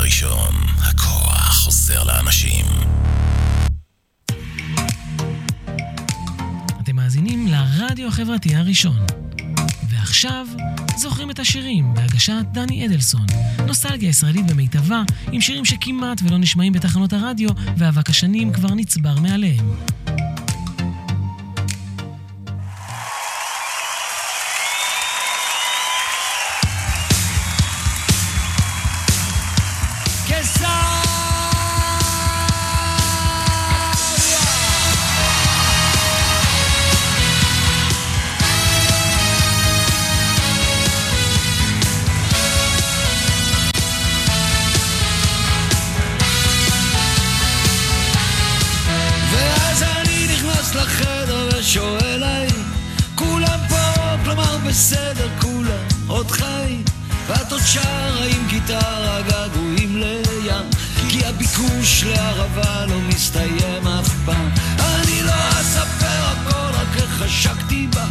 הראשון, הכוח חוזר לאנשים. אתם מאזינים לרדיו החברתי הראשון. ועכשיו זוכרים את השירים בהגשת דני אדלסון. נוסטלגיה ישראלית במיטבה, עם שירים שכמעט ולא נשמעים בתחנות הרדיו, ואבק השנים כבר נצבר מעליהם. שואל האם כולם פה, כלומר בסדר, כולם עוד חיים, ואת עוד שרה עם גיטרה געגועים לים, כי הביקוש לערבה לא מסתיים אף פעם. אני לא אספר הכל, רק החשקתי בה,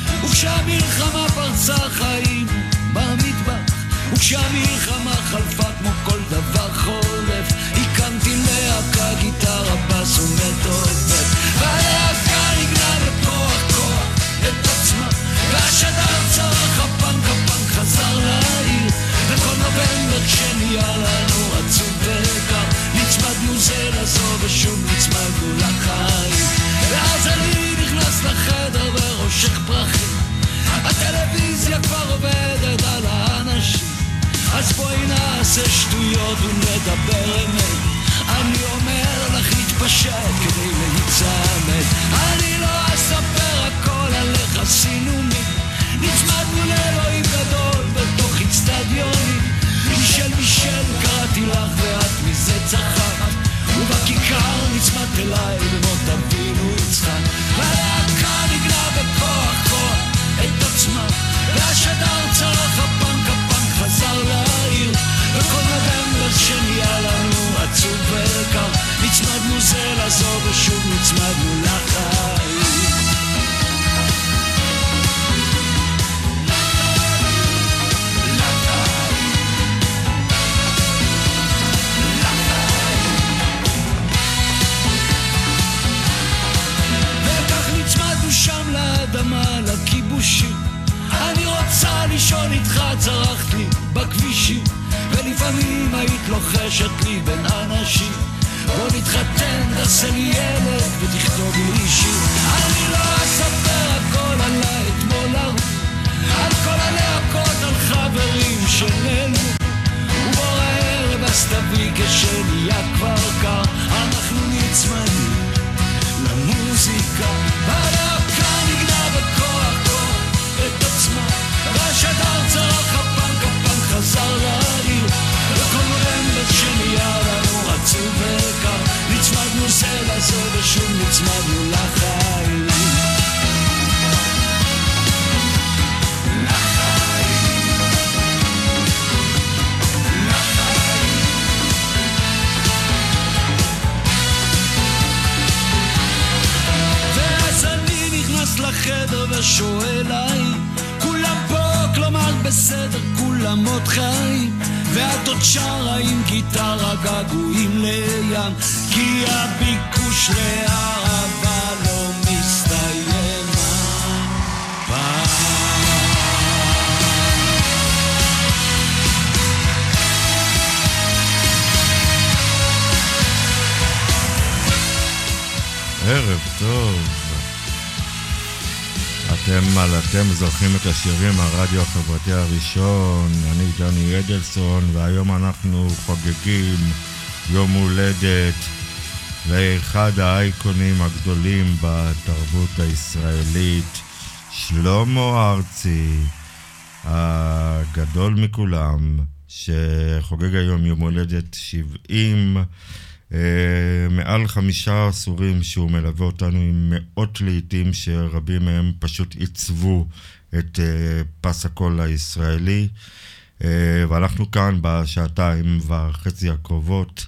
וכשהמלחמה פרצה חיים במטבח, וכשהמלחמה חלפה כמו כל דבר חולף, הקמתי להקה, גיטרה, בס ומטורפת, והלהקה נגנה בכוח כוח את עצמה, והשדר צרח, הפנק חזר לעיר, וכל נובמבר כשנהיה לנו עצוב וקר, נצמדנו זה לזו ושוב נצמדנו לחיים. ואז אני נכנס לחדר ורושך פרחים, הטלוויזיה כבר עובדת על האנשים, אז בואי נעשה שטויות ונדבר אמת, אני אומר לך להתפשט כדי להצמד. אני לא אספר הכל עליך סינומי, נצמדנו לאלוהים גדול בתוך אצטדיונים, מישל קראתי לך ואת מזה צחקת, ובכיכר נצמדת אליי במות אבינו יצחק, והלהקה נגנה בכוח כוח את עצמה, והשדר צרח, הפנק חזר לעיר, וכל נובמבר שנהיה לנו עצוב וקר, נצמדנו זה לזו ושוב נצמדנו לחיים. וכך נצמדנו שם לאדמה, לכיבושים, אני רוצה לישון איתך, צרחת לי בכבישים, ולפעמים היית לוחשת לי בין אנשים, בוא נתחתן, תעשה לי ילד ותכתוב לי שיר. אני לא אספר הכל עליי אתמול על כל הלהקות, על חברים שנעלמו, ובוא הערב אז תביא כשנהיה כבר קר, אנחנו נצמדים למוזיקה, והלהקה נגנה בכוח כוח את עצמה, והשדר צרח, הפנק חזר לעיר, וכל נובמבר שנהיה לנו עצוב וקר, נצמדנו זה לזו ושוב נצמדנו לחיים. ואז אני נכנס לחדר ושואל האם כולם פה, כלומר בסדר, כולם עוד חיים, ואת עוד שרה עם גיטרה געגועים לים, כי הביקוש לערבה לא מסתיים אף פעם. ערב טוב. אתם זוכרים את השירים הרדיו החברתי הראשון, אני דני אדלסון, והיום אנחנו חוגגים יום הולדת לאחד האייקונים הגדולים בתרבות הישראלית, שלמה ארצי, הגדול מכולם, שחוגג היום יום הולדת 70, מעל 5 עשורים שהוא מלווה אותנו עם מאות לעיתים שרבים מהם פשוט עיצבו את פס הקול הישראלי, ואנחנו כאן בשעתיים וחצי הקרובות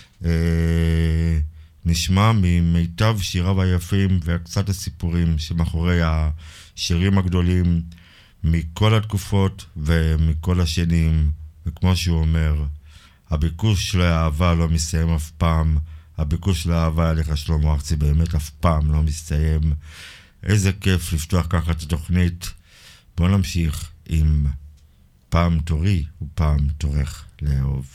נשמע ממיטב שיריו היפים וקצת הסיפורים שמאחורי השירים הגדולים מכל התקופות ומכל השנים, וכמו שהוא אומר, הביקוש לאהבה לא מסתיים אף פעם. הביקוש לאהבה עליך שלמה ארצי באמת אף פעם לא מסתיים. איזה כיף לפתוח ככה את התוכנית. בוא נמשיך עם פעם תורי ופעם תורך לאהוב.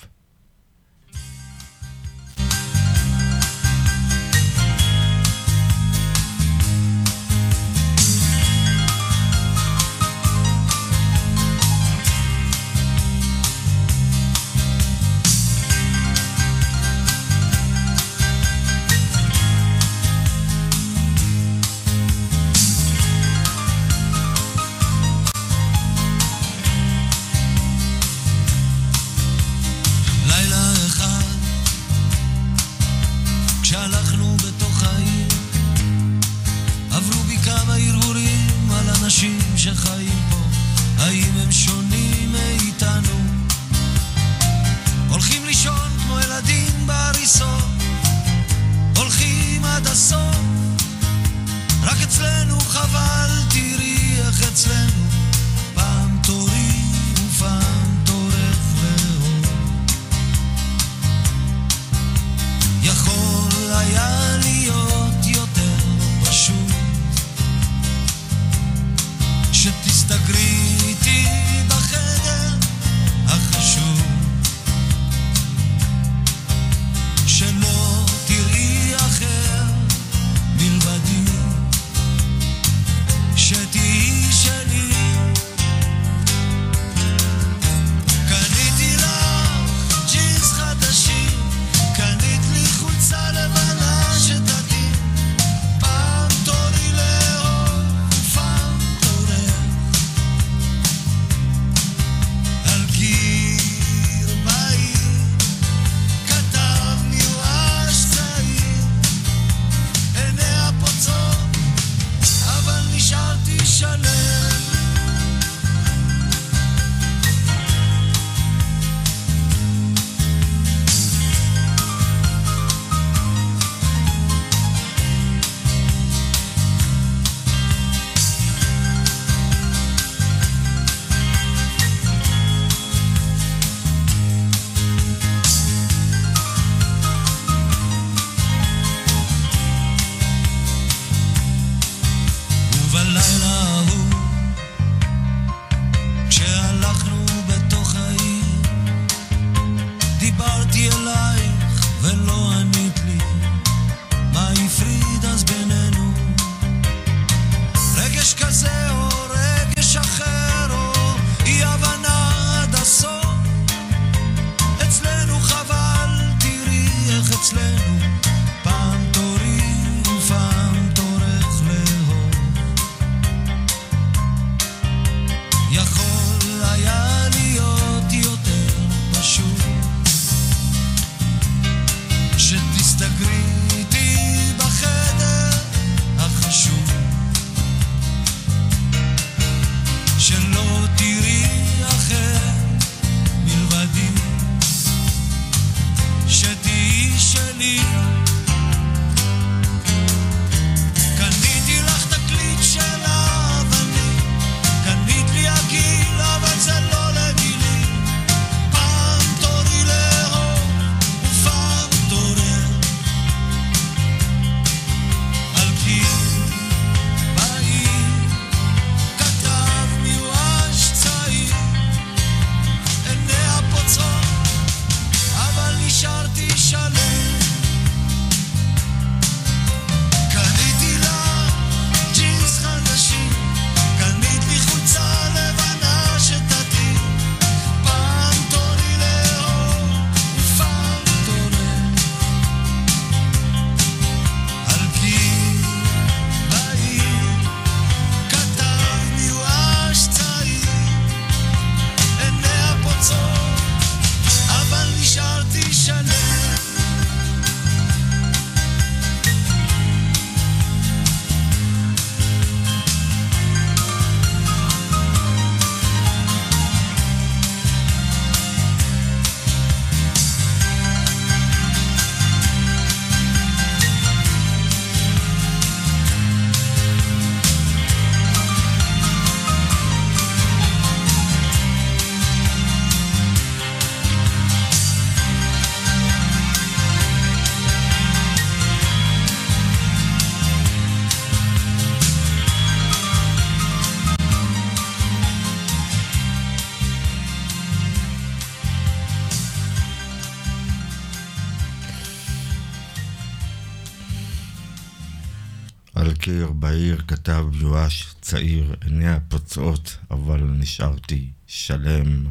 על קיר בעיר כתב יואש צעיר, עיניה פוצעות, אבל נשארתי שלם.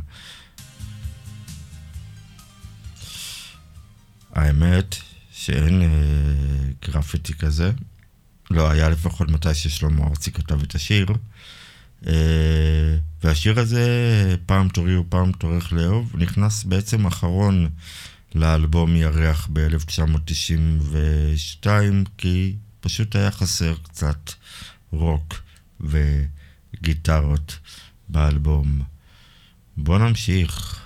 האמת שאין גרפיטי כזה. לא היה לפחות מתי ששלמה ארצי כתב את השיר. והשיר הזה, פעם תורי ופעם תורך לאהוב, נכנס בעצם אחרון לאלבום ירח ב-1992, כי פשוט היה חסר קצת רוק וגיטרות באלבום. בוא נמשיך.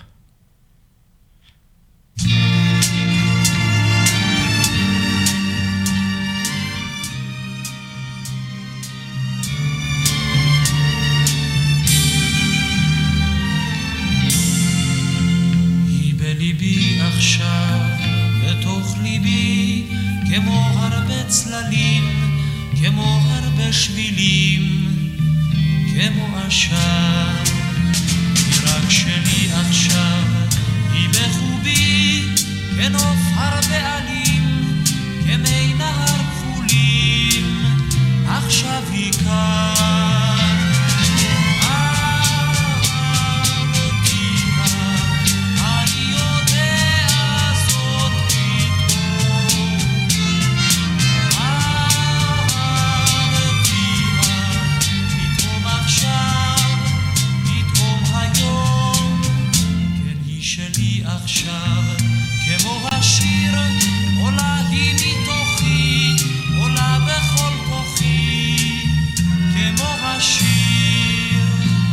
ליבי עכשיו, בתוך ליבי, כמו הרבה צללים, כמו הרבה שבילים, כמו עשן. היא רק שלי עכשיו, היא בחובי, כנוף הרבה עלים, כמי נהר כחולים, עכשיו היא כאן. עכשיו כמו השיר עולה היא מתוכי, עולה בכל כוחי כמו השיר.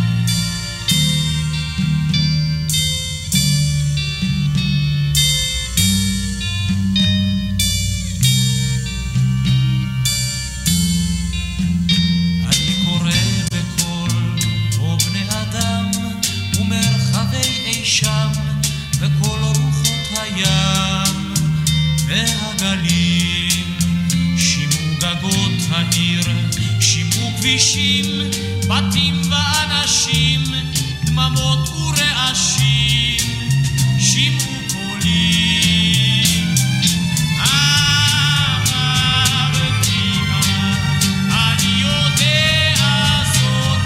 אני קורא בכל או בני אדם ומרחבי אי שם וכל רוחות הים והגלים, שימו גגות העיר, שימו כבישים, בתים ואנשים, דממות ורעשים, שימו קולים. אהבתיה, אני יודע זאת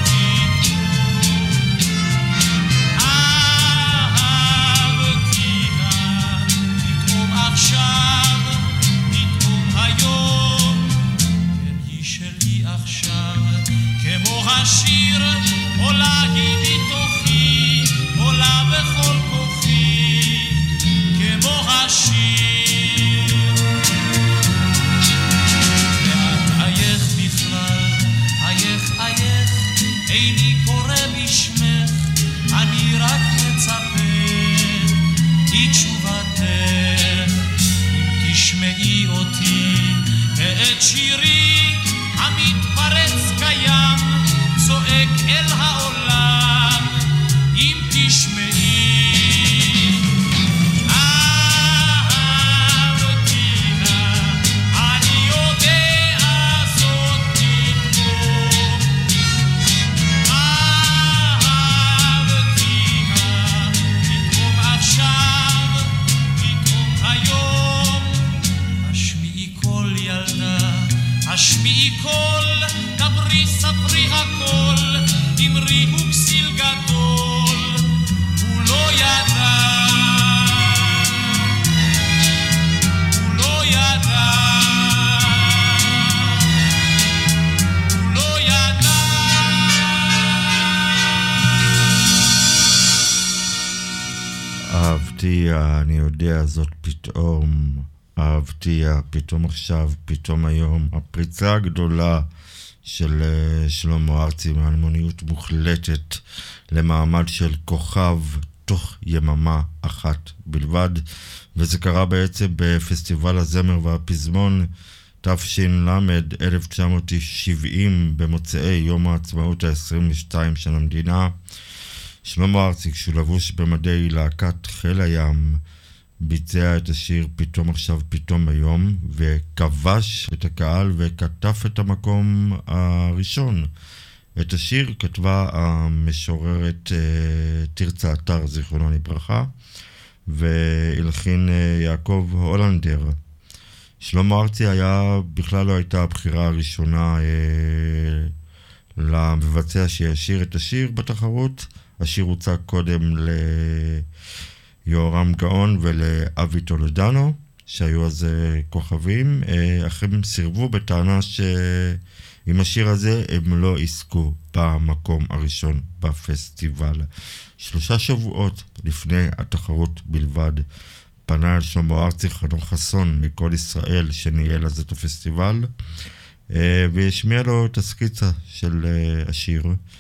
עכשיו, פתאום היום, כן היא שלי עכשיו, כמו השיר, עולה היא מתוכי, עולה בכל כוחי, כמו השיר. ואת אייך בכלל, אייך אייך, איני קורא בשמך, אני רק מצפה, היא תשובתך. תשמעי אותי ואת שירי המתפרץ קיים, צועק אל העולם, אם תשמעי. אהבתיה, אני יודע זאת פתאום. אהבתיה, פתאום עכשיו, פתאום היום. השמיעי קול, דברי ספרי הכל, אמרי הוא כסיל גדול, הוא לא ידע, הוא לא ידע, הוא לא ידע. אהבתי, אני יודע זאת פתאום. אהבתי, פתאום עכשיו, פתאום היום. הפריצה הגדולה של שלמה ארצי מאלמוניות מוחלטת למעמד של כוכב תוך יממה אחת בלבד, וזה קרה בעצם בפסטיבל הזמר והפזמון תש"ל 1970 במוצאי יום העצמאות ה-22 של המדינה. שלמה ארצי, כשהוא לבוש במדי להקת חיל הים, ביצע את השיר פתאום עכשיו פתאום היום, וכבש את הקהל וכתב את המקום הראשון. את השיר כתבה המשוררת תרצה אתר, זיכרונו לברכה, והלחין יעקב הולנדר, שלמה ארצי בכלל לא הייתה הבחירה הראשונה למבצע שישיר את השיר בתחרות. השיר הוצג קודם ליורם גאון ולאבי טולדנו, שהיו אז כוכבים, אך הם סירבו בטענה שעם השיר הזה הם לא עסקו במקום הראשון בפסטיבל. 3 שבועות לפני התחרות בלבד פנה אל שלמה ארצי חנוך חסון מכל ישראל שניהל אז את הפסטיבל, והשמיע לו את הסקיצה של השיר,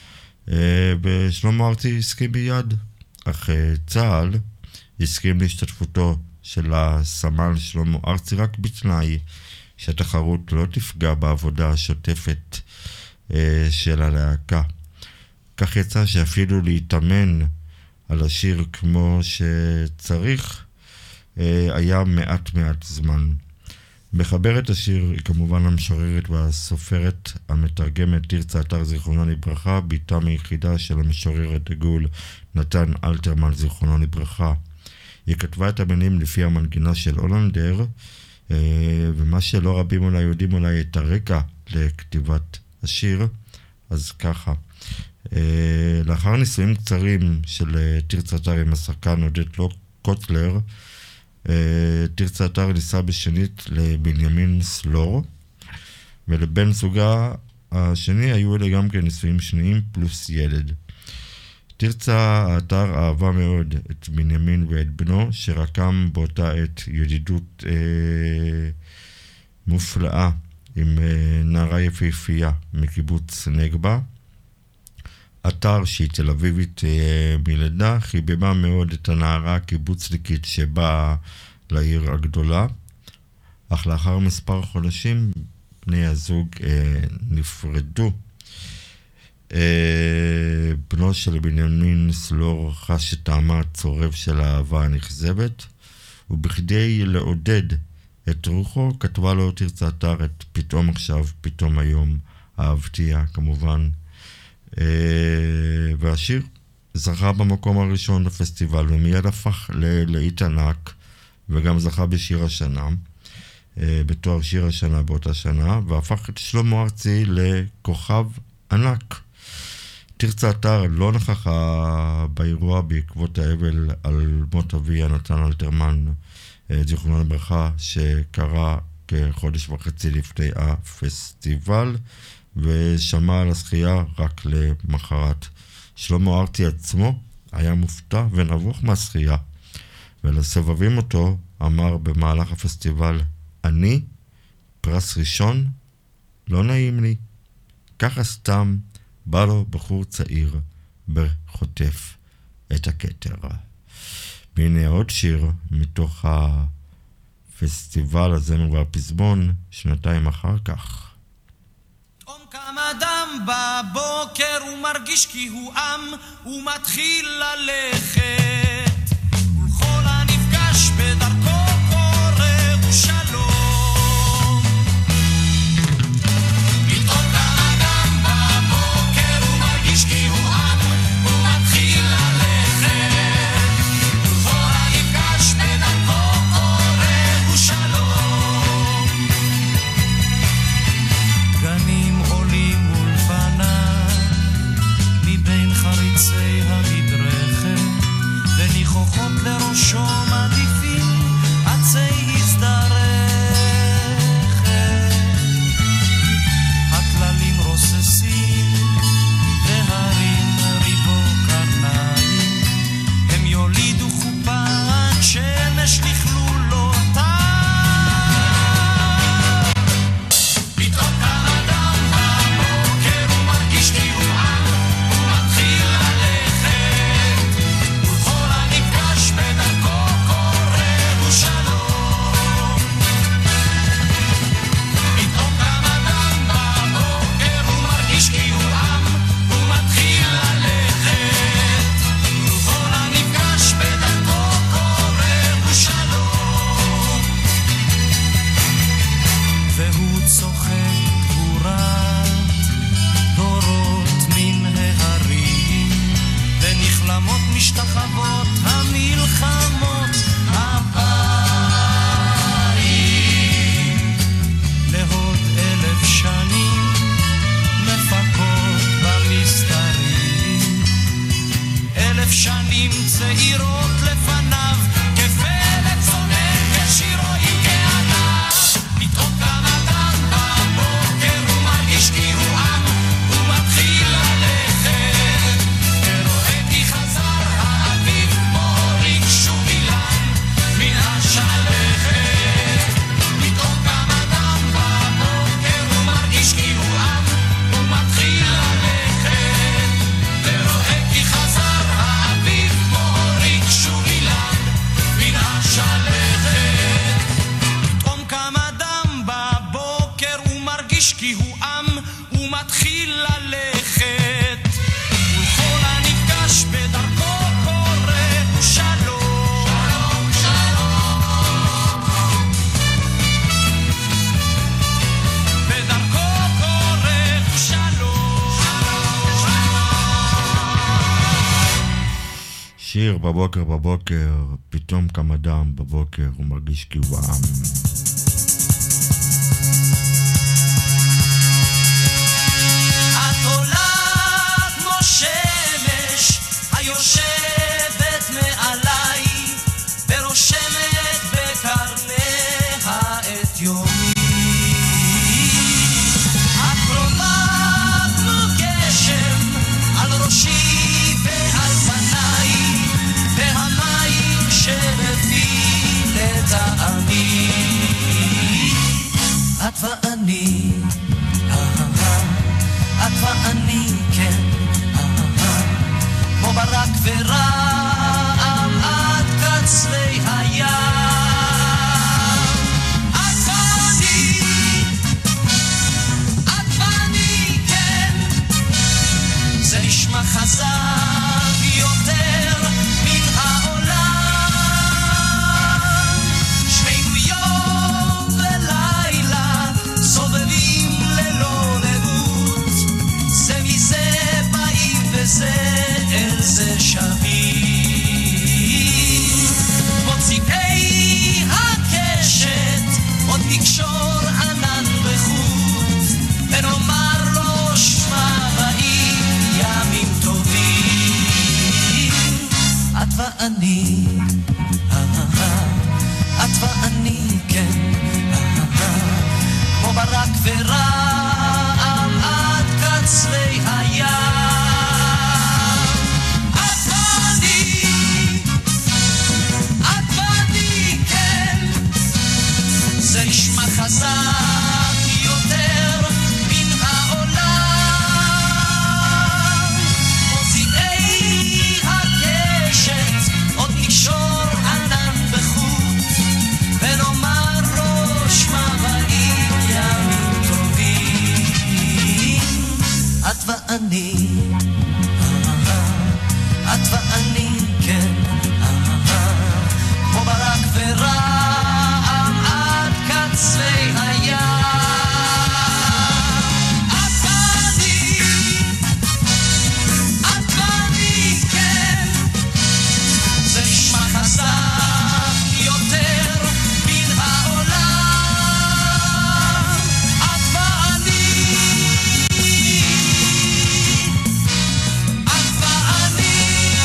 ושלמה ארצי הסכים מיד, אך צה"ל הסכים להשתתפותו של הסמל שלמה ארצי רק בתנאי שהתחרות לא תפגע בעבודה השוטפת של הלהקה. כך יצא שאפילו להתאמן על השיר כמו שצריך היה מעט זמן. מחברת השיר היא כמובן המשוררת והסופרת המתרגמת תרצה אתר זיכרונה לברכה, ביתה מיחידה של המשורר הדגול נתן אלתרמן זיכרונו לברכה. היא כתבה את המילים לפי המנגינה של הולנדר, ומה שלא רבים אולי יודעים אולי את הרקע לכתיבת השיר, אז ככה. לאחר ניסויים קצרים של תרצה אתר עם השחקן עודד קוטלר, תרצה אתר ניסה בשנית לבנימין סלור, ולבן זוגה השני היו אלה גם כן ניסויים שניים פלוס ילד. תרצה אתר אהבה מאוד את בנימין ואת בנו, שרקם באותה עת ידידות מופלאה עם נערה יפהפייה מקיבוץ נגבה. אתר שהיא תל אביבית מלידה, חיבבה מאוד את הנערה הקיבוצניקית שבאה לעיר הגדולה, אך לאחר מספר חודשים בני הזוג נפרדו. בנו של בנימין סלור חש את טעמה הצורב של האהבה הנכזבת, ובכדי לעודד את רוחו כתבה לו תרצה אתר את פתאום עכשיו, פתאום היום, אהבתיה כמובן. והשיר זכה במקום הראשון בפסטיבל ומיד הפך ללהיט ענק, וגם זכה בשיר השנה, בתואר שיר השנה באותה שנה, והפך את שלמה ארצי לכוכב ענק. תרצה אתר לא נכחה באירוע בעקבות האבל על מות אביה נתן אלתרמן זיכרונו לברכה, שקרה כחודש וחצי לפני הפסטיבל, ושמע על הזכייה רק למחרת. שלמה ארצי עצמו היה מופתע ונבוך מהזכייה, ולסובבים אותו אמר במהלך הפסטיבל, אני פרס ראשון, לא נעים לי, ככה סתם בא לו בחור צעיר וחוטף את הכתר. והנה עוד שיר מתוך הפסטיבל הזמר והפזמון שנתיים אחר כך. קם אדם בבוקר ומרגיש כי הוא עם ומתחיל ללכת, ולכל הנפגש בדרכו קורא ושלום. פתאום קם אדם בבוקר ומרגיש כי הוא עם ומתחיל ללכת, ולכל הנפגש בדרכו קורא ושלום. גנים עולים מולפניו מבין חריצי המדרכת, השיר בבוקר פתאום קם אדם בבוקר הוא מרגיש כי הוא עם. את עולה כמו שמש היושבת מעליי ורושמת בקרניה את יומי. את קרובה כמו גשם על ראשי ועל פניי והמים שבפי לטעמי. את ואני, את ואני, כן, כמו ברק ורעם עד קצרי הים. את ואני, כן, זה נשמע חזק יותר מן העולם. שנינו יום ולילה סובבים ללא לאות, זה מזה באים וזה אל זה שווים. מוציאי הקשת עוד נקשור ענן בחוט ונאמר לו שמע באים ימים טובים. את ואני, את ואני, כן, כמו ברק ורעם עד קצרי הים. את ואני, כן, זה נשמע חזק יותר מן העולם. מוציאי הקשת עוד נקשור ענן בחוט ונאמר לו שמע באים ימים טובים. את ואני, את ואני, כן, כמו ברק ורעם עד קצרי הים. את ואני, כן, זה נשמע חזק יותר מן העולם. את ואני, את ואני.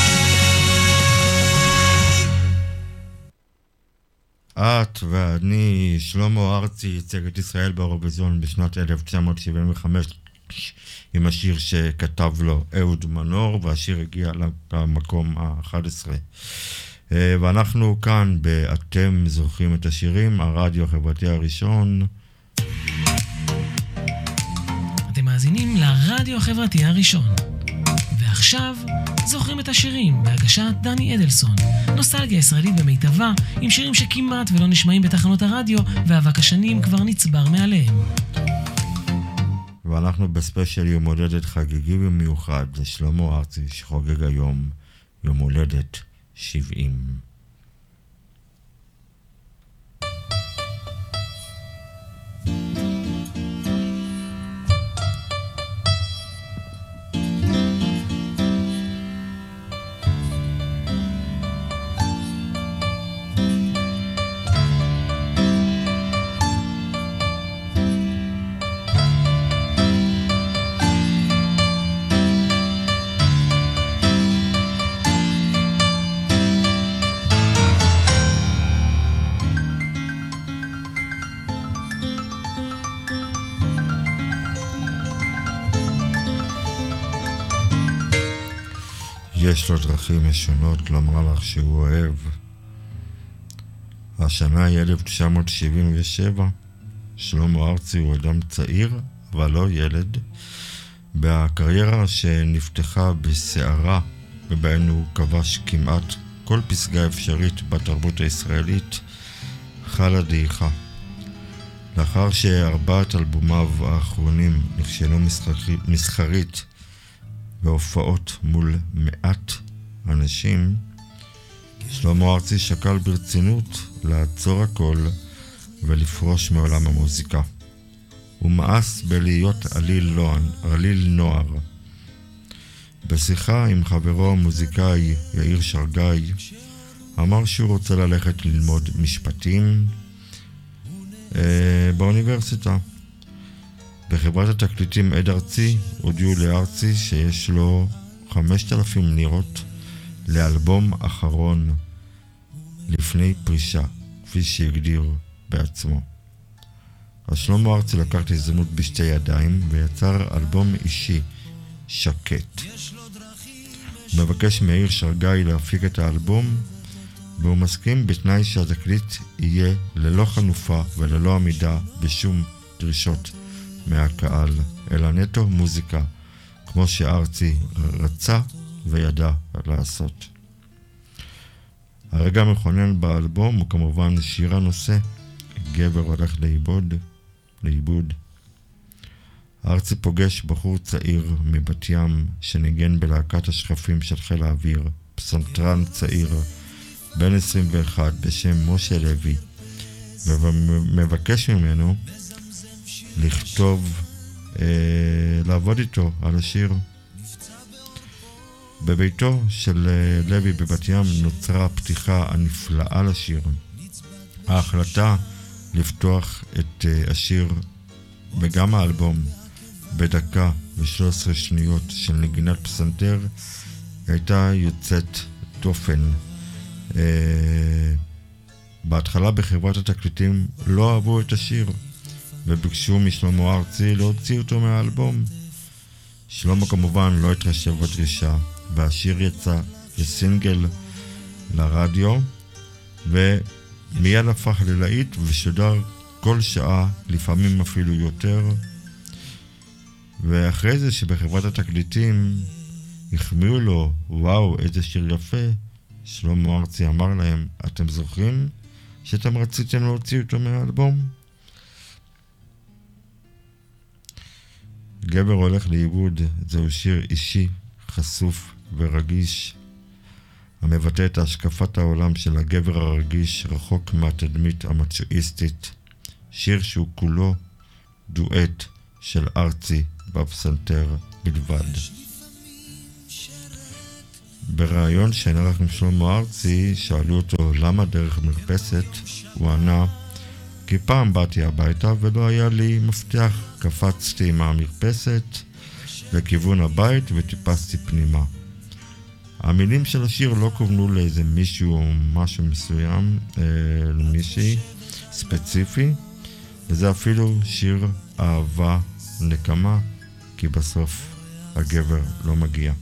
את ואני. שלמה ארצי ייצג את ישראל באירוויזיון בשנת 1975 עם השיר שכתב לו אהוד מנור, והשיר הגיע למקום ה-11. ואנחנו כאן ב"אתם זוכרים את השירים", הרדיו החברתי הראשון. אתם מאזינים לרדיו החברתי הראשון. ועכשיו זוכרים את השירים בהגשת דני אדלסון. נוסטלגיה ישראלית במיטבה, עם שירים שכמעט ולא נשמעים בתחנות הרדיו, ואבק השנים כבר נצבר מעליהם. ואנחנו בספיישל יום הולדת חגיגי במיוחד לשלמה ארצי שחוגג היום יום הולדת 70. יש לו דרכים משונות לומר לך שהוא אוהב. השנה היא 1977. שלמה ארצי הוא אדם צעיר, אבל לא ילד. בקריירה שנפתחה בסערה, ובהן הוא כבש כמעט כל פסגה אפשרית בתרבות הישראלית, חלה דעיכה. לאחר שארבעת אלבומיו האחרונים נכשלו מסחרית והופעות מול מעט אנשים, שלמה ארצי שקל ברצינות לעצור הכל ולפרוש מעולם המוזיקה. הוא מאס בלהיות עליל נוער. בשיחה עם חברו המוזיקאי יאיר שרגאי, אמר שהוא רוצה ללכת ללמוד משפטים באוניברסיטה. בחברת התקליטים עד ארצי הודיעו לארצי שיש לו 5,000 לירות לאלבום אחרון לפני פרישה, כפי שהגדיר בעצמו. אז שלמה ארצי לקח את ההזדמנות בשתי ידיים ויצר אלבום אישי שקט. הוא מבקש מיאיר שרגאי להפיק את האלבום, והוא מסכים בתנאי שהתקליט יהיה ללא חנופה וללא עמידה בשום דרישות מהקהל, אלא נטו מוזיקה, כמו שארצי רצה וידע לעשות. הרגע המכונן באלבום הוא כמובן שיר הנושא, גבר הולך לאיבוד. ארצי פוגש בחור צעיר מבת ים שניגן בלהקת השכפים של חיל האוויר, פסנתרן צעיר בן 21 בשם משה לוי, ומבקש ממנו לכתוב, לעבוד איתו על השיר. בביתו של לוי בבת ים נוצרה הפתיחה הנפלאה לשיר. ההחלטה לפתוח את השיר וגם האלבום בדקה ו13 שניות של נגינת פסנתר הייתה יוצאת דופן. בהתחלה בחברת התקליטים לא אהבו את השיר וביקשו משלמה ארצי להוציא אותו מהאלבום. שלמה כמובן לא התרשב בדרישה, והשיר יצא כסינגל לרדיו ומיד הפך ללהיט ושודר כל שעה, לפעמים אפילו יותר. ואחרי זה שבחברת התקליטים החמיאו לו, וואו איזה שיר יפה, שלמה ארצי אמר להם, אתם זוכרים שאתם רציתם להוציא אותו מהאלבום? גבר הולך לאיבוד זהו שיר אישי, חשוף ורגיש, המבטא את השקפת העולם של הגבר הרגיש רחוק מהתדמית המצ'ואיסטית. שיר שהוא כולו דואט של ארצי בפסנתר בלבד. בראיון שנערך עם שלמה ארצי שאלו אותו למה דרך מרפסת, הוא ענה, כי פעם באתי הביתה ולא היה לי מפתח, קפצתי מהמרפסת לכיוון הבית וטיפסתי פנימה. המילים של השיר לא כוונו לאיזה מישהו או משהו מסוים, למישהי ספציפי, וזה אפילו שיר אהבה נקמה, כי בסוף הגבר לא מגיע.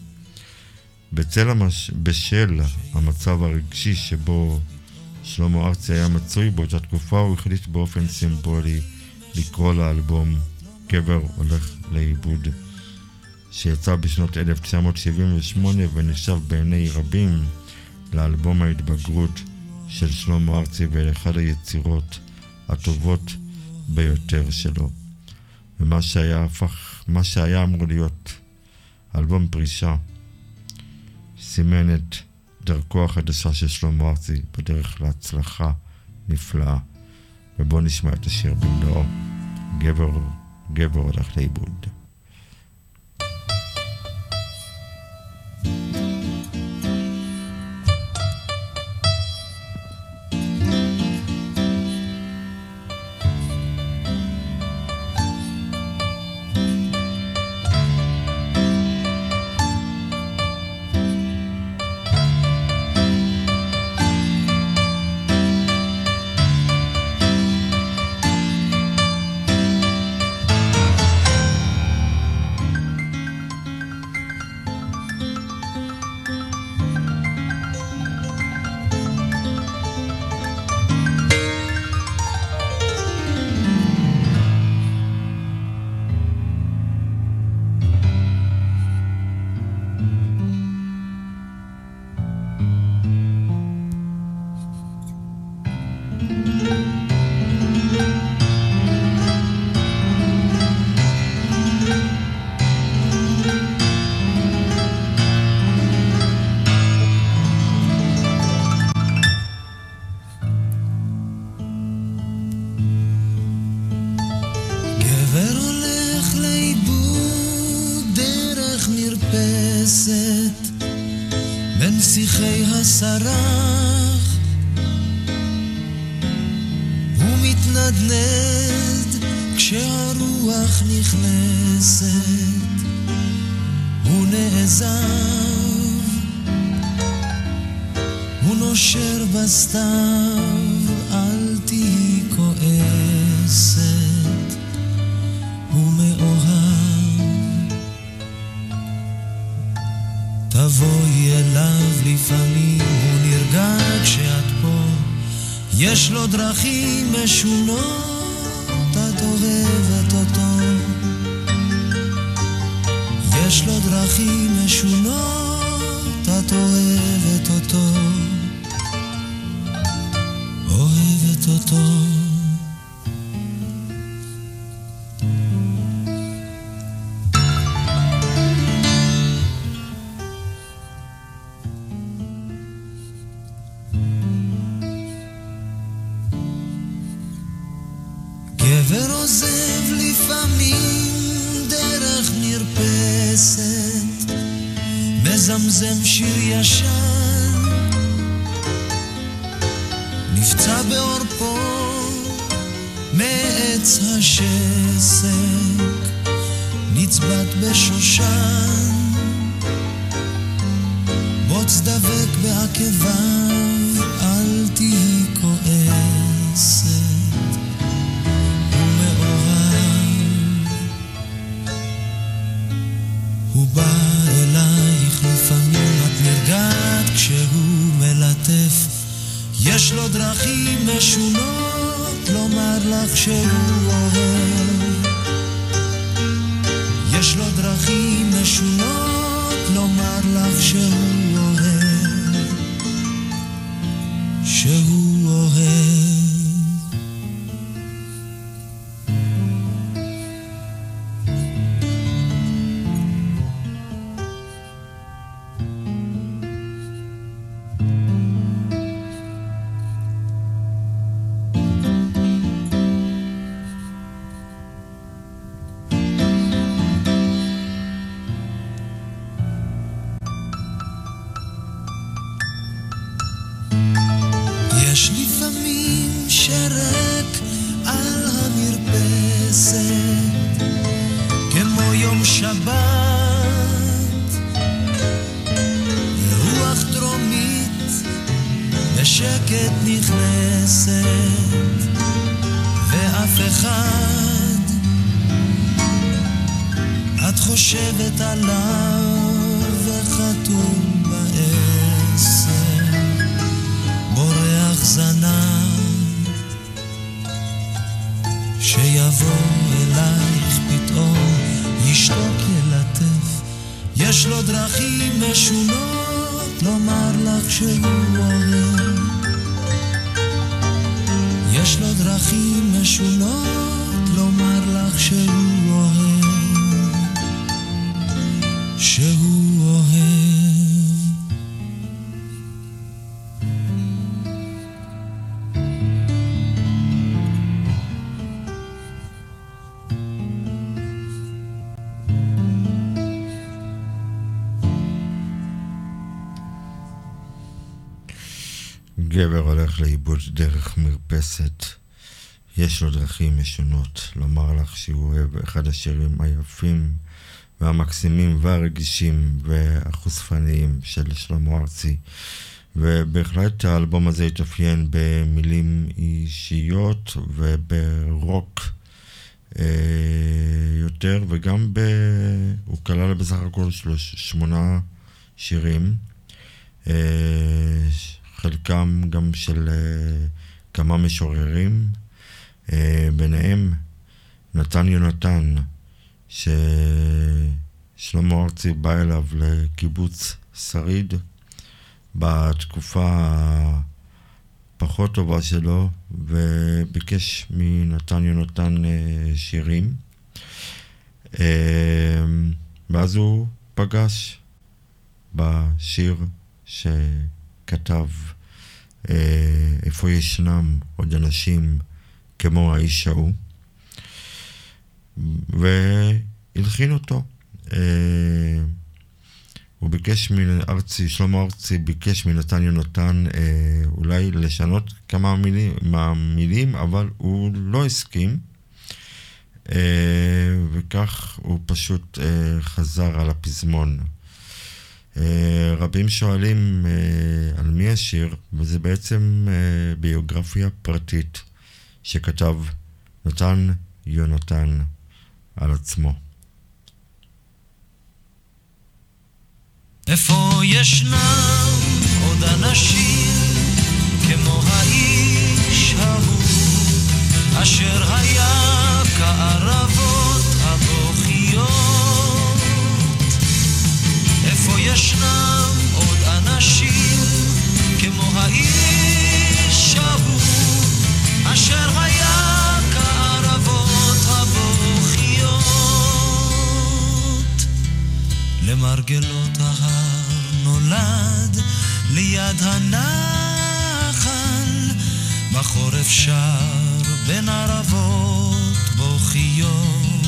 בשל המצב הרגשי שבו שלמה ארצי היה מצוי באותה תקופה, הוא החליט באופן סימבולי לקרוא לאלבום גבר הולך לאיבוד, שיצא בשנות 1978 ונחשב בעיני רבים לאלבום ההתבגרות של שלמה ארצי ואחד היצירות הטובות ביותר שלו. ומה שהיה אמור להיות אלבום פרישה סימן את דרכו החדשה של שלמה ארצי בדרך להצלחה נפלאה. ובוא נשמע את השיר במלואו, גבר הולך לאיבוד. שסרח ומתנדנד כשהרוח נכנסת, הוא נעזב, הוא נושר בסתיו, אל תהי כועסת, הוא מאוהב. תבואי אליו לפעמים, הוא נרגע כשאת פה, יש לו דרכים משונות, את אוהבת אותו. יש לו דרכים משונות, את אוהבת אותו, אוהבת אותו. גבר עוזב לפעמים דרך נרפסת, מזמזם שיר ישן, נפצע בעורפו מעץ השסק, נצבט בשושן, בוץ דבק בעקביו, אל תהי כועסת, הוא בא אלייך לפעמים, את נרגעת כשהוא מלטף, יש לו דרכים משונות לומר לך שהוא אוהב, יש לו דרכים משונות לומר לך שהוא אוהב, שהוא אוהב. יש לפעמים שרק על המרפסת, כמו יום שבת, ורוח דרומית בשקט נכנסת, ואף אחד את חושבת עליו וחתום בעשר, בורח זנב שיבוא אלייך פתאום, ישתוק ילטף, יש לו דרכים משונות לומר לך שהוא אוהב, יש לו דרכים משונות לומר לך שהוא אוהב, שהוא אוהב. גבר הולך לאיבוד דרך מרפסת, יש לו דרכים משונות לומר לך שהוא אוהב, אחד השירים היפים והמקסימים והרגישים והחושפניים של שלמה ארצי, ובהחלט האלבום הזה התאפיין במילים אישיות וברוק יותר, וגם הוא כלל בסך הכל 8 שירים, חלקם גם של כמה משוררים, ביניהם נתן יונתן, ששלמה ארצי בא אליו לקיבוץ שריד בתקופה הפחות טובה שלו, וביקש מנתן יונתן שירים, ואז הוא פגש בשיר שכתב איפה ישנם עוד אנשים כמו האיש ההוא, והלחין אותו. הוא ביקש שלמה ארצי ביקש מנתן יונתן אולי לשנות כמה מילים, אבל הוא לא הסכים, וכך הוא פשוט חזר על הפזמון. רבים שואלים על מי השיר, וזה בעצם ביוגרפיה פרטית שכתב נתן יונתן על עצמו. איפה ישנם עוד אנשים כמו האיש ההוא אשר היה כערבות הבוכיות? איפה ישנם עוד אנשים כמו האיש ההוא אשר היה כערבות הבוכיות? למרגלות ההר נולד ליד הנחל, בחורף שר בין ערבות בוכיות,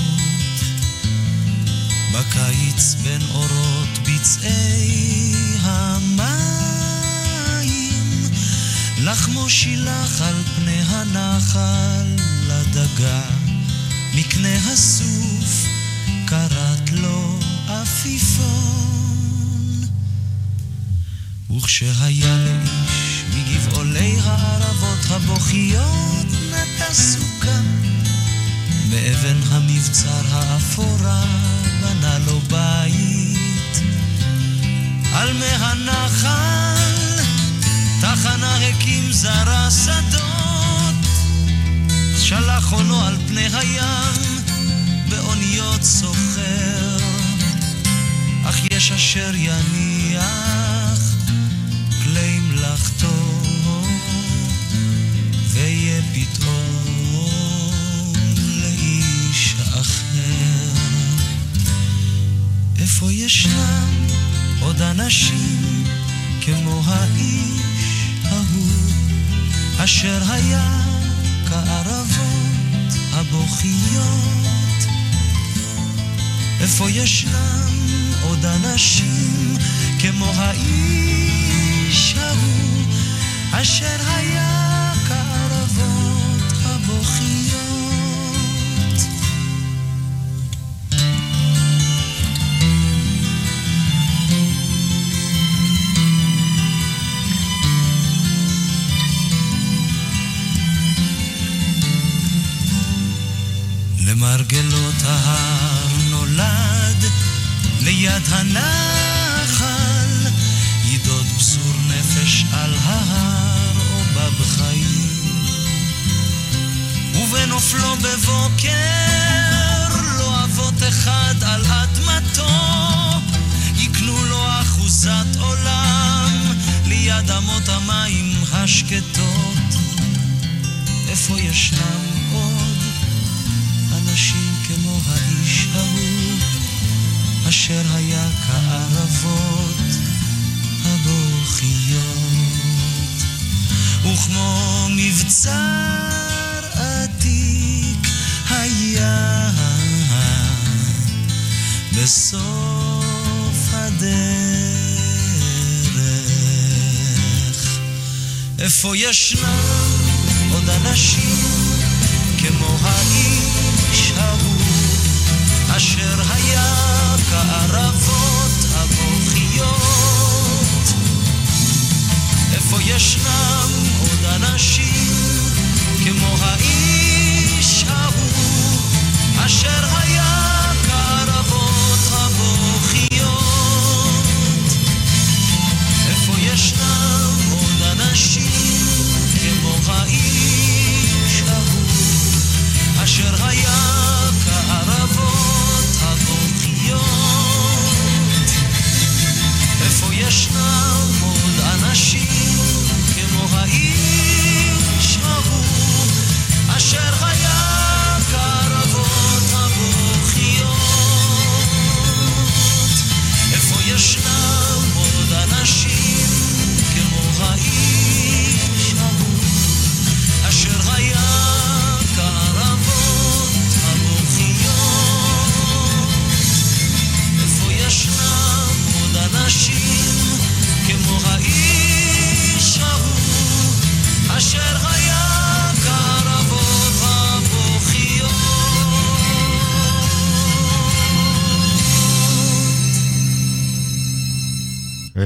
בקיץ בין אורות בצעי המים, לחמו שילח על פני הנחל לדגה, מקנה הסוף קראת לו עפיפון. וכשהיה לאיש מגבעולי הערבות הבוכיות נטע סוכה, באבן המבצר האפורה בנה לו בית, על מי הנחל תחנה הקים זרע שדות, שלח עונו על פני הים באוניות סוחר, אך יש אשר יניח כלי מלאכתו ויהיה פתאום לאיש אחר. איפה ישנם עוד אנשים כמו האיש ההוא אשר היה כערבות הבוכיות? איפה ישנם עוד אנשים כמו האיש ההוא אשר היה כערבות הבוכיות? למרגלות ההר נולד ליד הנחל, ידוד בזור נפש על ההר או בבחיים, ובנופלו בבוקר לא אבות אחד על אדמתו, יקנו לו אחוזת עולם ליד אמות המים השקטות. איפה ישנם עוד אנשים כמו האיש ההוא אשר היה כערבות הבוכיות, וכמו מבצר עתיק היה בסוף הדרך. איפה ישנם עוד אנשים כמו האיש ההוא אשר היה כערבות הבוכיות? איפה ישנם עוד אנשים כמו האיש ההוא אשר היה כערבות הבוכיות? איפה ישנם עוד אנשים כמו האיש ההוא אשר היה כערבות הבוכיות? איפה ישנם עוד אנשים כמו האיש ההוא אשר היה כערבות הבוכיות?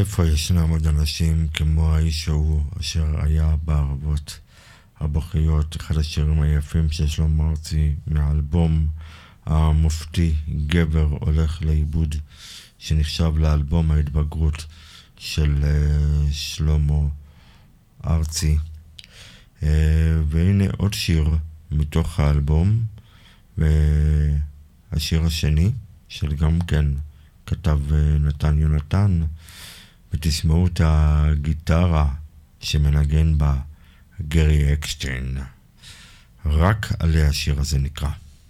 איפה ישנם עוד אנשים כמו האיש ההוא אשר היה בערבות הבוכיות, אחד השירים היפים של שלמה ארצי מהאלבום המופתי גבר הולך לאיבוד, שנחשב לאלבום ההתבגרות של שלמה ארצי. והנה עוד שיר מתוך האלבום, והשיר השני של גם כן כתב נתן יונתן, ותשמעו את הגיטרה שמנגן בה גרי אקשטיין. רק עליה השיר הזה נקרא.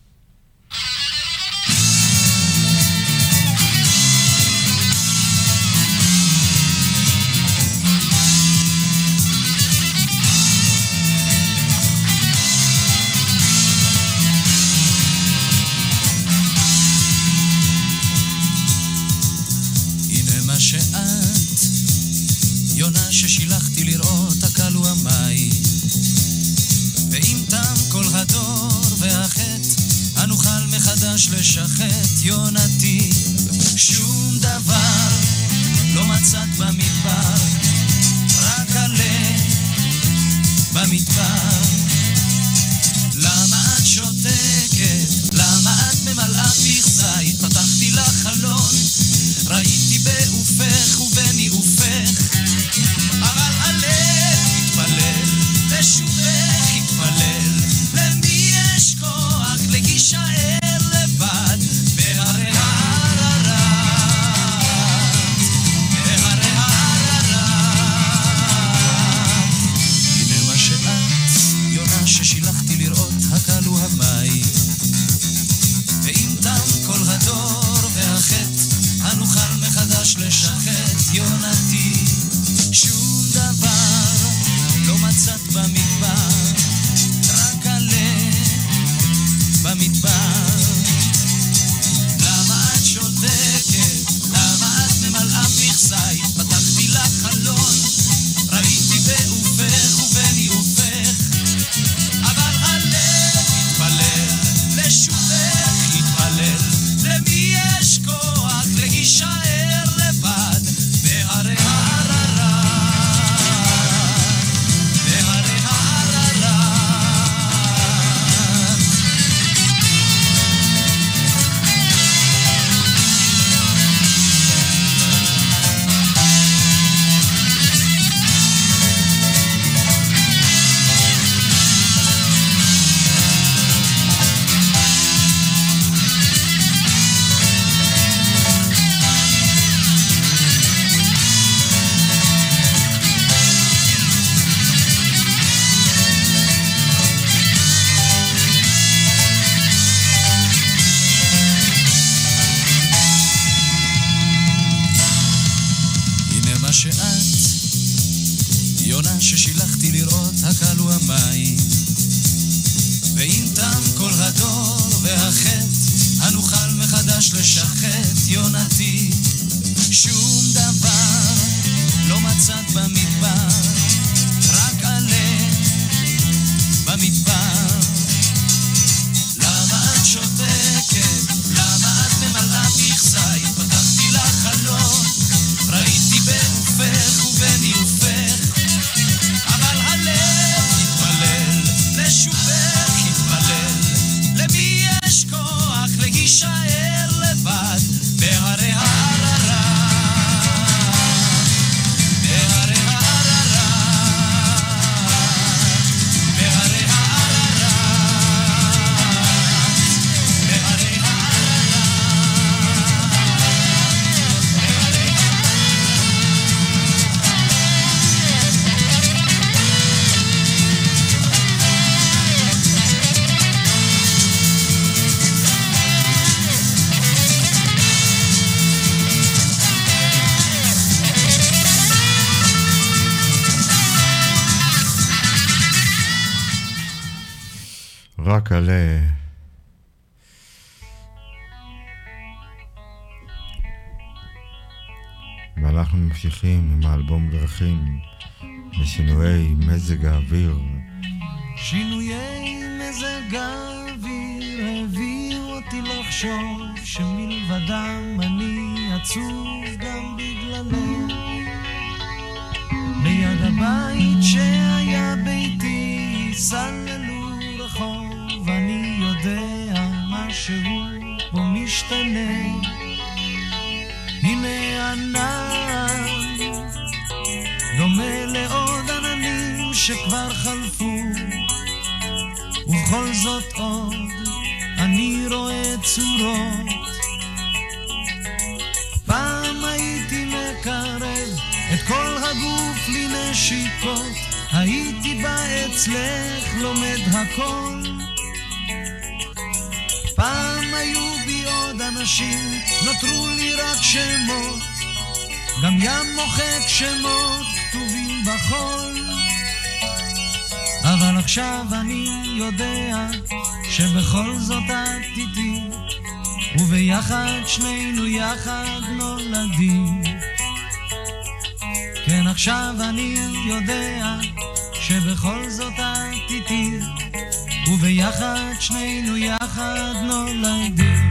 יונה ששילחתי לראות הקלו המים, ואם תם כל הדור והחטא הנוכל מחדש לשחט. יונתי, שום דבר לא מצאת במדבר, רק עלה במדבר. למה את שותקת? למה את ממלאה פרסה? התפתחתי לחלון, ראיתי בעופך ובניאופך, אבל הלב התפלל, לשובך התפלל. למי יש כוח להישאר לבד בהרי הררת, בהרי הררת. הנה מה שאת, יונה ששילחתי לראות הקלו המים, ואם תם כל הדור והחטא הנוכל מחדש לשחט. יונתי, שום דבר לא מצאת במדבר, רק עלה במדבר. למה את שותקת? למה את ממלאה פרסה? התפתחתי לחלון, ראיתי בעופך ובניאופך, אבל הלב התפלל, לשובך התפלל. למי יש כוח להישאר לבד בהרי הררת, בהרי הררת. יונה ששילחתי לראות הקלו המים, ואם תם כל הדור והחטא הנוכל מחדש לשחט. יונתי, שום דבר לא מצאת במדבר, רק עלה במדבר. למה את שותקת? למה את ממלאה פרסה? התפתחתי לחלון, ראיתי בעופך ובניאופך, אבל הלב התפלל, לשובך התפלל. למי יש כוח להישאר לבד בהרי הררת, בהרי הררת, בהרי הררת, בהרי רק עלה. ואנחנו ממשיכים עם האלבום דרכים לשינויי מזג האוויר. שינויי מזג האוויר הביאו אותי לחשוב שמלבדם אני עצוב גם בגללם. הבית שהיה ביתי סללו רחוב, אני יודע משהו פה משתנה. הנה ענן דומה לעוד עננים שכבר חלפו, ובכל זאת עוד אני רואה צורות. פעם הייתי מקרב את כל הגוף לי נשיקות, הייתי בא אצלך לומד הכל. פעם היו בי עוד אנשים, נותרו לי רק שמות, גם ים מוחק שמות כתובים בחול. אבל עכשיו אני יודע שבכל זאת את איתי, וביחד שנינו יחד נולדים. כן, עכשיו אני יודע שבכל זאת את איתי, וביחד שנינו יחד נולדים.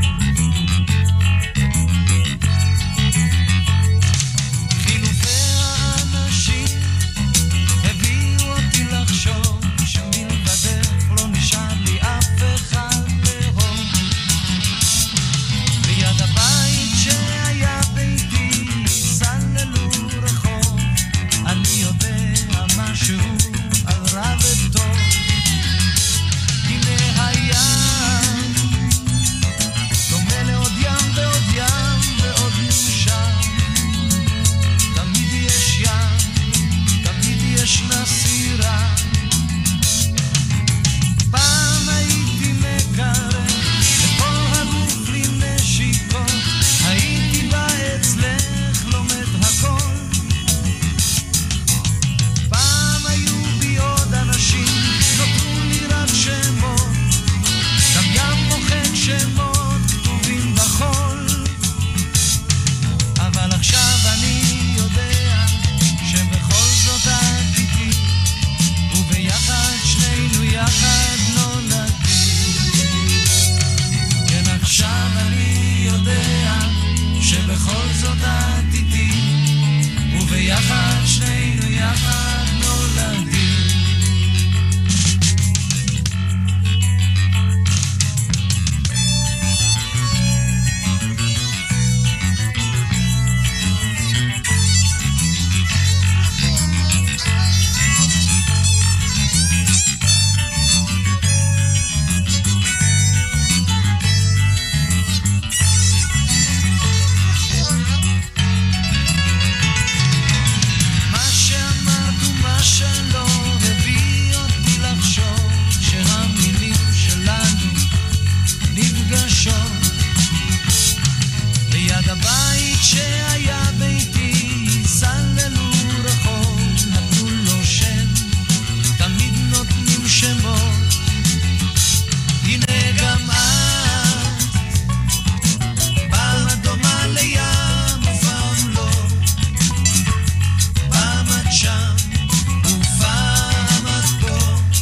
חילופי האנשים הביאו אותי לחשוב שמלבדך לא נשאר לי אף אחד לאהוב. ליד הבית שהיה ביתי סללו רחוב, אני יודע משהו על רע וטוב. הנה הים דומה לעוד ים ועוד ים ועוד נשאר. תמיד יש ים, תמיד יש נסירה. פעם הייתי מקרב את כל הגוף לי נשיקות, הייתי בא אצלך לומד הכל. פעם היו בי עוד אנשים, נותרו לי רק שמות, גם ים מוחק שמות כתובים בחול. אבל עכשיו אני יודע שבכל זאת את איתי, וביחד שנינו יחד נולדים. כן, עכשיו אני יודע שבכל זאת את איתי, וביחד שנינו יחד נולדים. מה שאמרת ומה שלא הביא אותי לחשוב שהמילים שלנו נפגשות. ליד הבית שהיה ביתי סללו רחוב, נתנו לו שם, תמיד נותנים שמות. הנה גם את, פעם את דומה לים ופעם לא, פעם את שם ופעם את פה.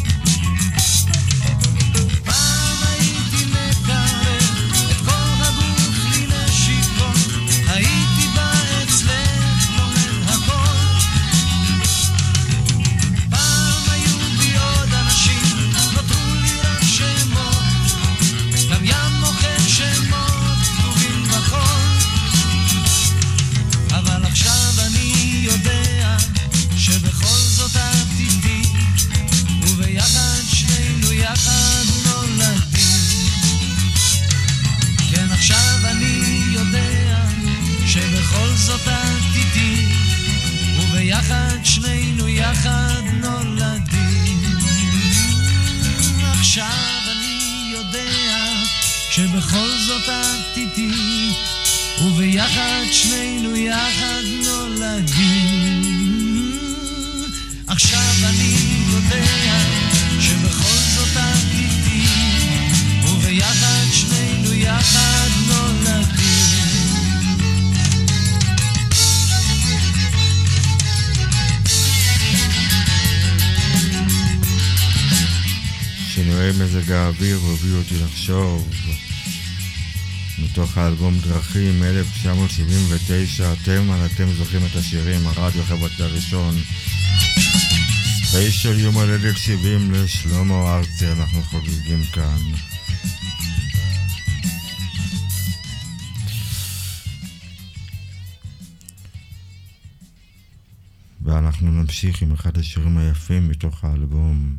פעם הייתי מקרב את כל הגוף לי נשיקות, הייתי בא אצלך לומד הכל. פעם היו בי עוד אנשים, נותרו לי רק שמות, גם ים מוחק שמות כתובים בחול. אבל עכשיו אני יודע שבכל זאת את איתי, וביחד שנינו יחד נולדים. כן, עכשיו אני יודע שבכל זאת את איתי, וביחד שנינו יחד נולדים. עכשיו אני יודע שבכל זאת את איתי, וביחד שנינו יחד נולדים. עכשיו אני יודע שבכל זאת את איתי, וביחד שנינו יחד נולדים. שינויי מזג האוויר הביאו אותי לחשוב, מתוך האלבום דרכים 1979. אתם זוכרים את השירים, הרדיו החברתי הראשון. באיש של יום הולדת 70 לשלמה ארצי אנחנו חוגגים כאן. ואנחנו נמשיך עם אחד השירים היפים מתוך האלבום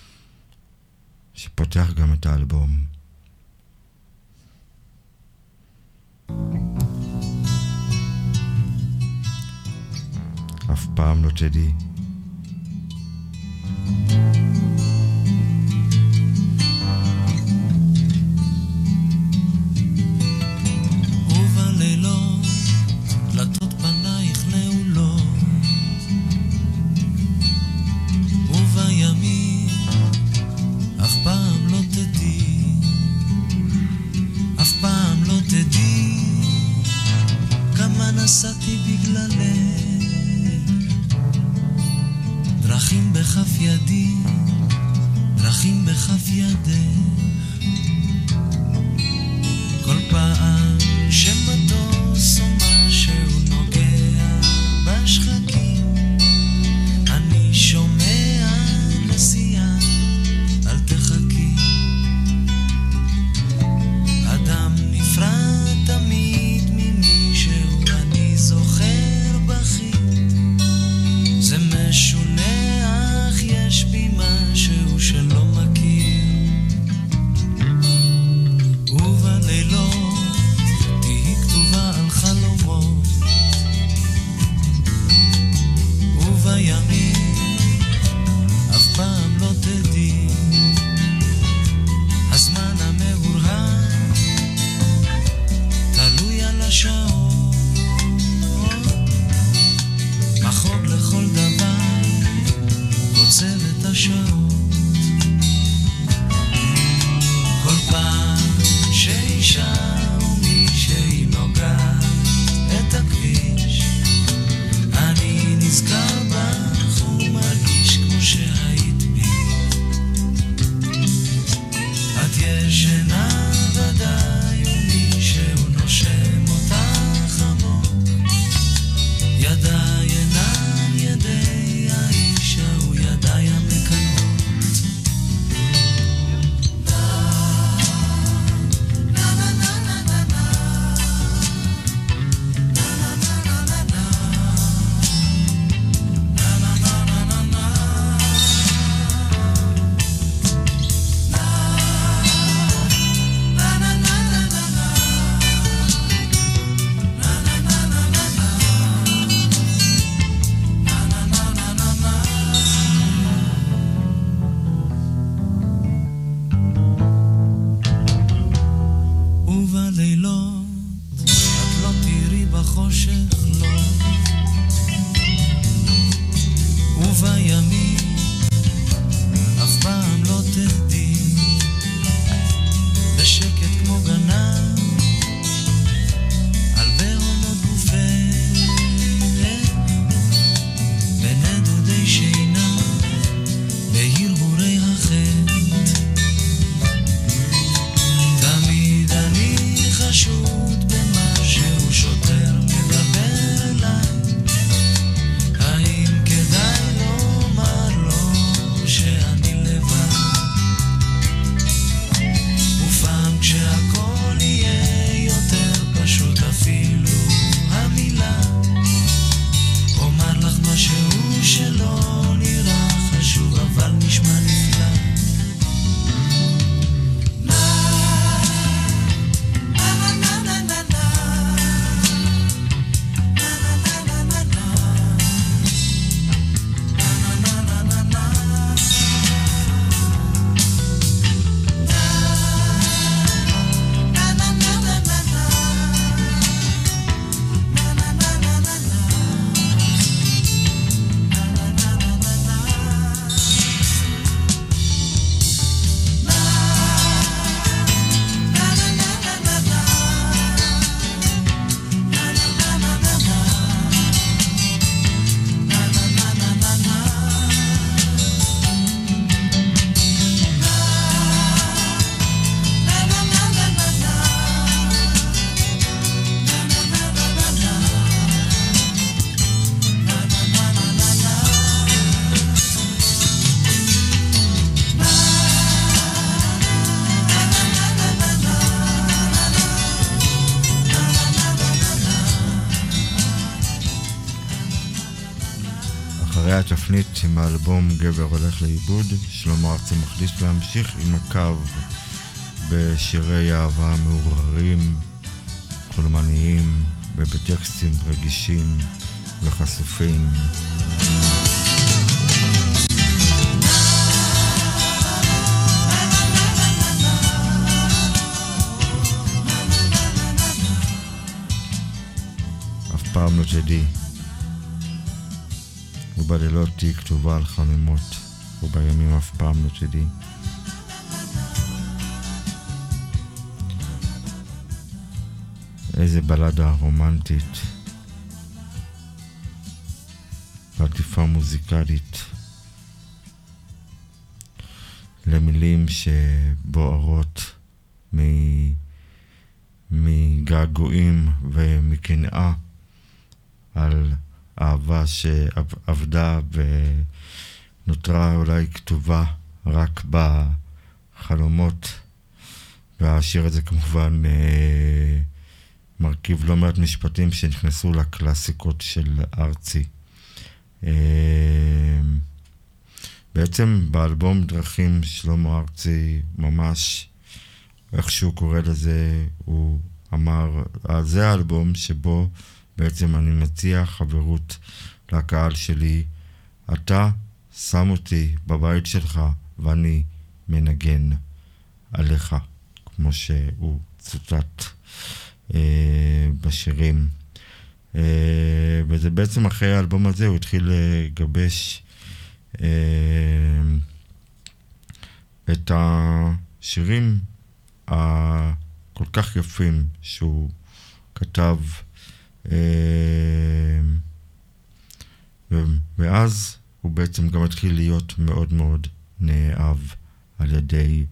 שפותח גם את האלבום. אף פעם לא תדעי. ובלילות דלתות פנייך נעולות, ובימים אף פעם לא תדעי, אף פעם לא תדעי כמה נסעתי בגללך, דרכים בכף ידי, דרכים בכף ידך, כל פעם שמטוס או משהו נוגע בשחקים, אני שומע נסיעה, אל תחכי. אדם נפרד תמיד ממישהו, אני זוכר בכי, זה משונה אך יש בי משהו שלא מכיר. ובלילות תהי כתובה על חלומות, ובימים אף פעם לא תדעי, הזמן המאורהר תלוי על השעות, מחוג לכל דבר קוצר את השעות, כל פעם שאישה ומישהי נוגעת את הכביש, אני נזכר בך ומרגיש כמו שהיית בי. את ישנה ודאי ומישהו נושם אותך עמוק, ידיי אינן ידי האיש ההוא, ידיי המקנאות. ובלילות את לא תראי בחושך לא, ובימים אף פעם לא תדעי, בשקט כמו גנב על בהונות גופך, בנדודי שינה בהרהורי החטא, תמיד אני חשוב היה תפנית עם האלבום גבר הולך לאיבוד. שלמה ארצי מחליט להמשיך עם הקו בשירי אהבה מעוררים, חולמניים, ובטקסטים רגישים וחשופים. אף פעם לא תדעי, ובלילות תהי כתובה על חמימות, ובימים אף פעם לא תדעי. איזה בלדה רומנטית, ועטיפה מוזיקלית למילים שבוערות מגעגועים ומקנאה על אהבה שעבדה ונותרה אולי כתובה רק בחלומות. והשיר הזה כמובן מרכיב לא מעט משפטים שנכנסו לקלאסיקות של ארצי. בעצם באלבום דרכים שלמה ארצי ממש, איך שהוא קורא לזה, הוא אמר, זה האלבום שבו בעצם אני מציע חברות לקהל שלי. אתה שם אותי בבית שלך ואני מנגן עליך, כמו שהוא צוטט בשירים. וזה בעצם אחרי האלבום הזה הוא התחיל לגבש את השירים הכל כך יפים שהוא כתב, ואז הוא בעצם גם התחיל להיות מאוד מאוד נאהב על ידי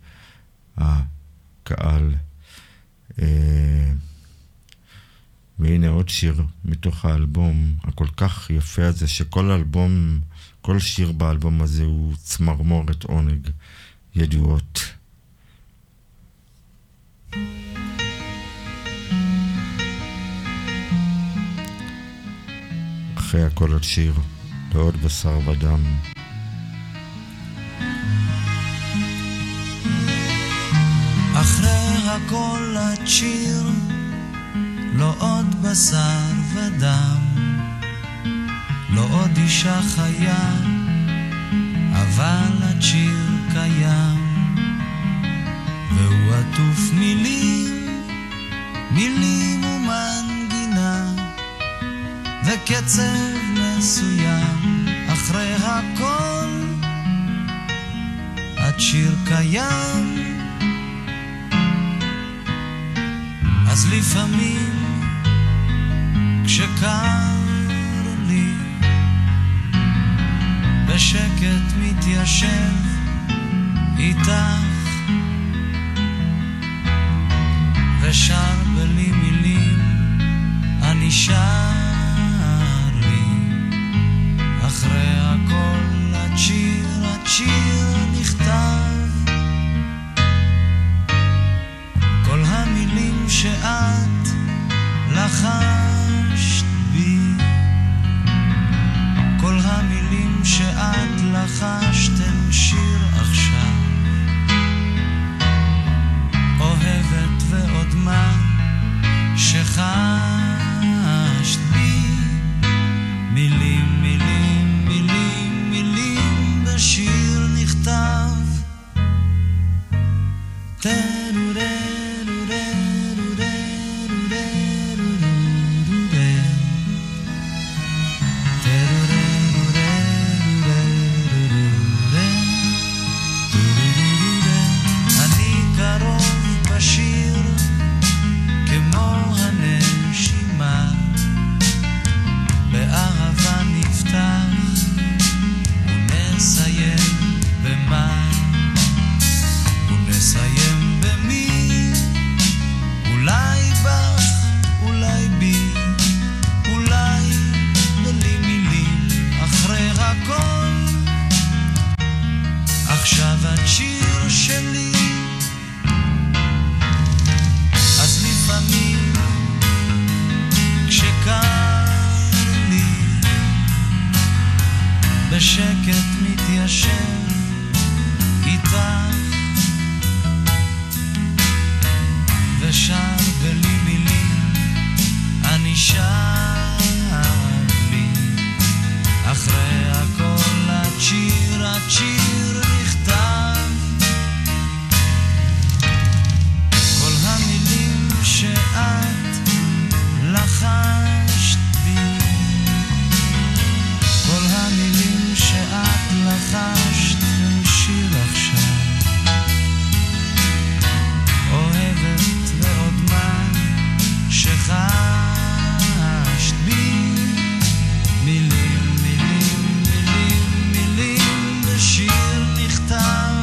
הקהל. והנה עוד שיר מתוך האלבום הכל כך יפה הזה, שכל האלבום, כל שיר באלבום הזה הוא צמרמורת עונג ידועות. אחרי הכל עוד שיר לעוד בשר ודם. אחרי הכל עוד שיר, לא עוד בשר ודם, לא עוד אישה חיה, אבל השיר קיים, והוא עטוף מילים, מילים ומנגינה, וקצב מסוים. אחרי הכל השיר קיים, אז לפעמים כשקר לי בשקט מתיישב איתך ושר בלי מילים, אני שר לי. אחרי הכל השיר נכתב, כל המילים שאת לחשת בי, כל המילים שאת לחשת הם שיר עכשיו. אוהבת ועוד מה שחשת בי, מילים מילים מילים מילים בשיר נכתב. נסיים במי ושר בלי מילים, אני שר לי. אחרי הכל השיר נכתב, כל המילים שאת לחשת בי, כל המילים שאת לחשת שיר עכשיו. אוהבת ועוד מה שחשת בי, מילים, מילים, מילים, מילים בשיר נכתב.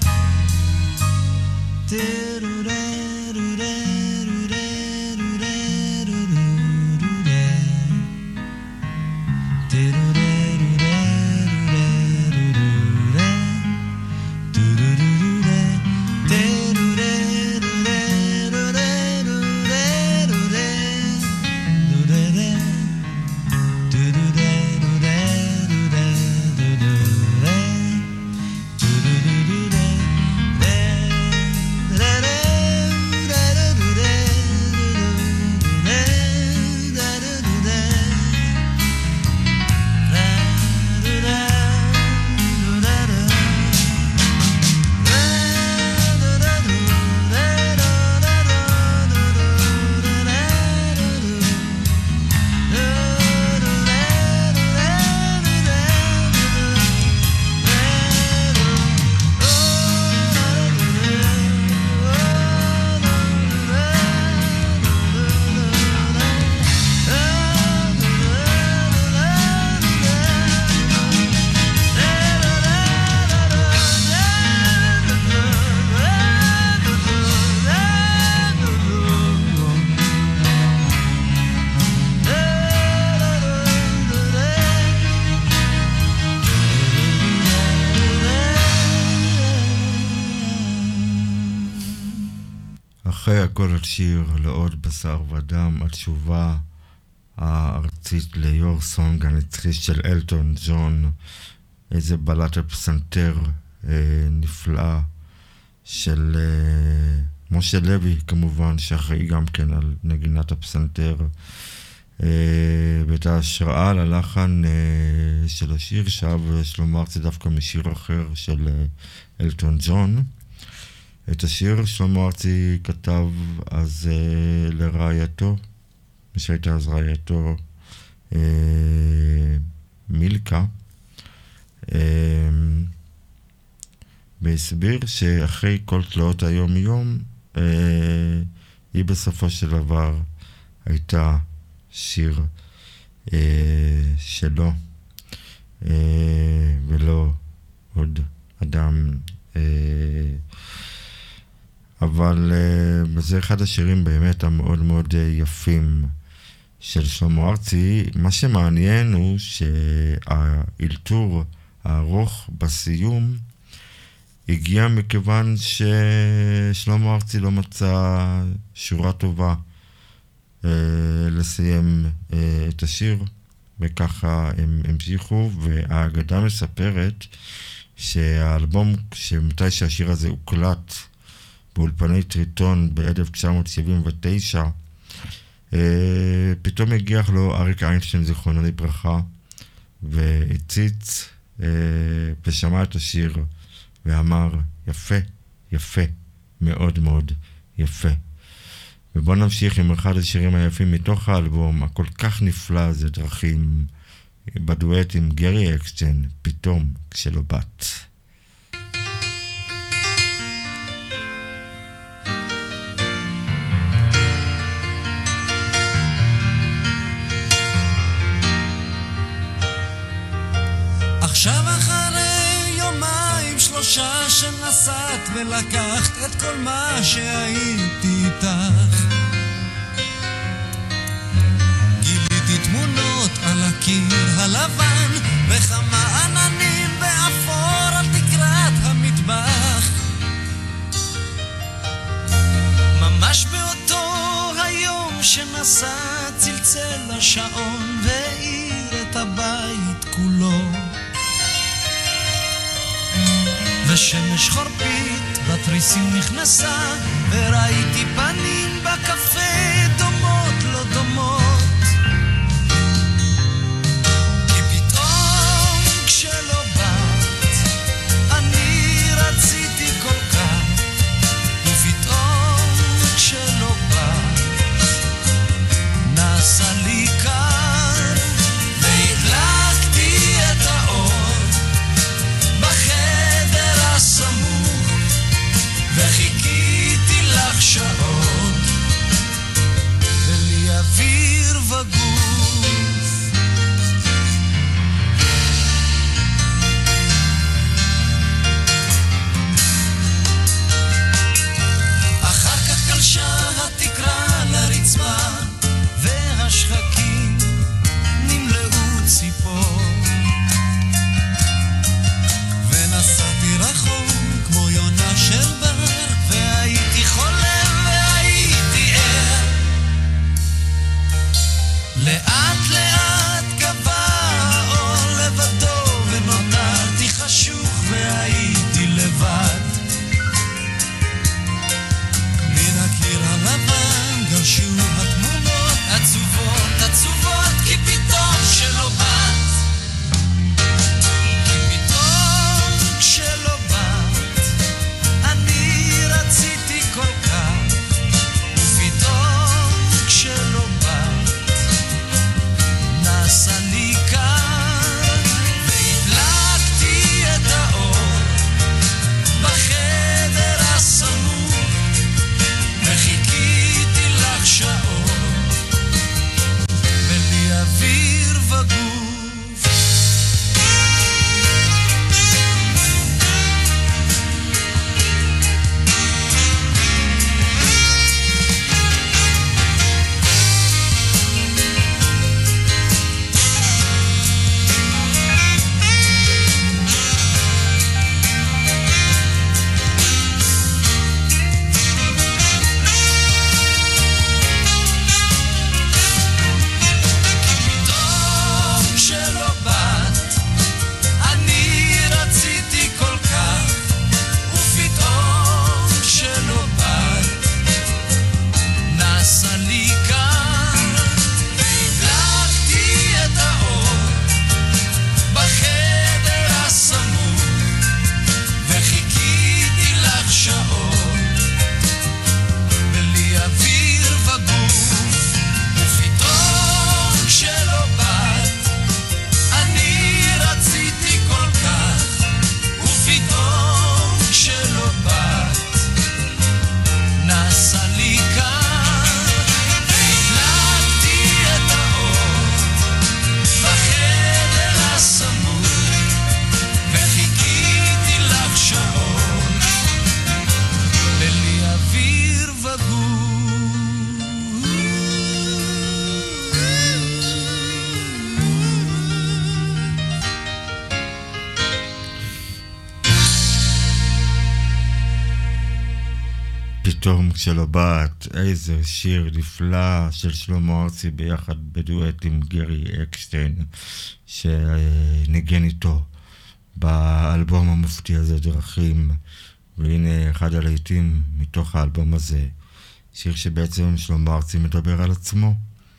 אחרי הכל השיר לעוד בשר ודם, התשובה הארצית ליור סונג הנצחי של אלטון ג'ון, איזה בלט הפסנתר נפלאה של משה לוי כמובן, שאחראי גם כן על נגינת הפסנתר, ואת ההשראה ללחן של השיר שב שלמה ארצי דווקא משיר אחר של אלטון ג'ון. את השיר שלמה ארצי כתב אז לרעייתו, שהייתה אז רעייתו מילכה, והסביר שאחרי כל תלאות היום יום היא בסופו של דבר הייתה שיר שלו ולא עוד אדם, אבל זה אחד השירים באמת המאוד מאוד יפים של שלמה ארצי. מה שמעניין הוא שהאלתור הארוך בסיום הגיע מכיוון ששלמה ארצי לא מצא שורה טובה לסיים את השיר, וככה הם המשיכו. והאגדה מספרת שהאלבום שמתי שהשיר הזה הוקלט באולפני טריטון ב-1979, פתאום הגיח לו אריק איינשטיין זיכרונו לברכה והציץ ושמע את השיר ואמר יפה, יפה, מאוד מאוד יפה. ובואו נמשיך עם אחד השירים היפים מתוך האלבום הכל כך נפלא, זה דרכים, בדואט עם גרי אקשטיין, פתאום כשלא בת. עכשיו אחרי יומיים שלושה שנסעת ולקחת את כל מה שהייתי איתך, גיליתי תמונות על הקיר הלבן וכמה עננים באפור על תקרת המטבח. ממש באותו היום שנסע צלצל השעון והאיר את הבית כולו, ושמש חורפית בתריסים נכנסה וראיתי פנים בקפה דומות לא דומות, כי פתאום כשלא באת אני רציתי כל כך, ופתאום כשלא באת נעשה לי קר, והדלקתי את האור בחדר הסמוך וחיכיתי לך שעות ולי אוויר וגוף. אחר כך קלשה התקרה לרצפה והשחקים נמלאו ציפור, ונסעתי רחוק כמו יונה של בר, והייתי חולם והייתי ער, לאט לאט גבה האור לבדו ונותרתי חשוך והייתי לבד, מן הקיר הלבן גרשו התמונות עצובות עצובות, כי פתאום שלא באת, כי פתאום כשלא באת אני רציתי כל כך, ופתאום כשלא באת נעשה לי קר, והדלקתי את האור בחדר הסמוך וחיכיתי לך שעות ולי אוויר וגוף. פתאום כשלא באת אני רציתי כל כך, ופתאום כשלא באת נעשה לי קר, והדלקתי את האור בחדר הסמוך וחיכיתי לך שעות ולי אוויר וגוף, ופתאום כשלא באת אני רציתי כל כך, ופתאום כשלא באת נעשה לי קר, והדלקתי את האור בחדר הסמוך וחיכיתי לך שעות ולי אוויר וגוף. פתאום כשלא באת, איזה שיר נפלא של שלמה ארצי ביחד בדואט עם גרי אקשטיין שניגן איתו באלבום המופתי הזה דרכים, והנה אחד הלהיטים מתוך האלבום הזה, שיר שבעצם שלמה ארצי מדבר על עצמו.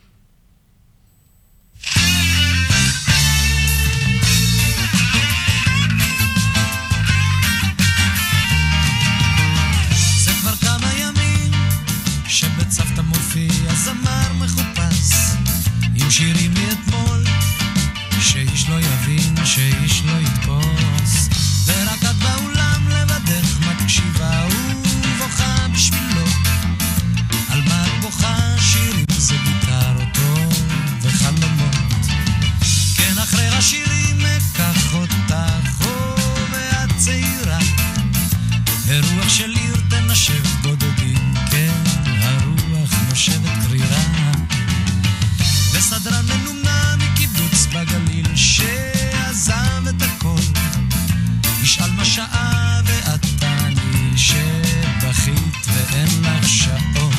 זה כבר כמה ימים שבצוותא מופיע זמר מחופש עם שירים מאתמול שאיש לא יבין, שאיש לא יתפוס, ורק את באולם לבדך מקשיבה ובוכה בשבילו. על מה את בוכה? שירים זה גיטרות טוב וחלומות, כן אחרי השירים אקח אותך ואת צעירה, הרוח של עיר תנשב בודדים, כן הרוח נושבת קרירה, וסדרן מנומנה מקיבוץ בגליל שעזב את הכל ישאל מה שעה ואת תעני שבכית ואין לך שעון.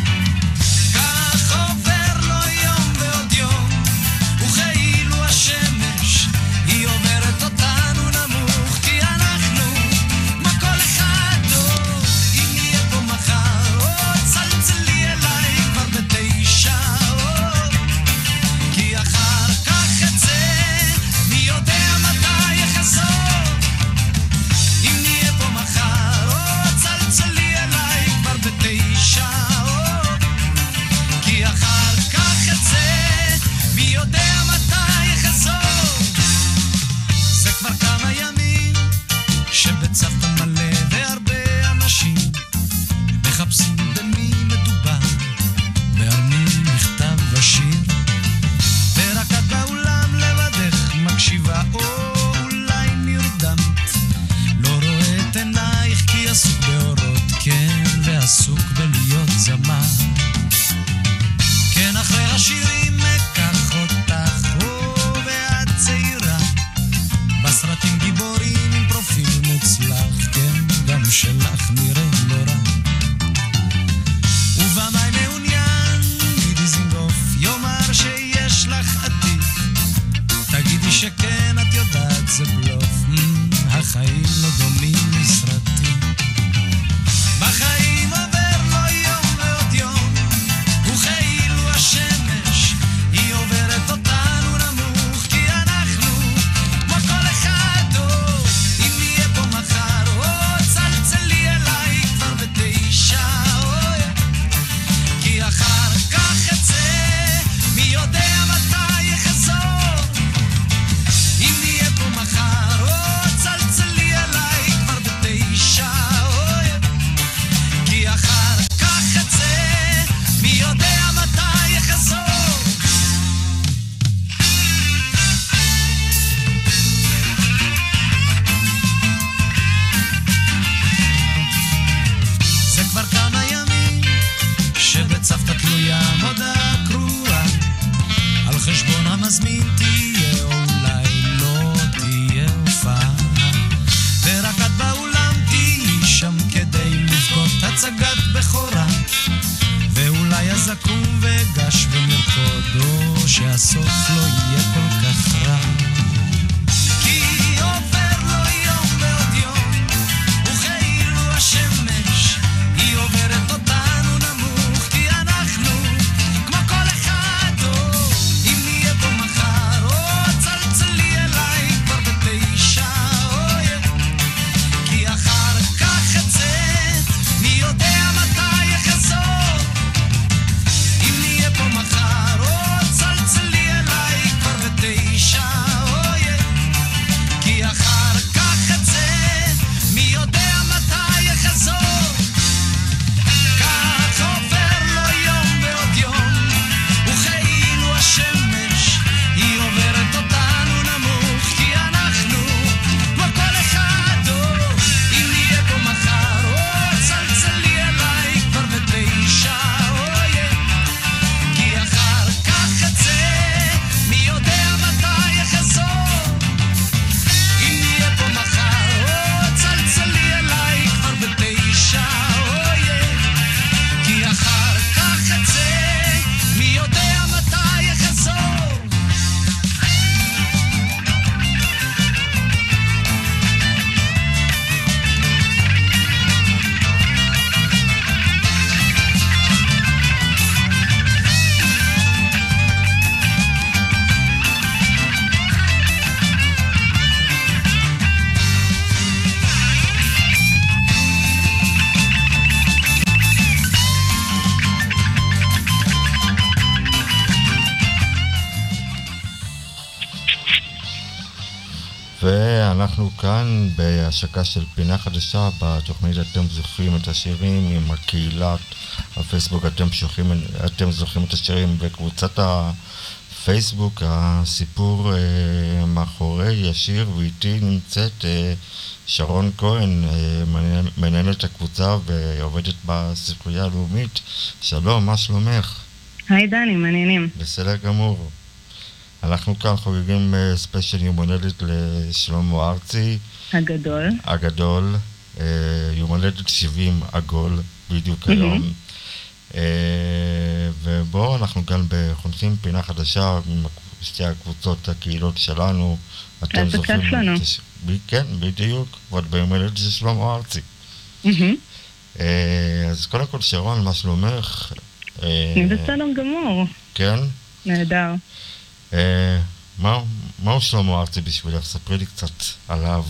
כך עובר לו יום ועוד יום וכאילו השמש היא עוברת אותנו נמוך, כי אנחנו כמו כל אחד טוב, אם יהיה פה מחר מחפשים במי מדובר, ועל מי מכתב השיר, ורק את באולם לבדך מקשיבה, או אולי נרדמת, לא רואה את עינייך כי עסוק באורות, כן, ועסוק בלהיות זמר. כן, אחרי השירים מקח אותך, ואת צעירה, בסרטים גיבורים עם פרופיל מוצלח, כן, גם שלך נראה לא רע. ובמאי מעוניין מדיזינגוף יאמר שיש לך עתיד, תגידי שכן, את יודעת זה בלוף, החיים לא דומים לסרטים. בחיים עובר לו יום ועוד יום, וכאילו השמש היא עוברת אותנו נמוך, כי אנחנו כמו כל אחד, אם נהיה פה מחר, צלצלי אליי כבר ב9, כי אחר כך אצא, מי יודע מתי יחזור. אם נהיה פה מחר, צלצלי אליי כבר ב9, כי אחר כך אצא, מי יודע מתי יחזור. זה כבר כמה ימים שבצוותא תלויה מודעה קרואה, על חשבון המזמין תהיה או אולי לא תהיה הופעה, ורק את באולם תהיי שם כדי לבכות הצגת בכורה, ואולי אז אקום ואגש ונרקוד, או שהסוף לא יהיה כל כך רע. כי עובר לו יום ועוד יום, וכאילו השמש היא עוברת אותנו נמוך, כי אנחנו כמו כל אחד, אם נהיה פה מחר, צלצלי אליי כבר ב9, כי אחר כך אצא, מי יודע מתי יחזור. אם נהיה פה מחר, צלצלי אליי כבר ב9, כי אחר כך אצא, מי יודע מתי יחזור. כך עובר לו יום ועוד יום, וכאילו השמש היא עוברת אותנו נמוך, כי אנחנו כמו כל אחד, אם נהיה פה מחר, צלצלי אליי כבר ב9, כי אחר כך אצא, מי יודע מתי יחזור. אם נהיה פה מחר, צלצלי אליי כבר ב9, כי אחר כך אצא, מי יודע מתי יחזור. ואנחנו כאן בהשקה של פינה חדשה בתוכנית אתם זוכרים את השירים עם הקהילת הפייסבוק אתם זוכרים את השירים בקבוצת הפייסבוק. הסיפור מאחורי השיר, ואיתי נמצאת שרון כהן, מנהלת הקבוצה ועובדת בספרייה הלאומית. שלום, מה שלומך? היי דני, מעניינים. בסדר גמור. אנחנו כאן חוגגים ספיישל יום הולדת לשלמה ארצי הגדול, יום הולדת 70 עגול בדיוק היום. ובואו אנחנו כאן בחונכים פינה חדשה עם שתי הקבוצות הקהילות שלנו. אתם זוכרים שלנו. כן, בדיוק, ועוד ביום הולדת של שלמה ארצי. אז קודם כל שרון, מה שלומך? בסדר גמור. כן? נהדר. מהו שלמה ארצי בשבילך? ספרי לי קצת עליו.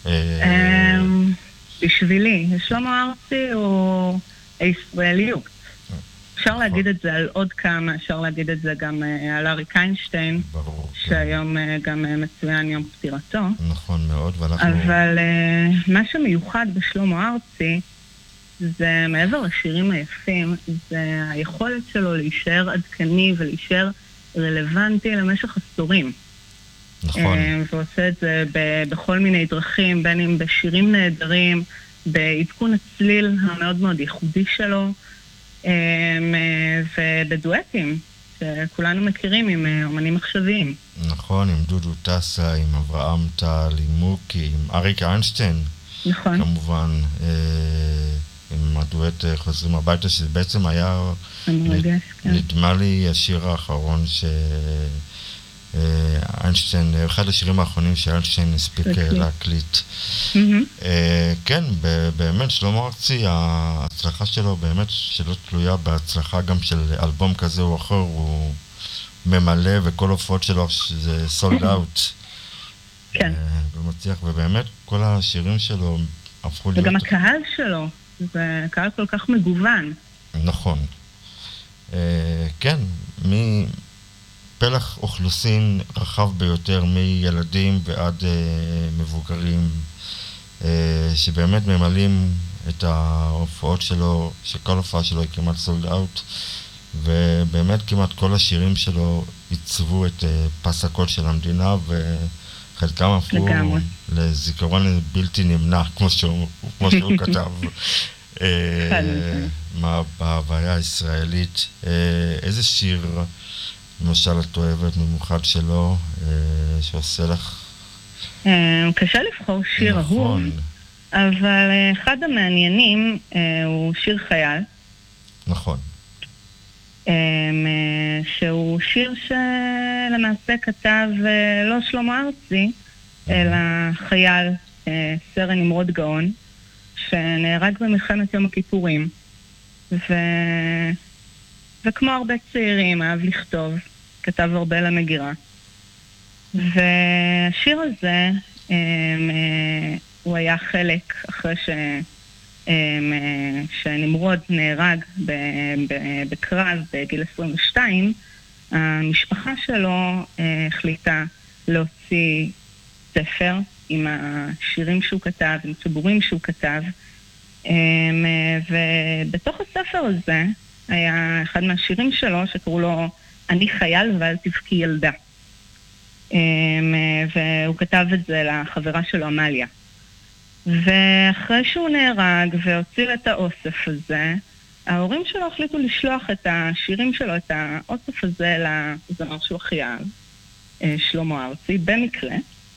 בשבילי, שלמה ארצי הוא הישראליות. אפשר להגיד את זה על עוד כמה, אפשר להגיד את זה גם על אריק איינשטיין, שהיום גם מצוין יום פטירתו. נכון מאוד, אבל מה שמיוחד בשלמה ארצי זה מעבר לשירים היפים, זה היכולת שלו להישאר עדכני ולהישאר רלוונטי למשך עשורים. נכון. ועושה את זה בכל מיני דרכים, בין אם בשירים נהדרים, בעדכון הצליל המאוד מאוד ייחודי שלו, ובדואטים שכולנו מכירים עם אומנים עכשוויים. נכון, עם דודו טסה, עם אברהם טל, עם מוקי, עם אריק איינשטיין. נכון. כמובן, עם הדואט חוזרים הביתה, שזה בעצם היה, נדמה לי, השיר האחרון איינשטיין, אחד השירים האחרונים שאיינשטיין הספיק להקליט. כן, באמת, שלמה ארצי, ההצלחה שלו באמת שלא תלויה בהצלחה גם של אלבום כזה או אחר, הוא ממלא וכל הופעות שלו זה סולד אאוט. כן. ומצליח, ובאמת כל השירים שלו הפכו להיות... וגם הקהל שלו, זה קהל כל כך מגוון. נכון. כן, פלח אוכלוסין רחב ביותר, מילדים ועד מבוגרים, שבאמת ממלאים את ההופעות שלו, שכל הופעה שלו היא כמעט סולד אאוט, ובאמת כמעט כל השירים שלו עיצבו את פס הקול של המדינה, וחלקם הפכו לזיכרון בלתי נמנע, כמו שהוא כתב, בהוויה הישראלית. איזה שיר למשל את אוהבת במיוחד שלו, שעושה לך? קשה לבחור שיר אהוב, אבל אחד המעניינים הוא שיר חייל. נכון. שהוא שיר שלמעשה כתב לא שלמה ארצי, אלא חייל, סרן נמרוד גאון, שנהרג במלחמת יום הכיפורים. וכמו הרבה צעירים, אהב לכתוב, כתב הרבה למגירה. והשיר הזה, הוא היה חלק אחרי שנמרוד נהרג בקרב בגיל 22, המשפחה שלו החליטה להוציא ספר עם השירים שהוא כתב, עם ציבורים שהוא כתב, ובתוך הספר הזה היה אחד מהשירים שלו שקראו לו אני חייל ואל תבכי ילדה. והוא כתב את זה לחברה שלו אמליה. ואחרי שהוא נהרג והוציא את האוסף הזה, ההורים שלו החליטו לשלוח את השירים שלו, את האוסף הזה לזמר שהוא הכי אהב, שלמה ארצי, במקרה.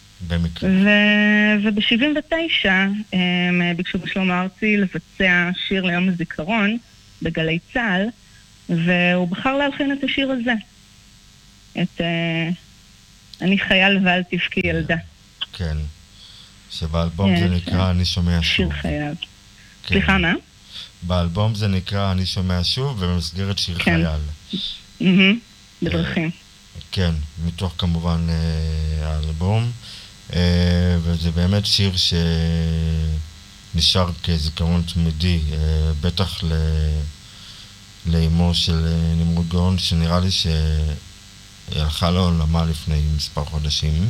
וב-79 הם ביקשו בשלמה ארצי לבצע שיר ליום הזיכרון בגלי צהל, והוא בחר להלחין את השיר הזה. את אני חייל ואל תבכי ילדה. כן. שבאלבום זה נקרא אני שומע שוב. שיר חייל. סליחה, מה? באלבום זה נקרא אני שומע שוב, ובמסגרת שיר חייל. בדרכים. כן, מתוך כמובן האלבום, וזה באמת שיר שנשאר כזיכרון תמידי, בטח לאמו של נמרוד גאון, שנראה לי שהיא הלכה לעולמה לפני מספר חודשים.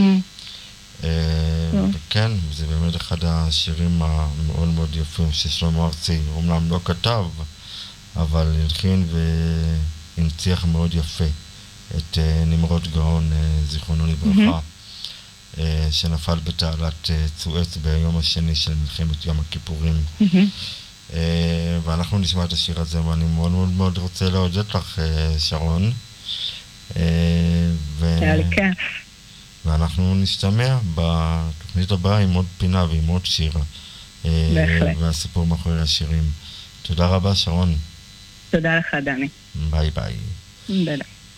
וכן, זה באמת אחד השירים המאוד מאוד יפים ששלמה ארצי אומנם לא כתב, אבל הלחין והנציח מאוד יפה את נמרוד גאון, זיכרונו לברכה, שנפל בתעלת צואץ ביום השני של מלחמת יום הכיפורים. ואנחנו נשמע את השיר הזה, ואני מאוד מאוד מאוד רוצה להודות לך, שרון. היה לי כיף. ואנחנו נשתמע בתוכנית הבאה עם עוד פינה ועם עוד שיר. בהחלט. והסיפור מאחורי השירים. תודה רבה, שרון. תודה לך, דני. ביי ביי. ביי.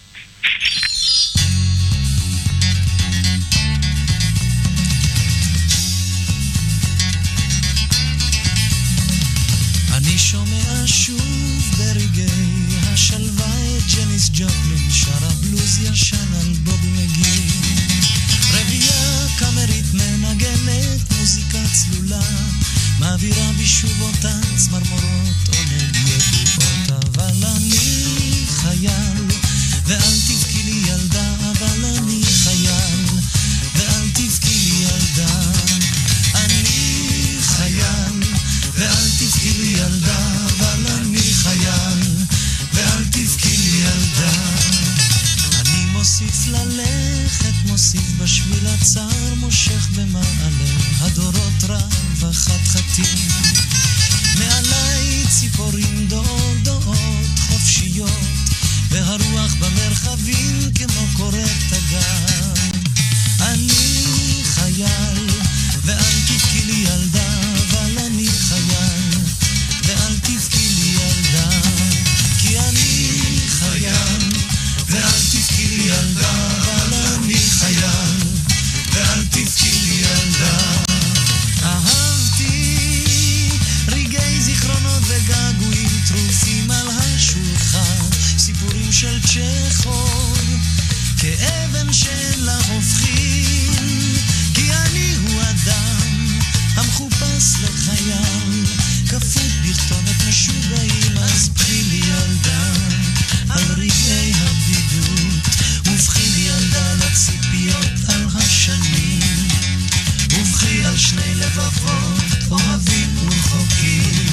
אני שומע שוב ברגעי השלווה את ג'ניס ג'ופלין, שרה בלוז ישן על בובי מגי. רבייה קאמרית מנגנת מוזיקה צלולה, מעבירה בשוב אותן צמרמורות עונג ידועות. אבל אני חייל ואל תבכי לי ילדה, אבל אני חייל ואל תבכי לי ילדה. אני חייל ואל תבכי לי ילדה. מוסיף בשביל הצער, מושך במעלה הדורות רב החתחתים. מעלי ציפורים דעות חופשיות, והרוח במרחבים כמו קוראת תגר. אני חייל ואל תבכי לי ילדה, אבל אני חייל ואל תבכי לי ילדה, כי אני חייל ואל תבכי לי ילדה, אבל אני חייל ואל תבכי לי ילדה. אהבתי רגעי זיכרונות וגעגועים טרופים על השולחן, סיפורים של צ'כוב כאבן שאין לה הופכים, כי אני הוא אדם המחופש לחייל, כפות בכתונת משוגעים. אז בכי לי ילדה על רגעי הבדידות, ובכי לי ילדה לציפיות על השנים, ובכי על שני לבבות אוהבים ורחוקים.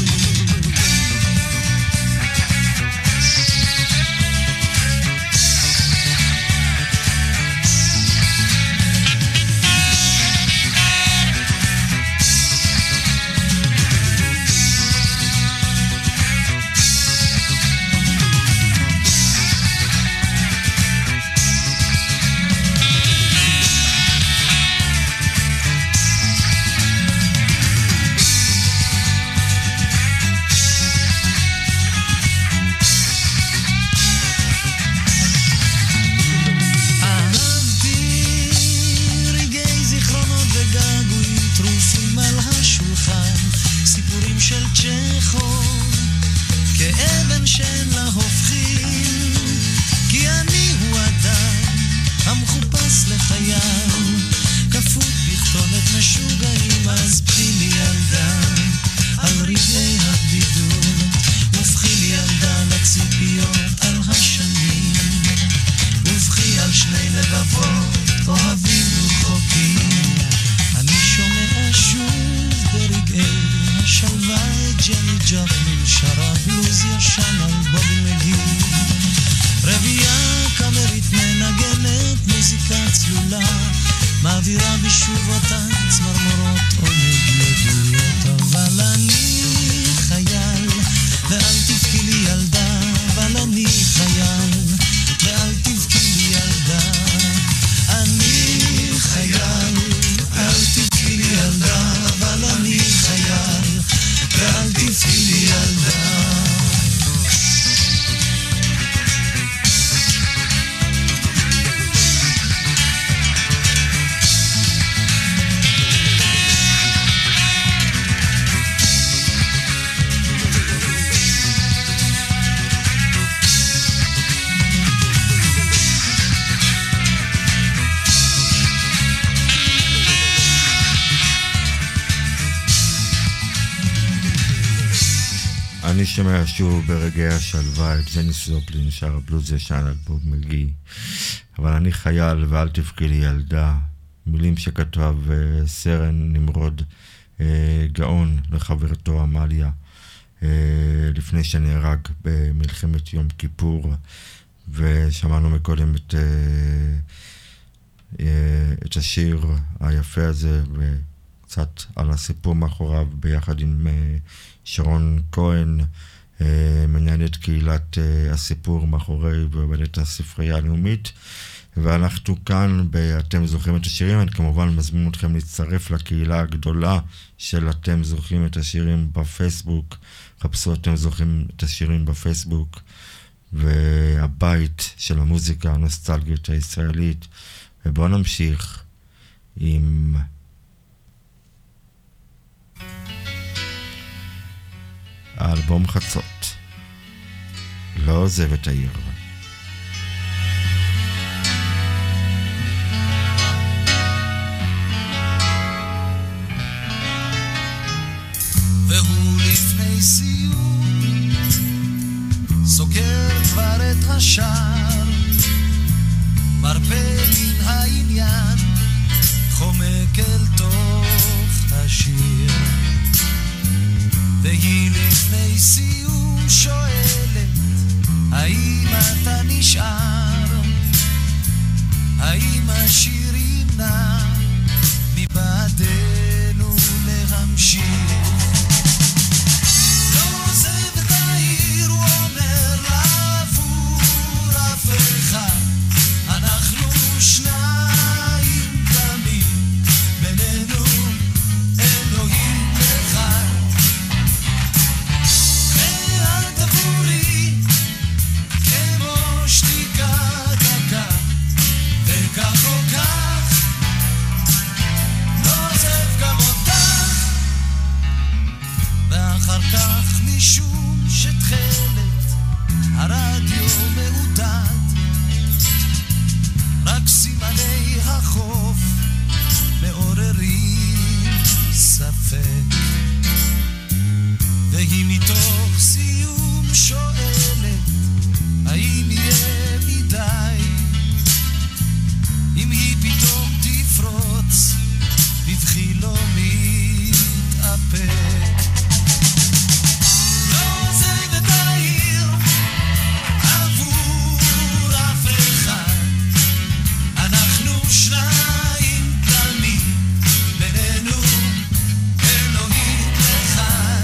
אני שומע שוב ברגעי השלווה את ג'ניס זופלין, שר הבלוז ישן על בוב מגי. אבל אני חייל ואל תבכי לי ילדה, מילים שכתב סרן נמרוד גאון לחברתו אמליה לפני שנהרג במלחמת יום כיפור. ושמענו מקודם את השיר היפה הזה וקצת על הסיפור מאחוריו ביחד עם שרון כהן, מנהלת קהילת הסיפור מאחורי ועובדת הספרייה הלאומית. ואנחנו כאן אתם זוכרים את השירים. אני כמובן מזמין אתכם להצטרף לקהילה הגדולה של אתם זוכרים את השירים בפייסבוק. חפשו אתם זוכרים את השירים בפייסבוק, והבית של המוזיקה הנוסטלגית הישראלית. ובואו נמשיך עם האלבום חצות, לא עוזב את העיר. והוא לפני סיום סוגר כבר את השער, מרפא מן העניין, חומק אל תוך השיר. והיא לפני סיום שואלת, האם אתה נשאר? האם השירים נמנע מבעדנו להמשיך. לא עוזב את העיר, הוא אומר לעבור אף אחד, אנחנו שניים תמיד, בינינו אלוהים אחד. ואל תבורי כמו שתיקה דקה, וכך או כך לא עוזב גם אותך. ואחר כך משום שתחלת הרדיו מעודד, רק סימני החוף מעוררים ספק, והיא מתוך סיום שואלת האם יהיה מדי אם היא פתאום תפרוץ בבכי לא מתאפק. לא עוזב את העיר עבור אף אחד, אנחנו שניים תמיד, בינינו אלוהים אחד.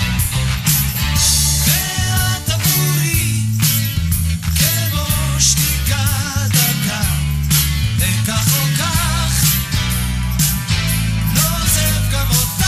ואת עבורי כמו שתיקה דקה, וכך או כך לא עוזב גם אותך.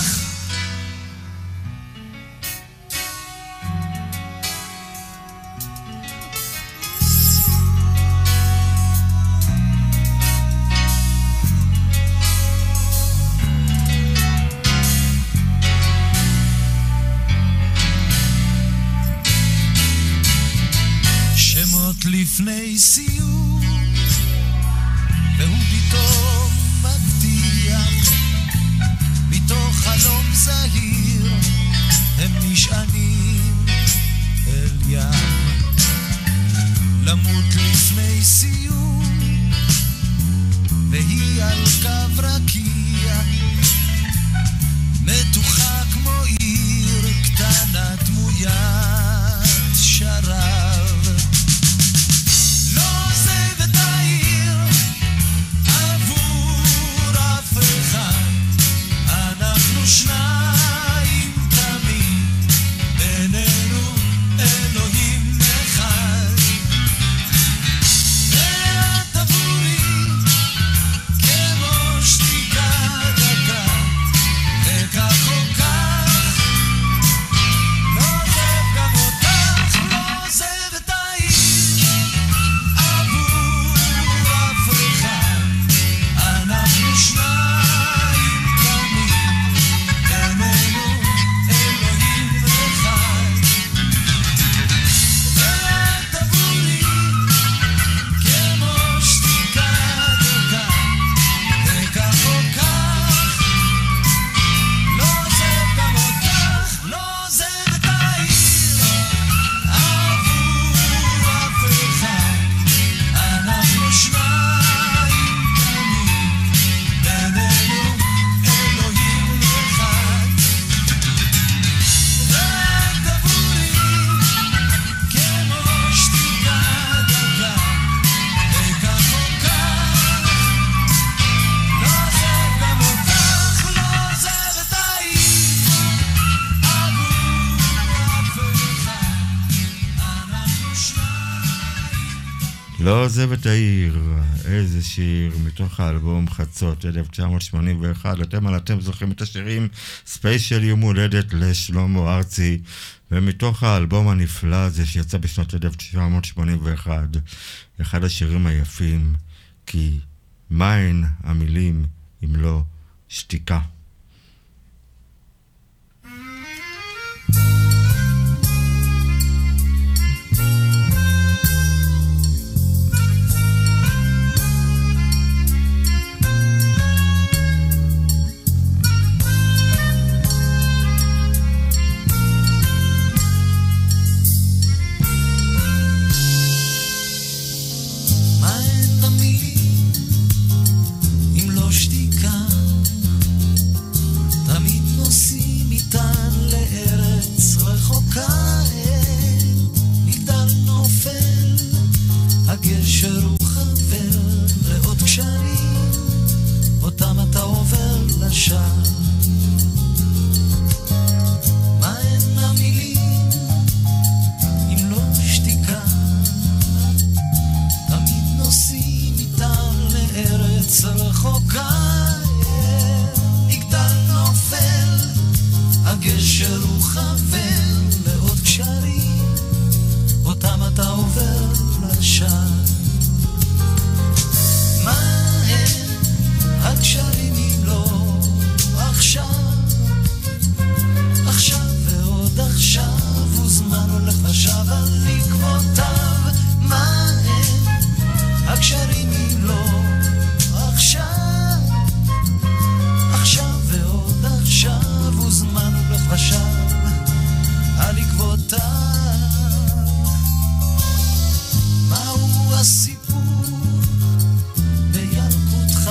שמות לפני סיום, והוא פתאום מבטיח מתוך חלום זהיר, הם נשענים אל ים. למות לפני סיום, והיא על קו רקיע, מתוחה כמו עיר קטנה דמוית שרב. לא עוזב את העיר עבור אף אחד, אנחנו שניים תמיד, בינינו אלוהים אחד. ואת עבורי כמו שתיקה דקה, וכך או כך לא עוזב גם אותך. לא עוזב את העיר עבור אף אחד, אנחנו שניים תמיד, בינינו אלוהים אחד. ואת עבורי כמו שתיקה דקה, וכך או כך לא עוזב גם אותך. לא עוזב את העיר עבור אף אחד, אנחנו שניים תמיד, בינינו אלוהים אחד. ואת עבורי כמו שתיקה דקה, וכך או כך לא עוזב גם אותך. לא עוזב את העיר עבור אף אחד, אנחנו שניים. לא עוזב את העיר, איזה שיר מתוך האלבום חצות 1981. אתם זוכרים את השירים ספיישל יום הולדת לשלמה ארצי, ומתוך האלבום הנפלא הזה שיצא בשנת 1981, אחד השירים היפים, כי מהן המילים אם לא שתיקה. מהן המילים אם לא שתיקה, חשב על עקבותיו, מה הם הקשרים אם לא עכשיו, עכשיו ועוד עכשיו, וזמן הוא לא חשב על עקבותיו. מהו הסיפור בילקותך,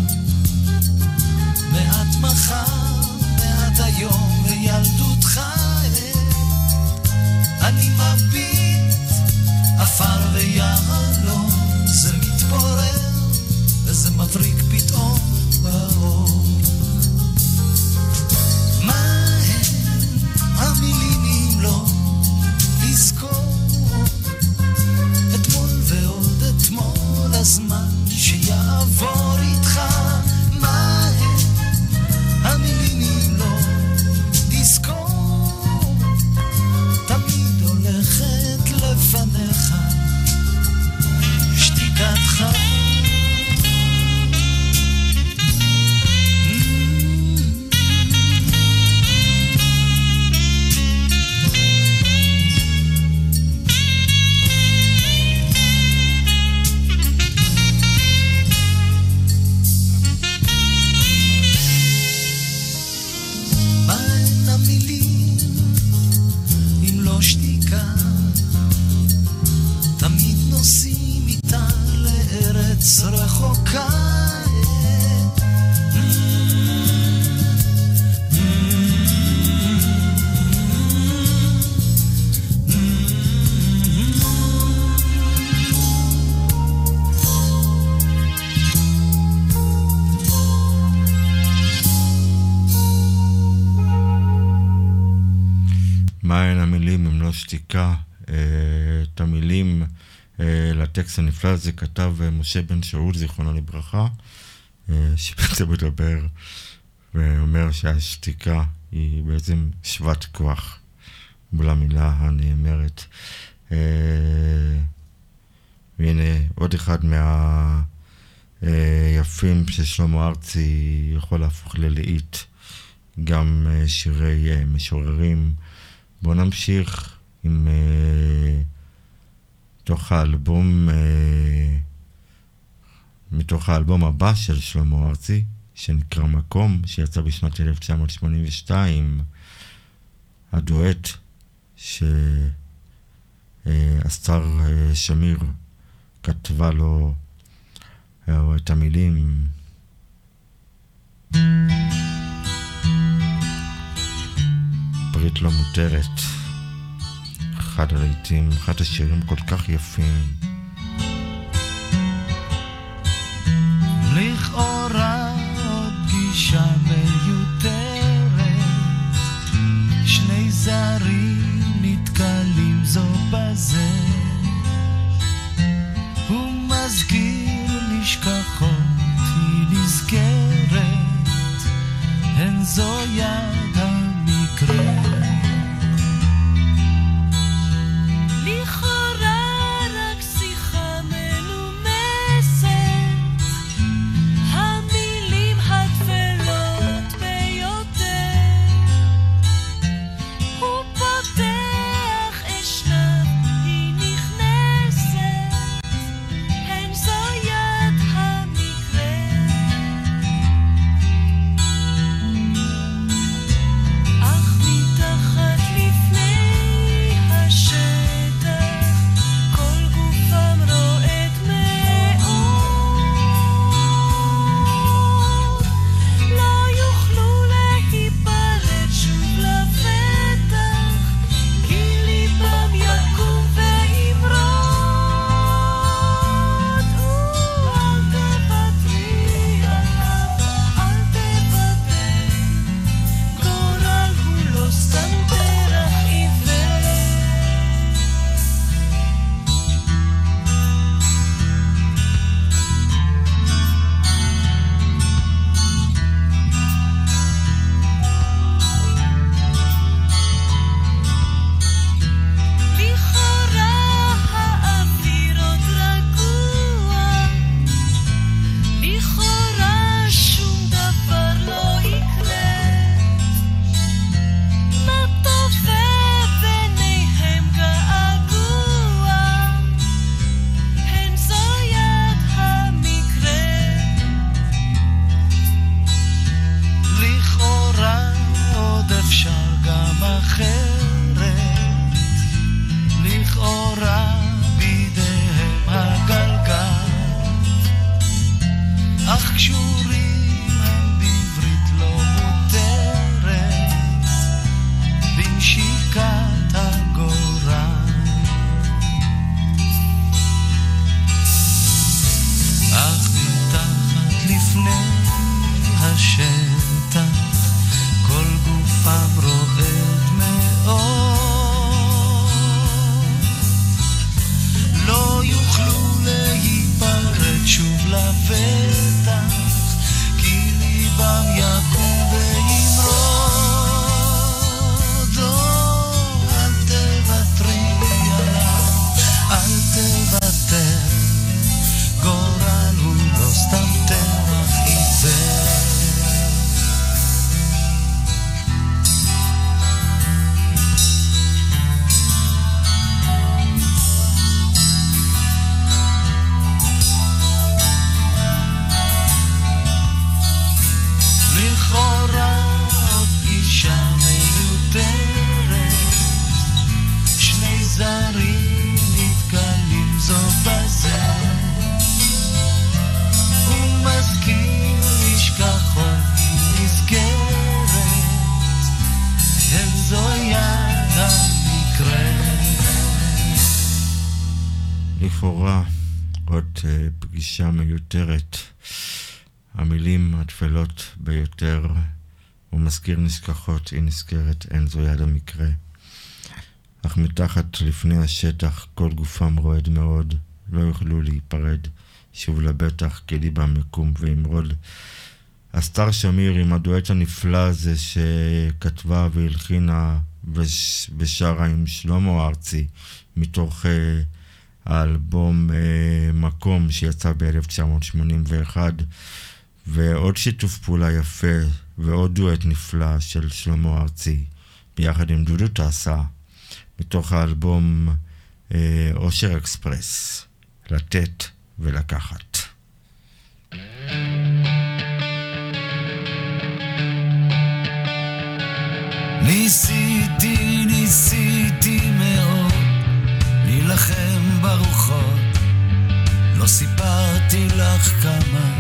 מעט מחר מעט היום וילדותך, אני מביט אפר ויעלום, זה מתפורר וזה מבריק פתאום באור. מה הן המילים אם לא לזכור אתמול ועוד אתמול, הזמן שיעבור איתך. מה הן המילים אם לא לזכור, תמיד הולכת לפניך שתיקתך. רחוקה מהן המילים אם לא שתיקה? את המילים לטקסט הנפלא הזה כתב משה בן שאול, זיכרונו לברכה, שבעצם מדבר ואומר שהשתיקה היא בעצם שוות כוח מול המילה הנאמרת. והנה עוד אחד מהיפים ששלמה ארצי יכול להפוך ללהיט, גם שירי משוררים. בואו נמשיך עם מתוך האלבום הבא של שלמה ארצי, שנקרא מקום, שיצא בשנת 1982, הדואט שאסתר שמיר כתבה לו את המילים. ברית לא מותרת, אחד הלהיטים, אחד השירים כל כך יפים. לכאורה עוד פגישה מיותרת, שני זרים נתקלים זו בזה, הוא מזכיר נשכחות, היא נזכרת, הן זו יד המקרה. לבטח, כי ליבם יקום וימרוד. אל תוותרי עליו, אל תוותר, גורל הוא לא סתם תרח עיוור. זרים נתקלים זו בזה, ומזכיר נשכחות נזכרת, הן זו יד המקרה. לכאורה עוד פגישה מיותרת, המילים התפלות ביותר, ומזכיר נשכחות היא נזכרת, הן זו יד המקרה. אך מתחת לפני השטח כל גופם רועד מאוד, לא יוכלו להיפרד, שוב לבטח כי ליבם יקום וימרוד. אסתר שמיר עם הדואט הנפלא הזה שכתבה והלחינה ושרה עם שלמה ארצי מתוך האלבום מקום שיצא ב-1981, ועוד שיתוף פעולה יפה ועוד דואט נפלא של שלמה ארצי ביחד עם דודו טסה מתוך האלבום אושר אקספרס, לתת ולקחת. ניסיתי מאוד להילחם ברוחות, לא סיפרתי לך כמה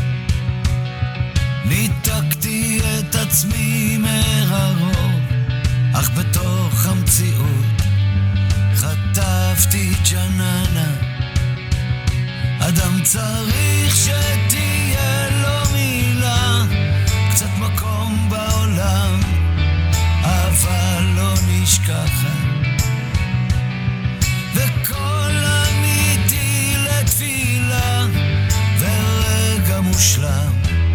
ניתקתי את עצמי מהרוב, אך בתוך המציאות חטפתי ג'ננה. אדם צריך שתהיה לו מילה, קצת מקום בעולם, אבל לא נשכחת, וכל אמיתי לתפילה, ורגע מושלם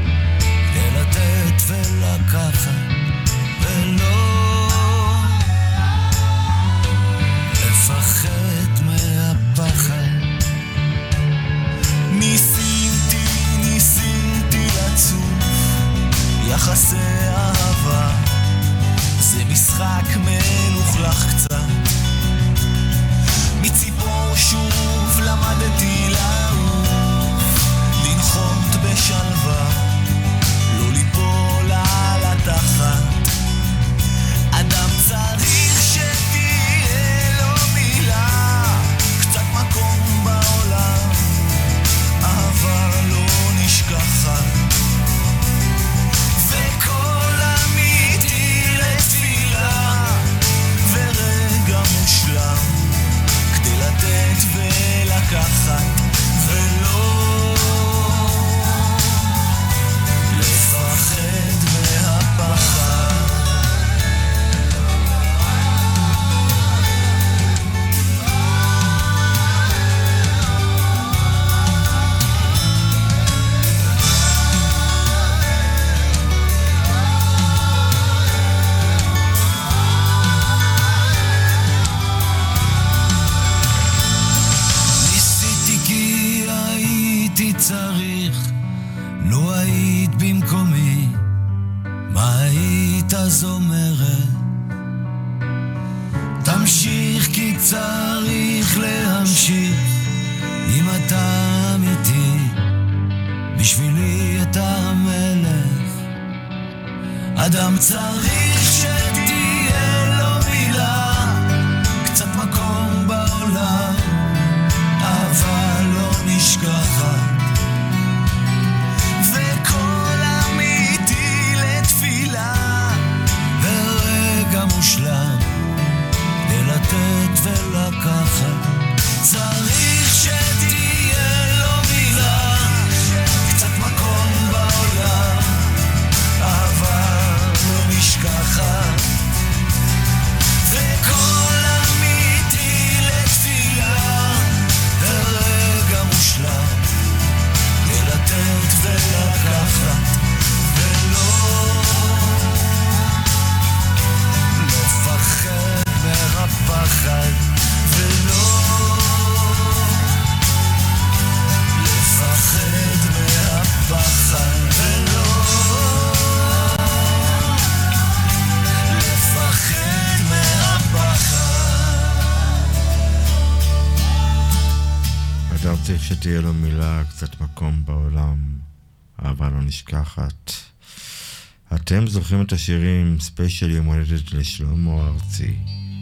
לתת ולקחת, ולא לפחד מהפחד. ניסיתי לצוף יחסי אהבה, זה משחק מלוכלך קצת, מציפור שוב למדתי לעוף, לנחות בשלווה, לא ליפול על התחת. אדם צריך שתהיה לו מילה, קצת מקום בעולם, אהבה לא נשכחת, וכל אמיתי לתפילה, ורגע מושלם כדי לתת ולקחת, ולא לפחד מהפחד. צריך, לו היית במקומי, מה היית אז אומרת? תמשיך כי צריך להמשיך, אם אתה אמיתי, בשבילי אתה המלך. אדם צריך שתהיה לו מילה, קצת מקום בעולם, אבל לא נשכחת, מושלם לתת ולקחת. צריך שתהיה לו מילה, קצת מקום בעולם, אבל לא נשכחת, וכל אמיתי לתפילה, ורגע מושלם לתת אדם צריך שתהיה לו מילה, קצת מקום בעולם, אהבה לא נשכחת. אתם זוכרים את השירים ספיישל יום הולדת לשלמה ארצי.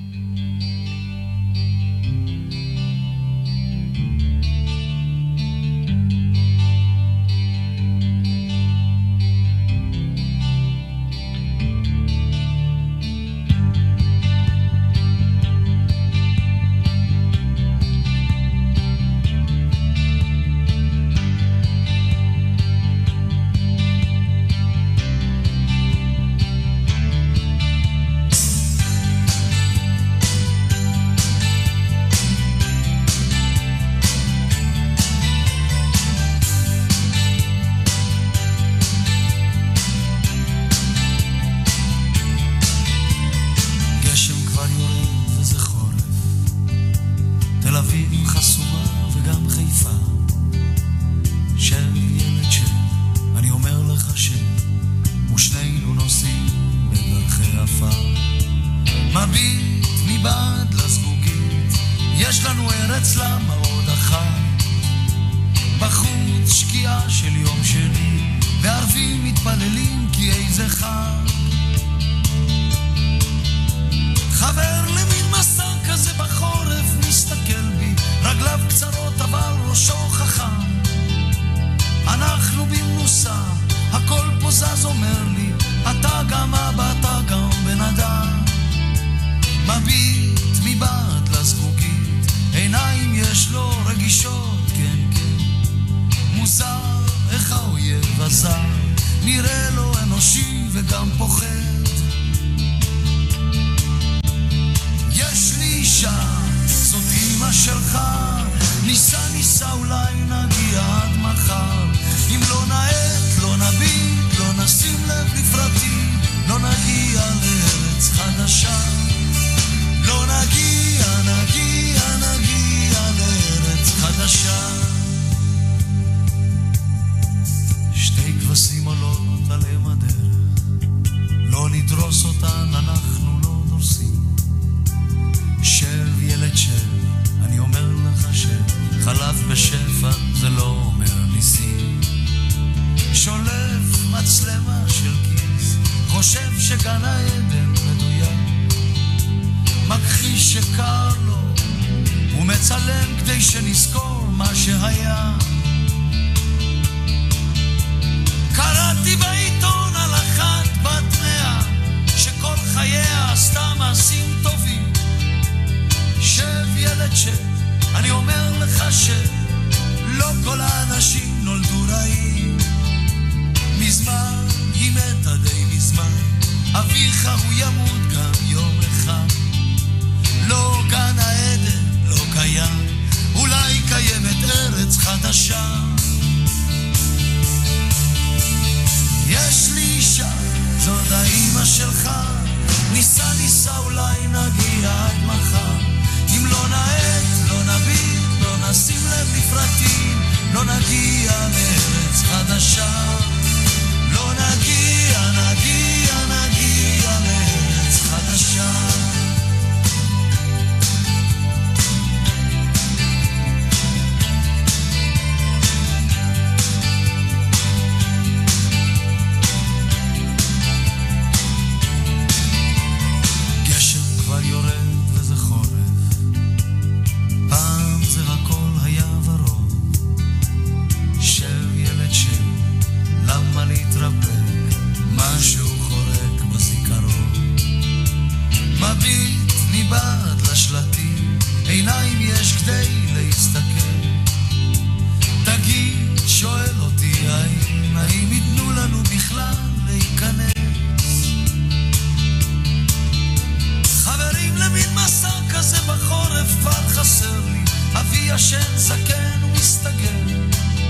ישן זקן ומסתגר,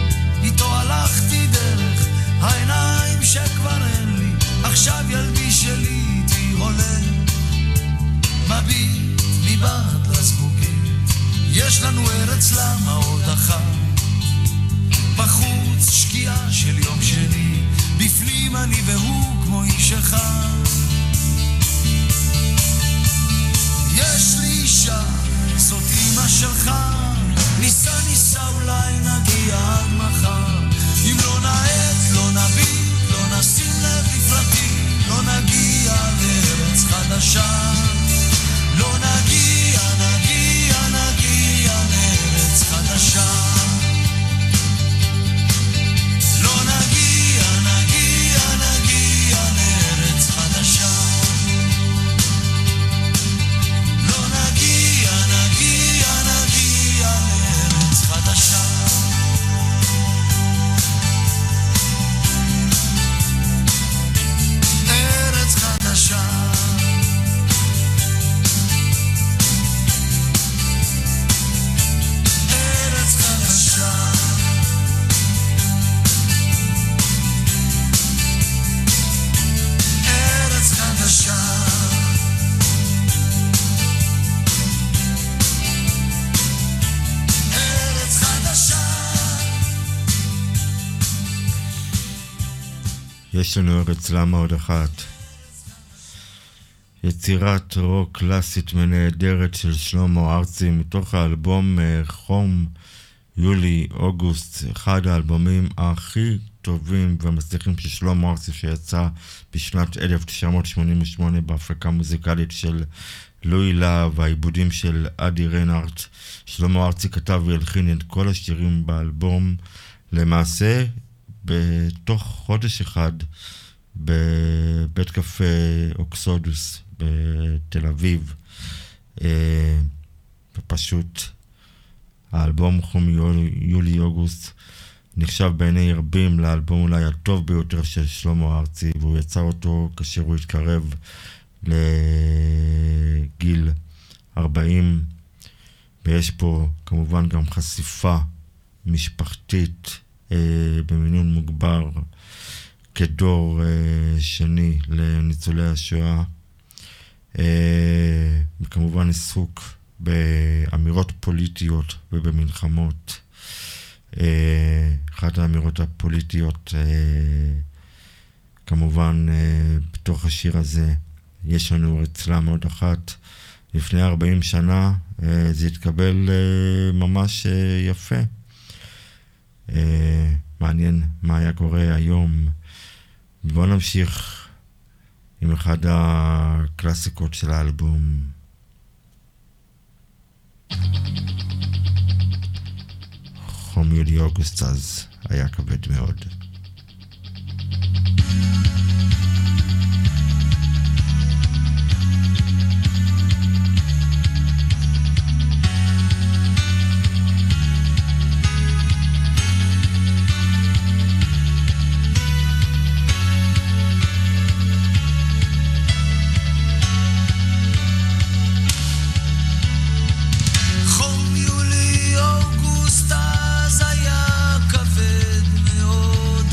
איתו הלכתי דרך העיניים שכבר אין לי, עכשיו ילדי שלי איתי הולם, מביט מבעד לזגוגית, יש לנו ארץ למה עוד אחת, בחוץ שקיעה של יום שני, בפנים אני והוא כמו איש אחד. יש לי אישה, זאת אמא שלך, ניסה אולי נגיע עד מחר. אם לא נעץ, לא נביט, לא נשים לב לפרטים, לא נגיע לארץ חדשה. לא נגיע, נגיע, נגיע לארץ חדשה. לא נגיע, נגיע, נגיע לארץ חדשה. לא נגיע, נגיע, נגיע לארץ חדשה. ארץ חדשה. ארץ חדשה. ארץ חדשה. ארץ חדשה. יש לנו ארץ למה עוד אחת. יצירת רוק קלאסית ונהדרת של שלמה ארצי מתוך האלבום חום יולי-אוגוסט, אחד האלבומים הכי טובים ומצליחים של שלמה ארצי שיצא בשנת 1988 בהפקה מוזיקלית של לואי להב והעיבודים של אדי רנארט. שלמה ארצי כתב והלחין את כל השירים באלבום, למעשה בתוך חודש אחד בבית קפה אוקסודוס בתל אביב. ופשוט האלבום חום יולי-אוגוסט נחשב בעיני רבים לאלבום אולי הטוב ביותר של שלמה ארצי, והוא יצא אותו כאשר הוא התקרב לגיל 40, ויש פה כמובן גם חשיפה משפחתית במינון מוגבר כדור שני לניצולי השואה, וכמובן עיסוק באמירות פוליטיות ובמלחמות. אחת האמירות הפוליטיות כמובן בתוך השיר הזה, יש לנו ארץ למה עוד אחת. לפני 40 שנה זה התקבל ממש יפה. מעניין מה היה קורה היום. בואו נמשיך עם אחד הקלאסיקות של האלבום. חום יולי-אוגוסט אז היה כבד מאוד. חום יולי-אוגוסט אז היה כבד מאוד.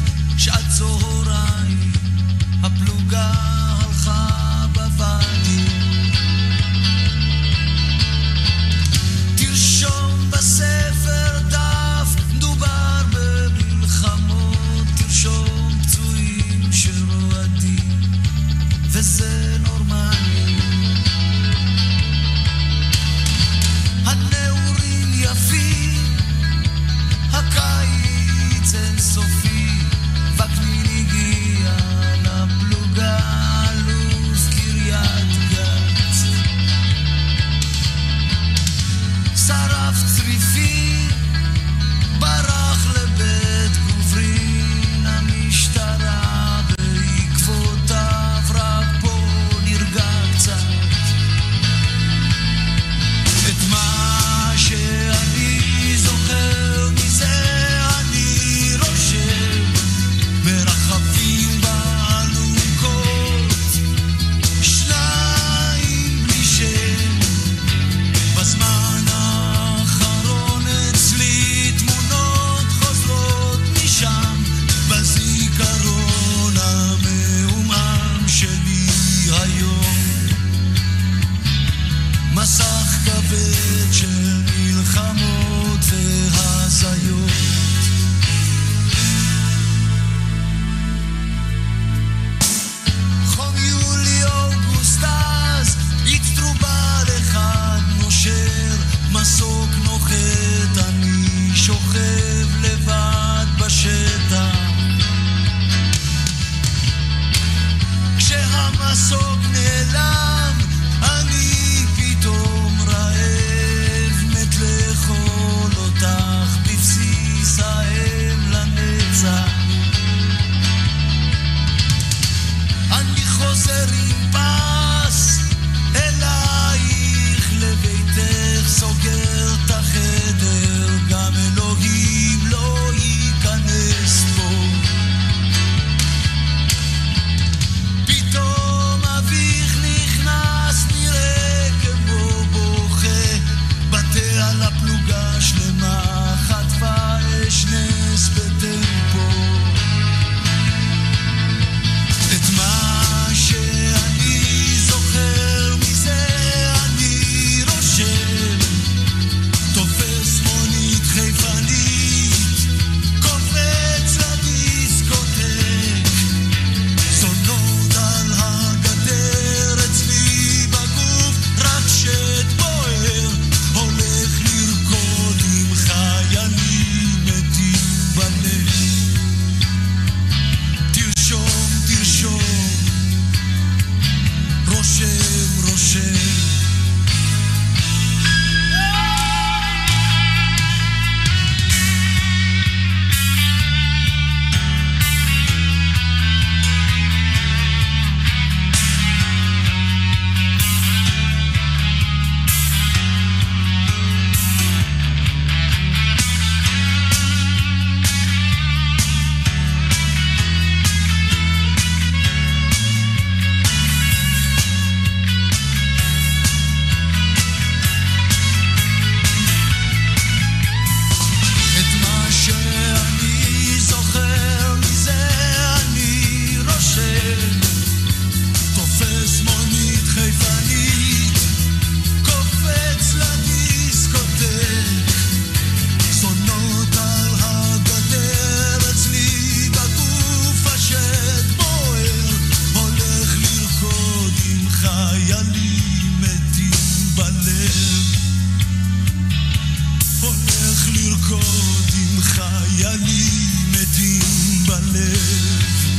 חיילים מתים בלב,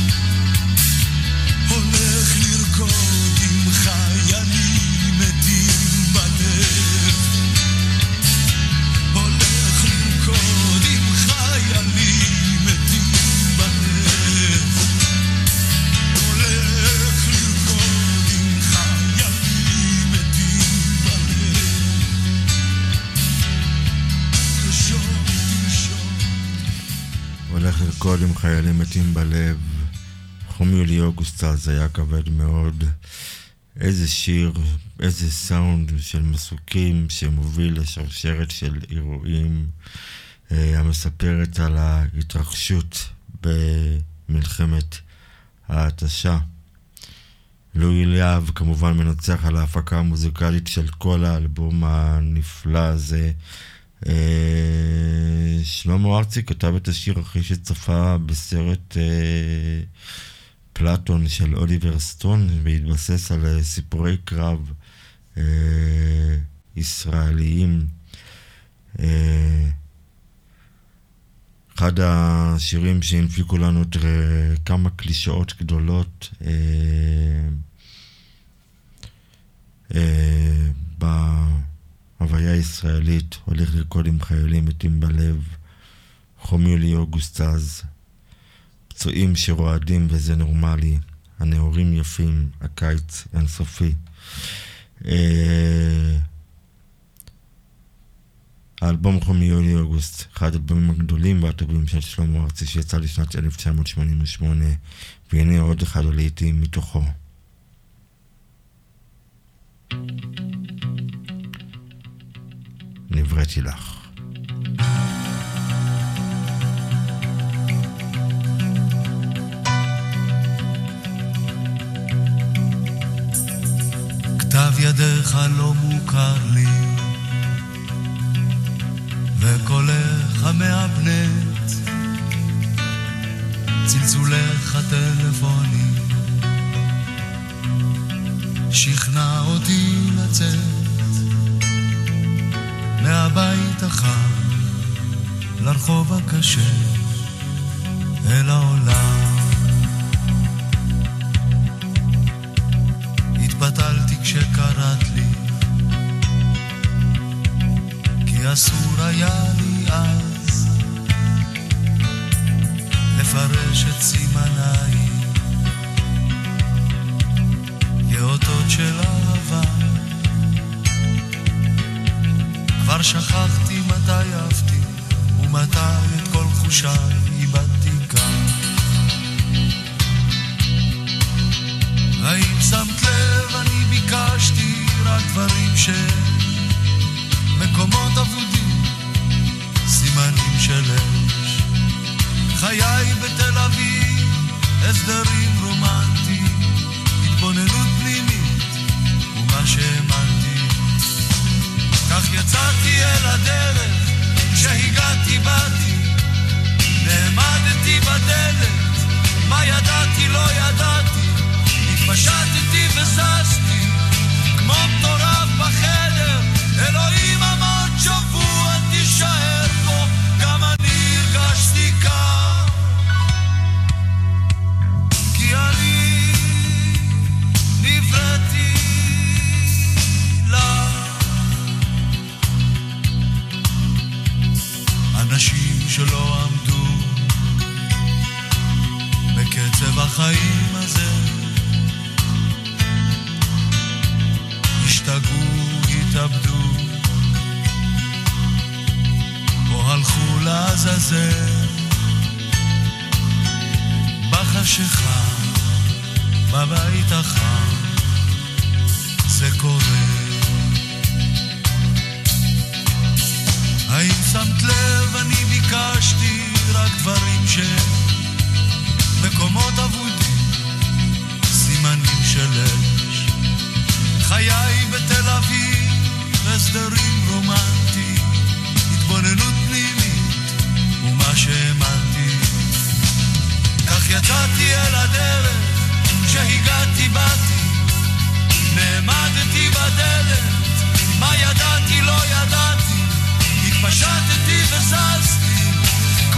הולך לרקוד עם חיילים מתים בלב, הולך לרקוד עם חיילים מתים בלב, הולך לרקוד עם חיילים מתים בלב, הולך לרקוד עם חיילים מתים בלב. חום יולי אוגוסט אז היה כבד מאוד. איזה שיר, איזה סאונד של מסוקים שמוביל לשרשרת של אירועים המספרת על ההתרחשות במלחמת ההתשה. לואי להב כמובן מנצח על ההפקה המוזיקלית של כל האלבום הנפלא הזה. שלמה ארצי כתב את השיר אחרי שצפה בסרט פלטון של אוליבר סטון, והתבסס על סיפורי קרב ישראליים. אחד השירים שהנפיקו לנו כמה קלישאות גדולות בהוויה הישראלית. הולך לרקוד עם חיילים מתים בלב, חום יולי אוגוסט אז, פצועים שרועדים וזה נורמלי, הנאורים יפים, הקיץ אינסופי. האלבום חום יולי אוגוסט, אחד האלבומים הגדולים והטובים של שלמה ארצי שיצא לשנת 1988, והנה עוד אחד הלהיטים מתוכו. נבראתי לך. כתב ידיך לא מוכר לי, וקולך מהבנט, צלצולך הטלפונים, שכנע אותי לצאת מהבית החם לרחוב הקשה אל העולם. התבטלתי כשקראת לי, כי אסור היה לי אז לפרש את סימניי, כאותות של אהבה. כבר שכחתי מתי אהבתי ומתי את כל חושיי איבדתי כאן. האם שמת לב אני ביקשתי רק דברים מקומות אבודים, סימנים של אש, חיי בתל אביב, הסדרים רומנטיים, התבוננות פנימית ומה שהאמנתי. כך יצאתי אל הדרך, כשהגעתי באתי, נעמדתי בדלת, מה ידעתי לא ידעתי, התפשטתי וזזתי כמו מטורף בחדר. אלוהים אמר שבוע תישאר פה, גם אני הרגשתי כך, כי אני נבראתי לך. אנשים שלא עמדו בקצב החיים הזה, השתגעו, התאבדו או הלכו לעזאזל. בחשיכה בבית החם זה קורה. האם שמת לב אני ביקשתי רק דברים מקומות אבודים, סימנים של אש, חיי בתל אביב, הסדרים רומנטיים, התבוננות פנימית ומה שהאמנתי. כך יצאתי אל הדרך, כשהגעתי באתי, נעמדתי בדלת, מה ידעתי לא ידעתי, התפשטתי וזזתי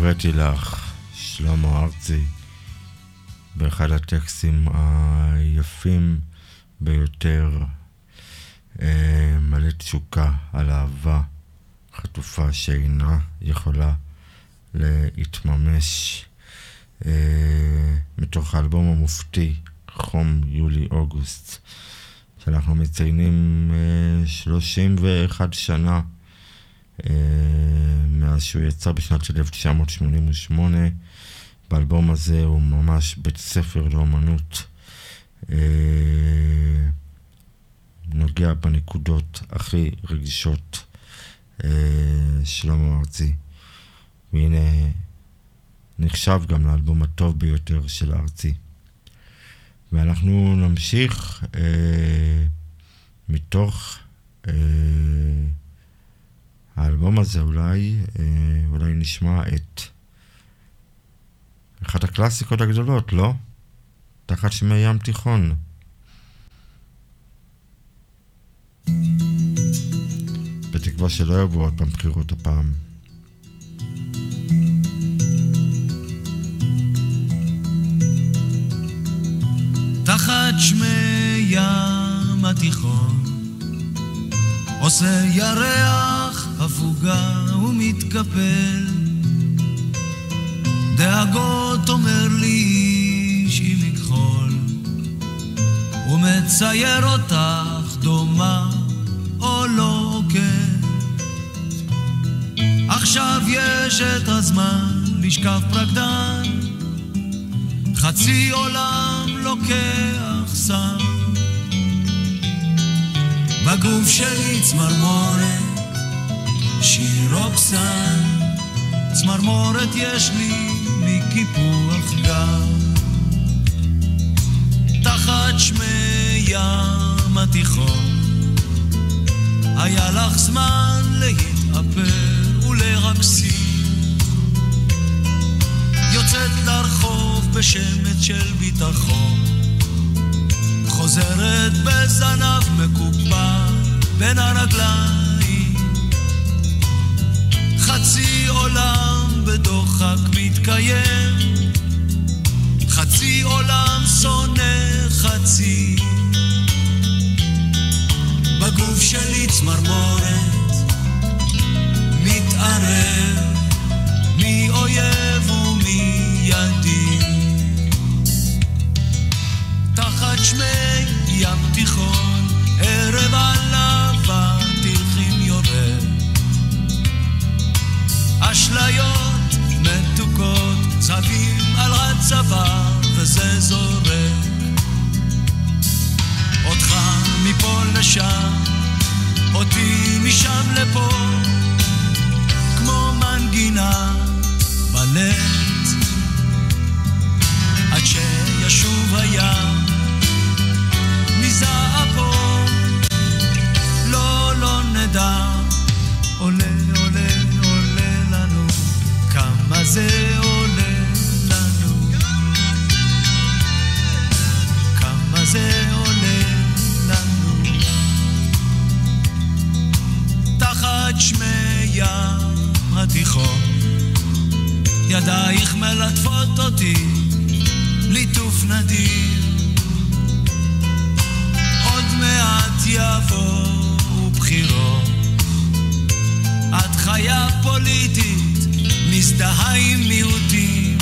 הבראתי לך שלמה ארצי באחד הטקסטים היפים ביותר, מלא תשוקה על אהבה חטופה שאינה יכולה להתממש, מתוך האלבום המופתי חום יולי-אוגוסט, שאנחנו מציינים 31 שנה מאז שהוא יצא בשנת 1988. באלבום הזה הוא ממש בית ספר לאומנות, נוגע בנקודות הכי רגישות שלמה ארצי, והנה נחשב גם לאלבום הטוב ביותר של ארצי. ואנחנו נמשיך מתוך האלבום הזה, אולי נשמע את אחת הקלאסיקות הגדולות, לא? תחת שמי ים תיכון. בתקווה שלא יבואו עוד פעם בחירות הפעם. תחת שמי ים התיכון עושה ירח הפוגה ומתקפל, דאגות אומר לי איש עם מכחול, ומצייר אותך דומה או לא כן. עכשיו יש את הזמן לשקף פרקדן, חצי עולם לוקח סם, בגוף שלי צמרמורת, שירוקסן, צמרמורת יש לי מקיפוח גם. תחת שמי ים התיכון היה לך זמן להתאפר ולרקסים, יוצאת לרחוב בשמץ של ביטחון, חוזרת בזנב מקופה בין הרגליים, חצי עולם בדוחק מתקיים, חצי עולם שונא חצי, בגוף שלי צמרמורת מתערב מי אויב ומי ידיד. תחת שמי ים תיכון ערב עלבה תלכים יורד, אשליות מתוקות צבים על הצבא וזה זורק אותך מפה לשם, אותי משם לפה, כמו מנגינה בלט, עד שישוב הים מזעפו, לא נדע, עולה לנו, כמה זה עולה לנו, כמה זה עולה לנו. תחת שמי ים התיכון ידייך מלטפות אותי ליטוף נדיר, עוד מעט יבואו בחירות, את חיה פוליטית מזדהה עם מיעוטים,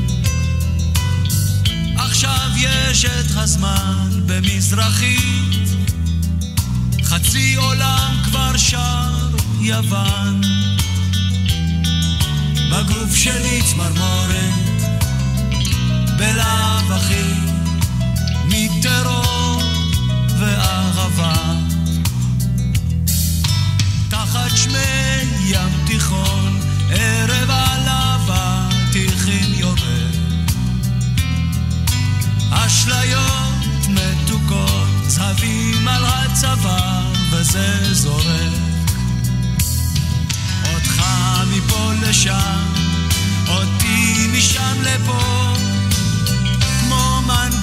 עכשיו יש את הזמן במזרחית, חצי עולם כבר שר יוון, בגוף שלי צמרמורת בלב אחי מטרור ואהבה. תחת שמי ים תיכון ערב עלבה תלכים יורד, אשליות מתוקות צבים על הצבא וזה זורק אותך מפה לשם, אותי משם לפה, כמו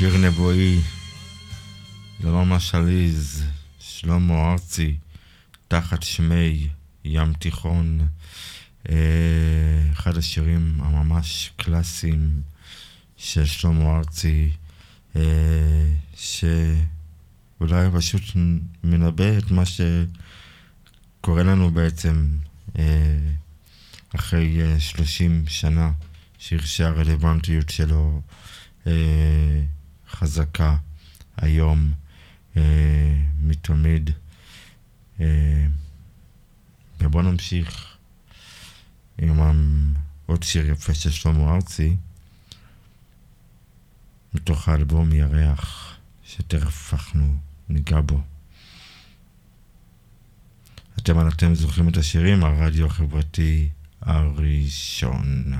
שיר נבואי, זה לא ממש עליז, שלמה ארצי, תחת שמי ים תיכון, אחד השירים הממש קלאסיים של שלמה ארצי, שאולי פשוט מנבא את מה שקורה לנו בעצם אחרי 30 שנה, שיר שהרלוונטיות שלו חזקה היום מתמיד. ובוא נמשיך עם עוד שיר יפה של שלמה ארצי מתוך האלבום ירח, שתכף אנחנו ניגע בו. אתם זוכרים את השירים, הרדיו החברתי הראשון.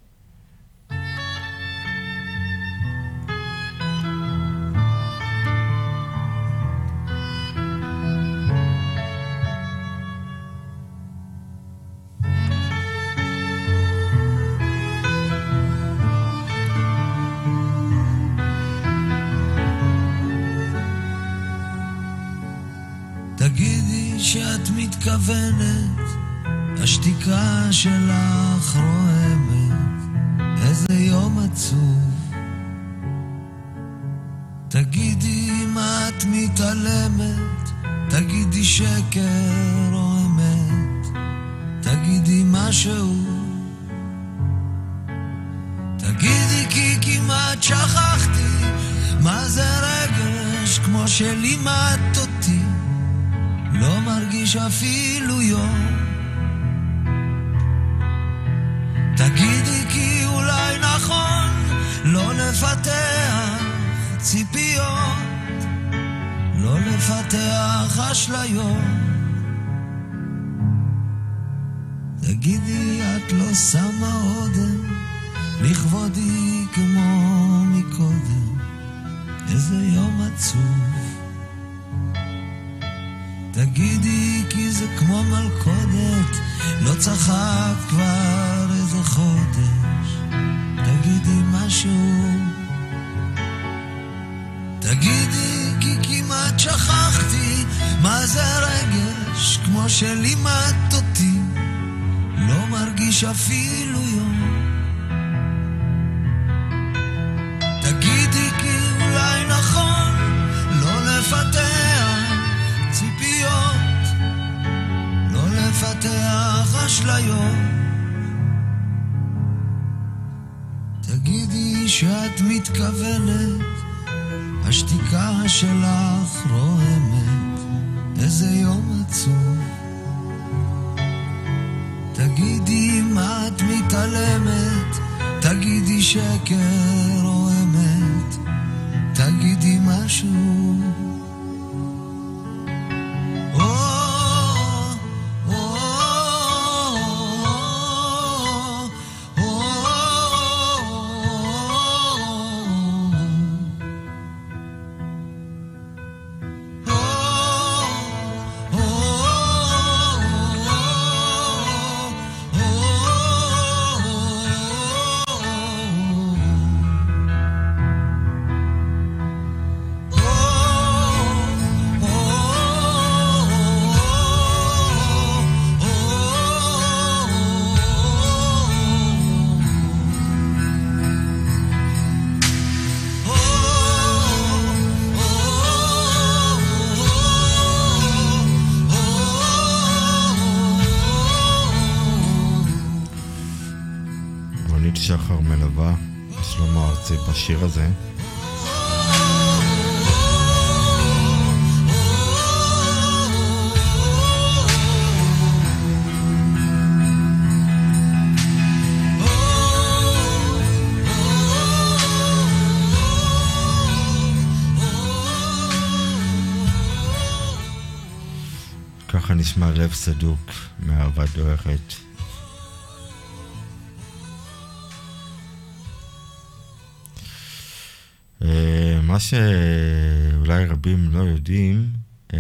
תגידי שאת מתכוונת, השתיקה שלך רועמת, איזה יום עצוב. תגידי מה את מתעלמת, תגידי שקר או אמת, תגידי משהו. תגידי כי כמעט שכחתי מה זה רגש כמו שלימדת אותי, לא מרגיש אפילו יום. תגידי כי אולי נכון לא לפתח ציפיות, לא לפתח אשליות. תגידי את לא שמה עודם לכבודי כמו מקודם, איזה יום עצוב. תגידי כי זה כמו מלכודת, לא צחק כבר איזה חודש, תגידי משהו. תגידי כי כמעט שכחתי מה זה רגש כמו שלימדת אותי, לא מרגיש אפילו יום. תגידי כי אולי נכון לא לפתח ציפיות, לא לפתח אשליות. תגידי שאת מתכוונת, השתיקה שלך רועמת, איזה יום עצוב. תגידי מה את מתעלמת, תגידי שקר או אמת, תגידי משהו. שחר מלווה שלמה ארצי בשיר הזה. ככה נשמע לב סדוק מאהבה דורכת. מה שאולי רבים לא יודעים,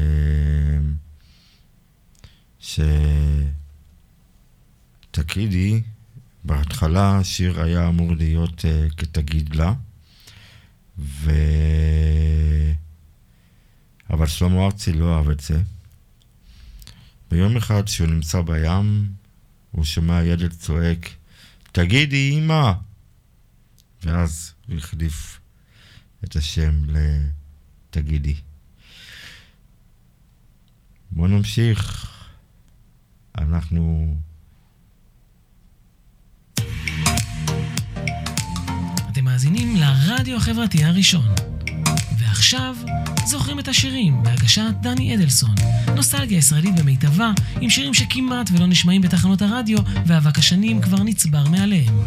שתגידי, בהתחלה השיר היה אמור להיות כתגיד לה, אבל שלמה ארצי לא אהב את זה. ביום אחד שהוא נמצא בים, הוא שומע ילד צועק, תגידי אמא! ואז הוא החליף את השם לתגידי. בואו נמשיך. אנחנו... אתם מאזינים לרדיו החברתי הראשון. ועכשיו זוכרים את השירים בהגשת דני אדלסון. נוסטלגיה ישראלית במיטבה, עם שירים שכמעט ולא נשמעים בתחנות הרדיו, ואבק השנים כבר נצבר מעליהם.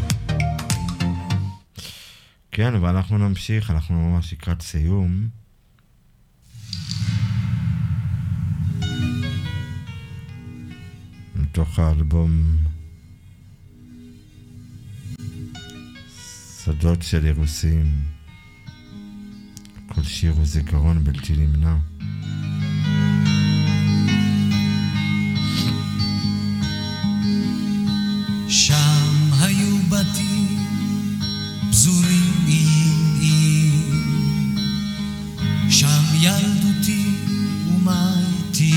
כן, ואנחנו נמשיך, אנחנו ממש לקראת סיום. מתוך האלבום שדות של אירוסים, כל שיר הוא זיכרון בלתי נמנע. שם היו בתים פזורים איים, שם ילדותי ומייתי,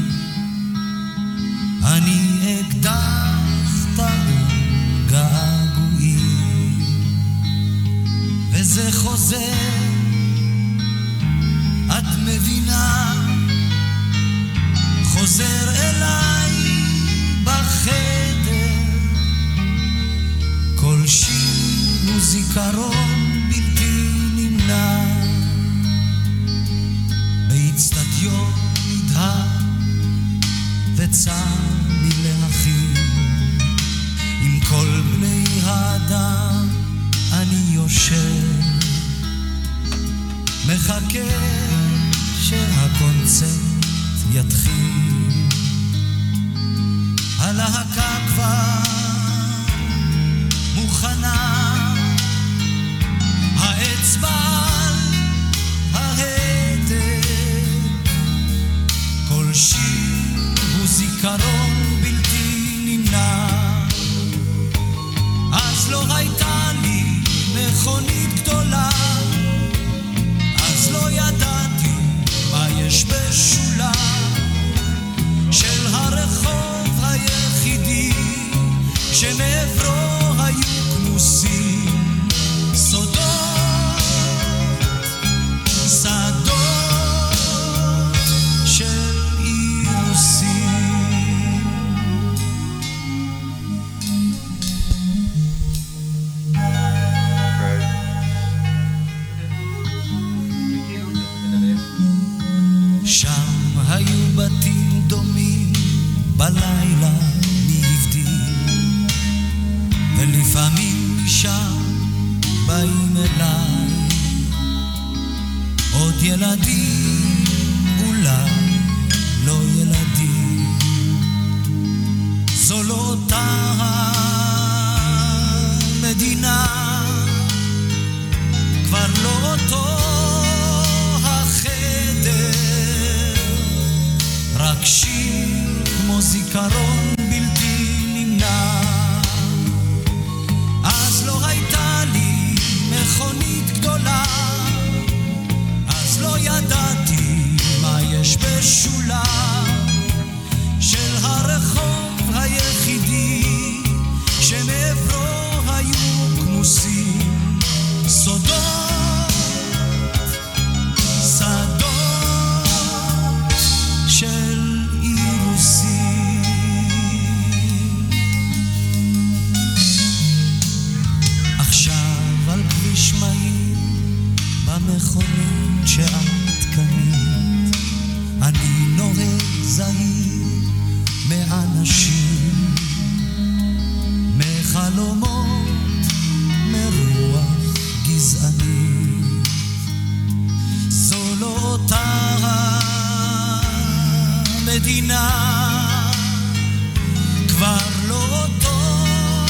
אני אקדח טעון געגועים, וזה חוזר, את מבינה, חוזר אליי בחדר, כל שיר הוא זיכרון בלתי נמנע, באצטדיון נדהר וצר לי להכיר, עם כל בני האדם אני יושב, מחכה שהקונצרט יתחיל, הלהקה כבר מוכנה, האצבע על ההדק, כל שיר הוא זיכרון בלתי נמנע, אז לא הייתה לי מכונית גדולה, אז לא ידעתי מה יש בשולה של הרחוב היחידי שמעברו היו כנוסים סודות, שדות של אירוסים. שם היו בתים דומים בלילה נבדים, ולפעמים משם באים אליי עוד ילדים, אולי לא ילדים, זו לא אותה המדינה, כבר לא אותו רק שיר כמו זיכרון בלתי נמנע, אז לא הייתה לי מכונית גדולה, אז לא ידעתי מה יש בשולה של הרחוב היחידי שמעברו היו כנוסים סודות, שדות של אירוסים. עכשיו על כביש מהיר במכונית שאת קנית, אני נוהג זהיר מאנשים, מחלומות, מרוח גזענית, זו לא אותה מדינה, כבר לא אותו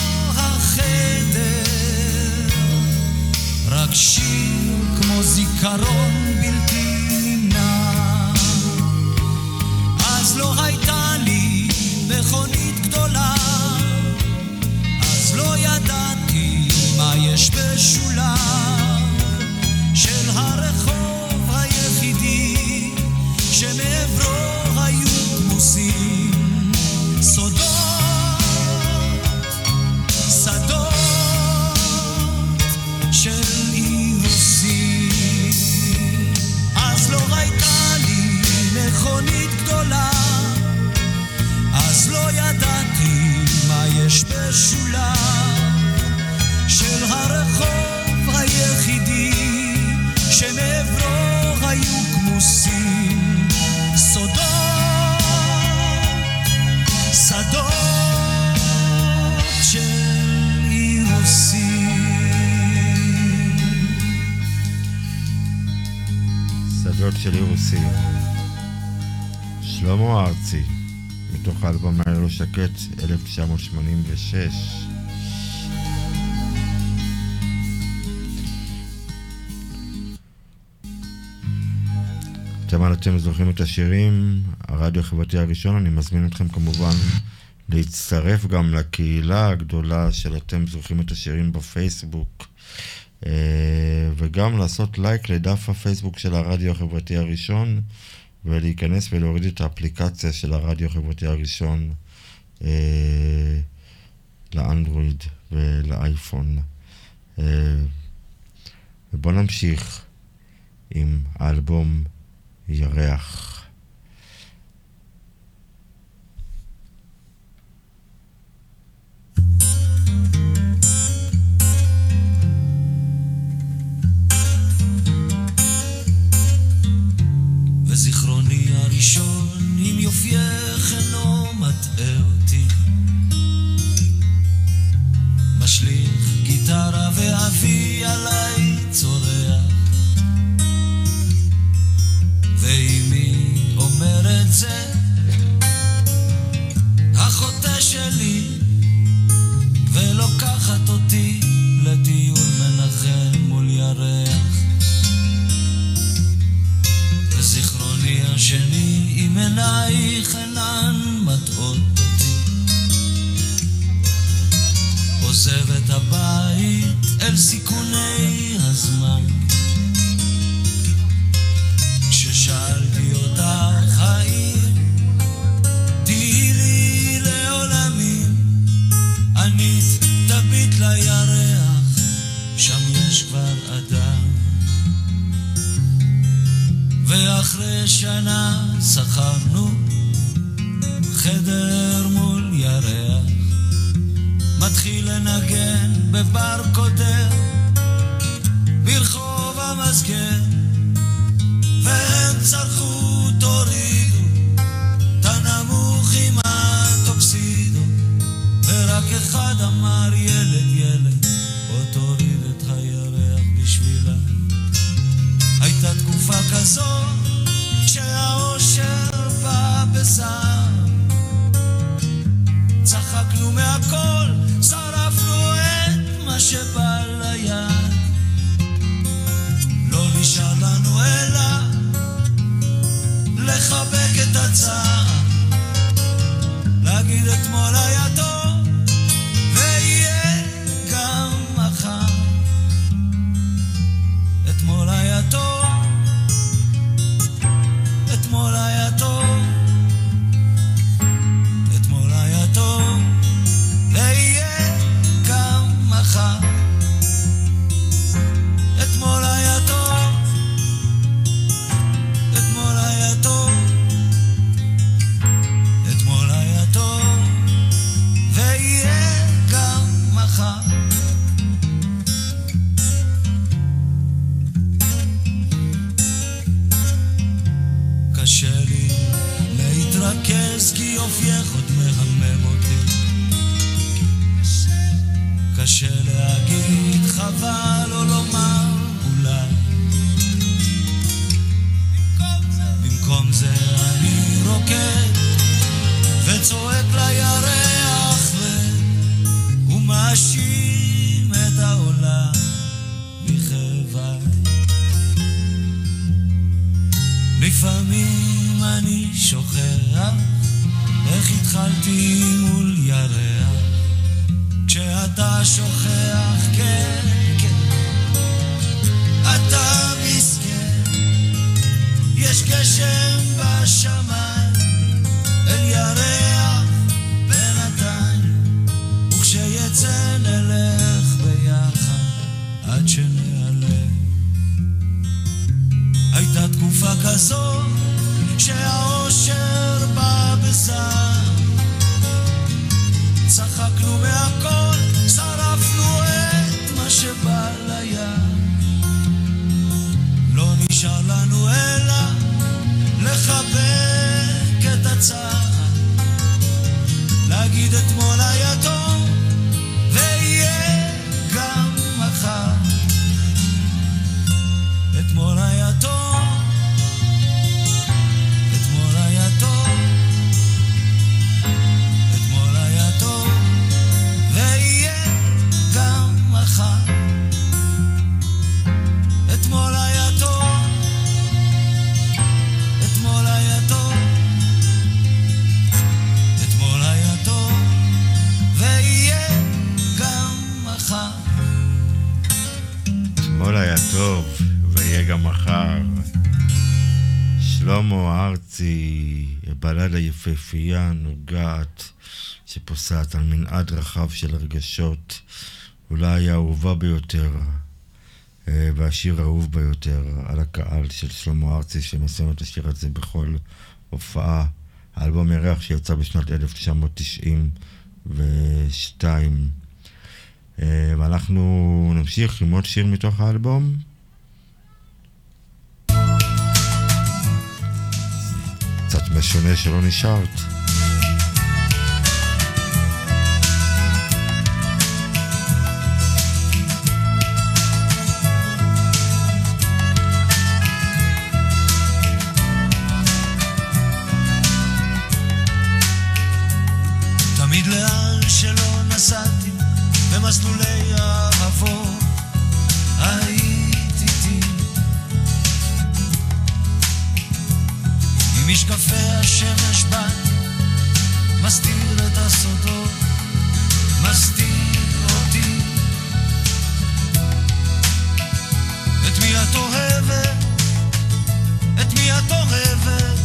החדר, רק שיר כמו זיכרון בלתי נמנע, אז לא הייתה לי מכונית גדולה, אז לא ידעתי מה יש בשולה של אירוסים, סודות, שדות של אירוסים. שדות של אירוסים, שלמה ארצי, מתוך האלבום היה לו שקט 1986. אתם זוכרים את השירים, הרדיו החברתי הראשון. אני מזמין אתכם כמובן להצטרף גם לקהילה הגדולה של אתם זוכרים את השירים בפייסבוק, וגם לעשות לייק לדף הפייסבוק של הרדיו החברתי הראשון, ולהיכנס ולהוריד את האפליקציה של הרדיו החברתי הראשון לאנדרואיד ולאייפון. ובוא נמשיך עם האלבום ירח. וזיכרוני הראשון עם יופייך אינו מטעה אותי, משליך גיטרה ואבי עליי צורח, ואמי אומרת זה החוטא שלי, ולוקחת אותי לטיול מנחם מול ירח. וזיכרוני השני עם עינייך אינן מטעות אותי, עוזב את הבית אל סיכוני הזמן. כששאלתי אותך האם תהי לי לעולמים, ענית תביט לירח, שם יש כבר אדם. ואחרי שנה שכרנו חדר מול ירח, מתחיל לנגן בבר קודר ברחוב המסגר, והם צרחו תורידו תנמוך עם הטוקסידו, ורק אחד אמר ילד ילד בוא תוריד את הירח בשבילה. הייתה תקופה כזו שהאושר בא בזעם, צחקנו מהכל, שרפנו את מה שבא ליד, לא נשאר לנו אלא לחבק את הצער, להגיד אתמול היה טוב ויהיה גם מחר. אתמול היה טוב, אתמול היה טוב, אתמול היה טוב ויהיה גם מחר. אתמול היה טוב, אתמול היה טוב, אתמול היה טוב ויהיה גם מחר. קשה לי להתרכז כי יופייך עוד מהמם אותי, קשה להגיד חבל או לומר אולי, במקום זה אני רוקד וצועק לירח ומאשים את העולם בכאביי. לפעמים אני שוכח איך התחלתי מול ירח, כשאתה שוכח כן כן אתה מסכן, יש גשם בשמיים אל ירח בינתיים, וכשיצא נלך ביחד עד שנעלם. הייתה תקופה כזו שהאושר בא בזעם, צחקנו מהכל, שרפנו את מה שבא ליד, לא נשאר לנו אלא שלמה ארצי, בלדה יפהפייה נוגעת שפוסעת על מנעד רחב של רגשות, אולי האהובה ביותר והשיר האהוב ביותר על הקהל של שלמה ארצי, שמסיים את השיר הזה בכל הופעה. האלבום ירח שיצא בשנת 1992, ואנחנו נמשיך עם עוד שיר מתוך האלבום. קצת משונה שלא נשארת. תמיד לאן שלא נסעתי במסלולי האהבות היית איתי, עם משקפי השמש באתי מסתיר את הסודות, מסתיר אותי. את מי את אוהבת? את מי את אוהבת?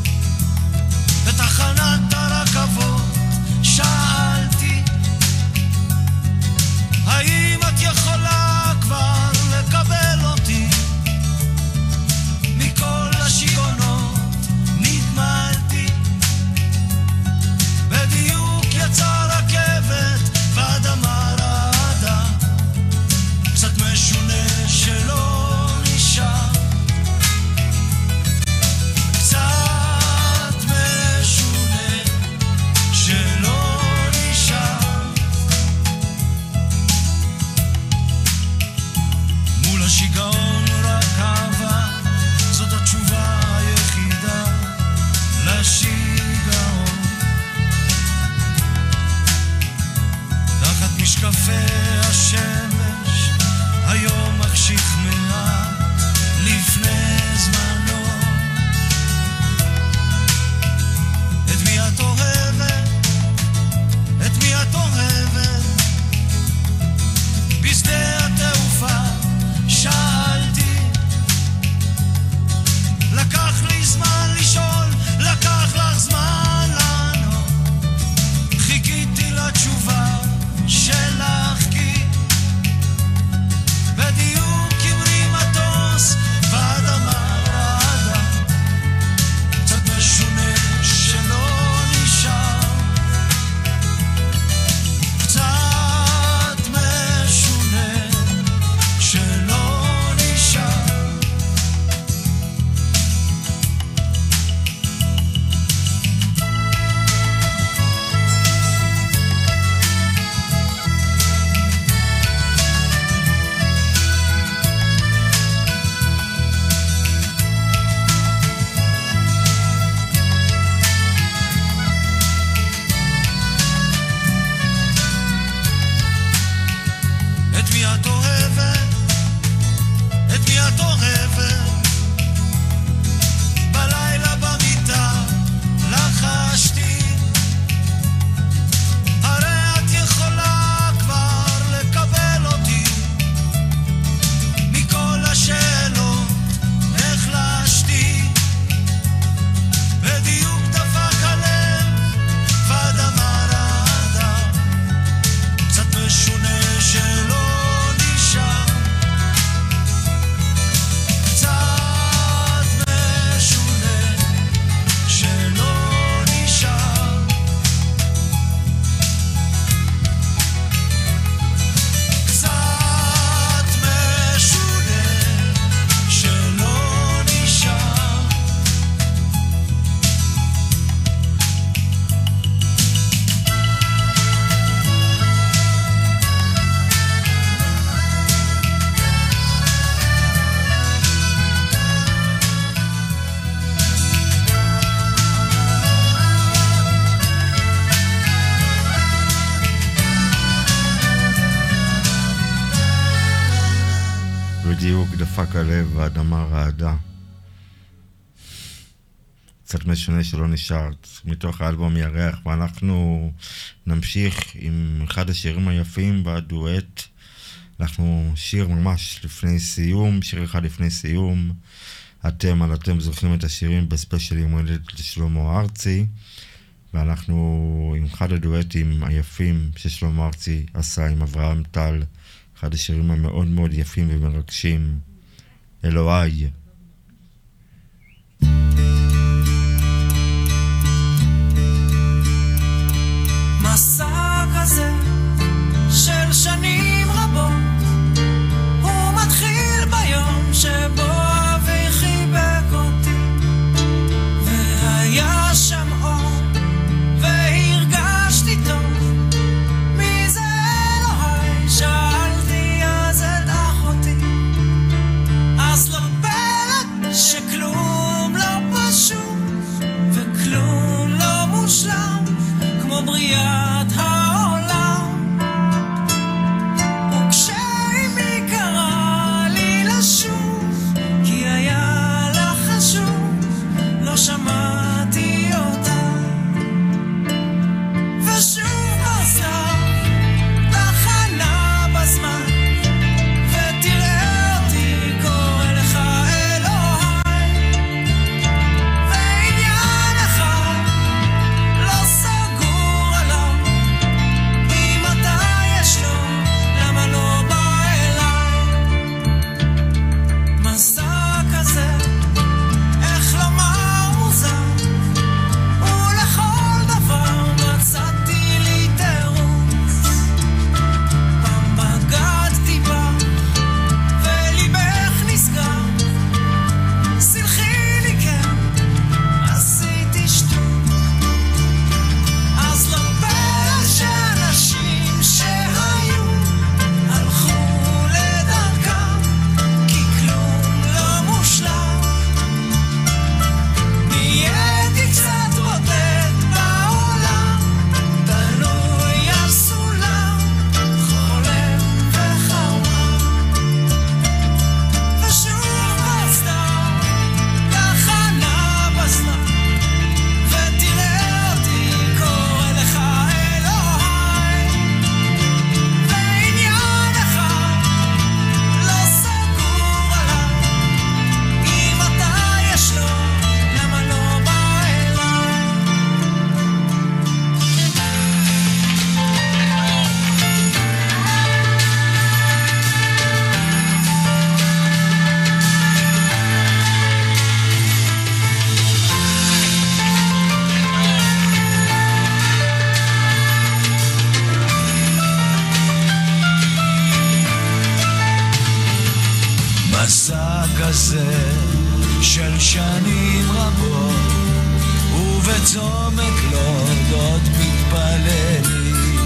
בתחנת הרכבות שאלתי, האם את יכולה כבר לקבל אותי? מכל השיגונות נתמלתי, בדיוק יצא רכבת ואדמה רעדה, קצת משונה שלא נשאר, קצת משונה שלא נשאר. מול השיגעון רק אהבה, זאת התשובה היחידה לשיגעון. תחת משקפי השמש היום מקשיך מעט לפני זמנו. את מי את אוהבת? את מי את אוהבת? בשדה התעופה שאלתי, לקח לי זמן לשאול, לקח לך זמן לענות, חיכיתי לתשובה שלך כי בדיוק אמרי מטוס ואדמה רעדה, קצת משונה שלא נשאר, קצת משונה שלא נשאר. את מי את אוהבת? את מי את אוהבת? בלילה במיטה לחשתי, הרי את יכולה כבר לקבל אותי, מכל השאלות החלשתי, בדיוק דפק הלב ואדמה רעדה, קצת משונה שלא נשאר, קצת משונה שלא נשאר, קצת משונה שלא נשאר. בדיוק דפק הלב והאדמה רעדה, קצת משונה שלא נשארת, מתוך האלבום ירח. ואנחנו נמשיך עם אחד השירים היפים בדואט. אנחנו שיר ממש לפני סיום, שיר אחד לפני סיום. אתם זוכרים את השירים בספיישל יום הולדת לשלמה ארצי, ואנחנו עם אחד הדואטים היפים ששלמה ארצי עשה עם אברהם טל, אחד השירים המאוד מאוד יפים ומרגשים, אלוהי. מסע כזה של שנים רבות, הוא מתחיל ביום שבו אבי חיבק אותי, והיה שם אור והרגשתי טוב. מי זה אלוהי? שאלתי אז את אחותי. אז לא פלא שכלום לא פשוט וכלום לא מושלם כמו בריאת העולם. וכשאימי קרא לי לשוב כי היה לה חשוב, לא שמעתי אותה, ושוב חזר תחנה בזמן, ותראה אותי קורא לך אלוהי. ועניין אחד לא סגור עליו, אם אתה יש לו למה לא בא אליי. מסע כזה, איך לומר מוזר, ולכל דבר מצאתי לי תירוץ. פעם בגדתי בה וליבך נסגר, סלחי לי כן, עשיתי שטות. אז לא פלא שאנשים שהיו הלכו לדרכם, כי כלום לא מושלם. נהייתי קצת בודד בעולם, תלוי על סולם, חולם וחרמן. ושוב בסתם תחנה בזמן, ותראה אותי קורא לך אלוהי. ועניין אחד לא סגור עליו, אם אתה יש לו למה לא בא אליי. מסע כזה של שנים רבות, ובצומת לוד עוד מתפללים,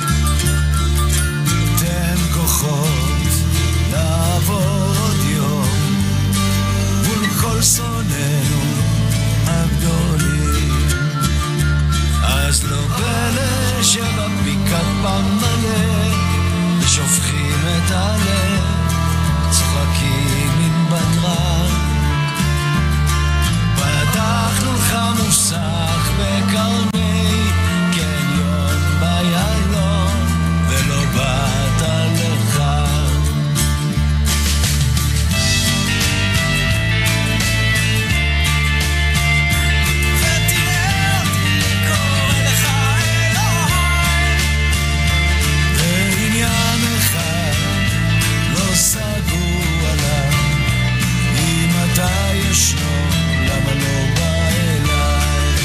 תן כוחות לעבור עוד יום מול כל שונאינו הגדולים. אז לא פלא שבפיקת פעם מלא ושופכים את הלב, צוחקים עם בדרן. פתחנו לך מוסך בקרני קניון ביילון, ולא באת לך. ותראה אותי קורא לך אלוהי. ועניין אחד לא סגור עליו, אם אתה ישנו למה לא בא אליי.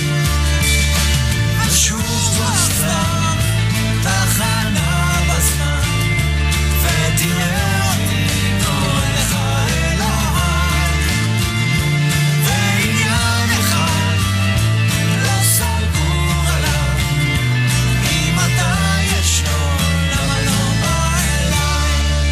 ושוב תפסה תחנה בזמן, ותראה אותי קורא לך אלוהי. ועניין אחד לא סגור עליו, אם אתה ישנו למה לא בא אליי.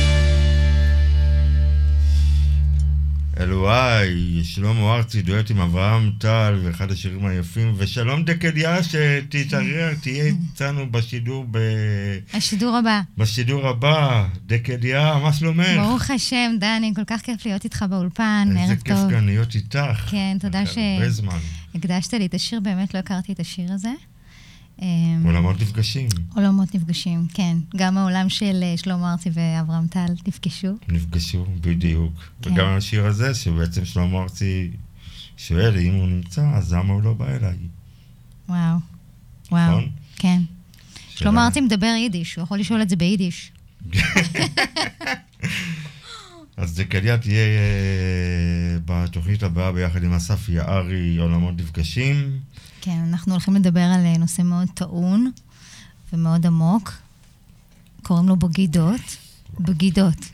אלוהי, שלמה ארצי דואט עם אברהם טל, ואחד השירים היפים. ושלום דקדיה, שתתערר, תהיה איתנו השידור הבא. בשידור הבא. דקדיה, מה שלומך? ברוך השם, דני, כל כך כיף להיות איתך באולפן, ערב טוב. איזה כיף גם להיות איתך. כן, תודה הרבה זמן. שהקדשת לי את השיר, באמת לא הכרתי את השיר הזה. עולמות נפגשים. עולמות נפגשים, כן. גם העולם של שלמה ארצי ואברהם טל נפגשו, בדיוק. כן. וגם השיר הזה, שבעצם שלמה ארצי שואל, אם הוא נמצא, אז למה הוא לא בא אליי? וואו. נכון? כן. שלמה ארצי מדבר יידיש, הוא יכול לשאול את זה ביידיש. אז דקליה תהיה בתוכנית הבאה ביחד עם אסף יערי, עולמות נפגשים. כן, אנחנו הולכים לדבר על נושא מאוד טעון ומאוד עמוק. קוראים לו בגידות. בגידות.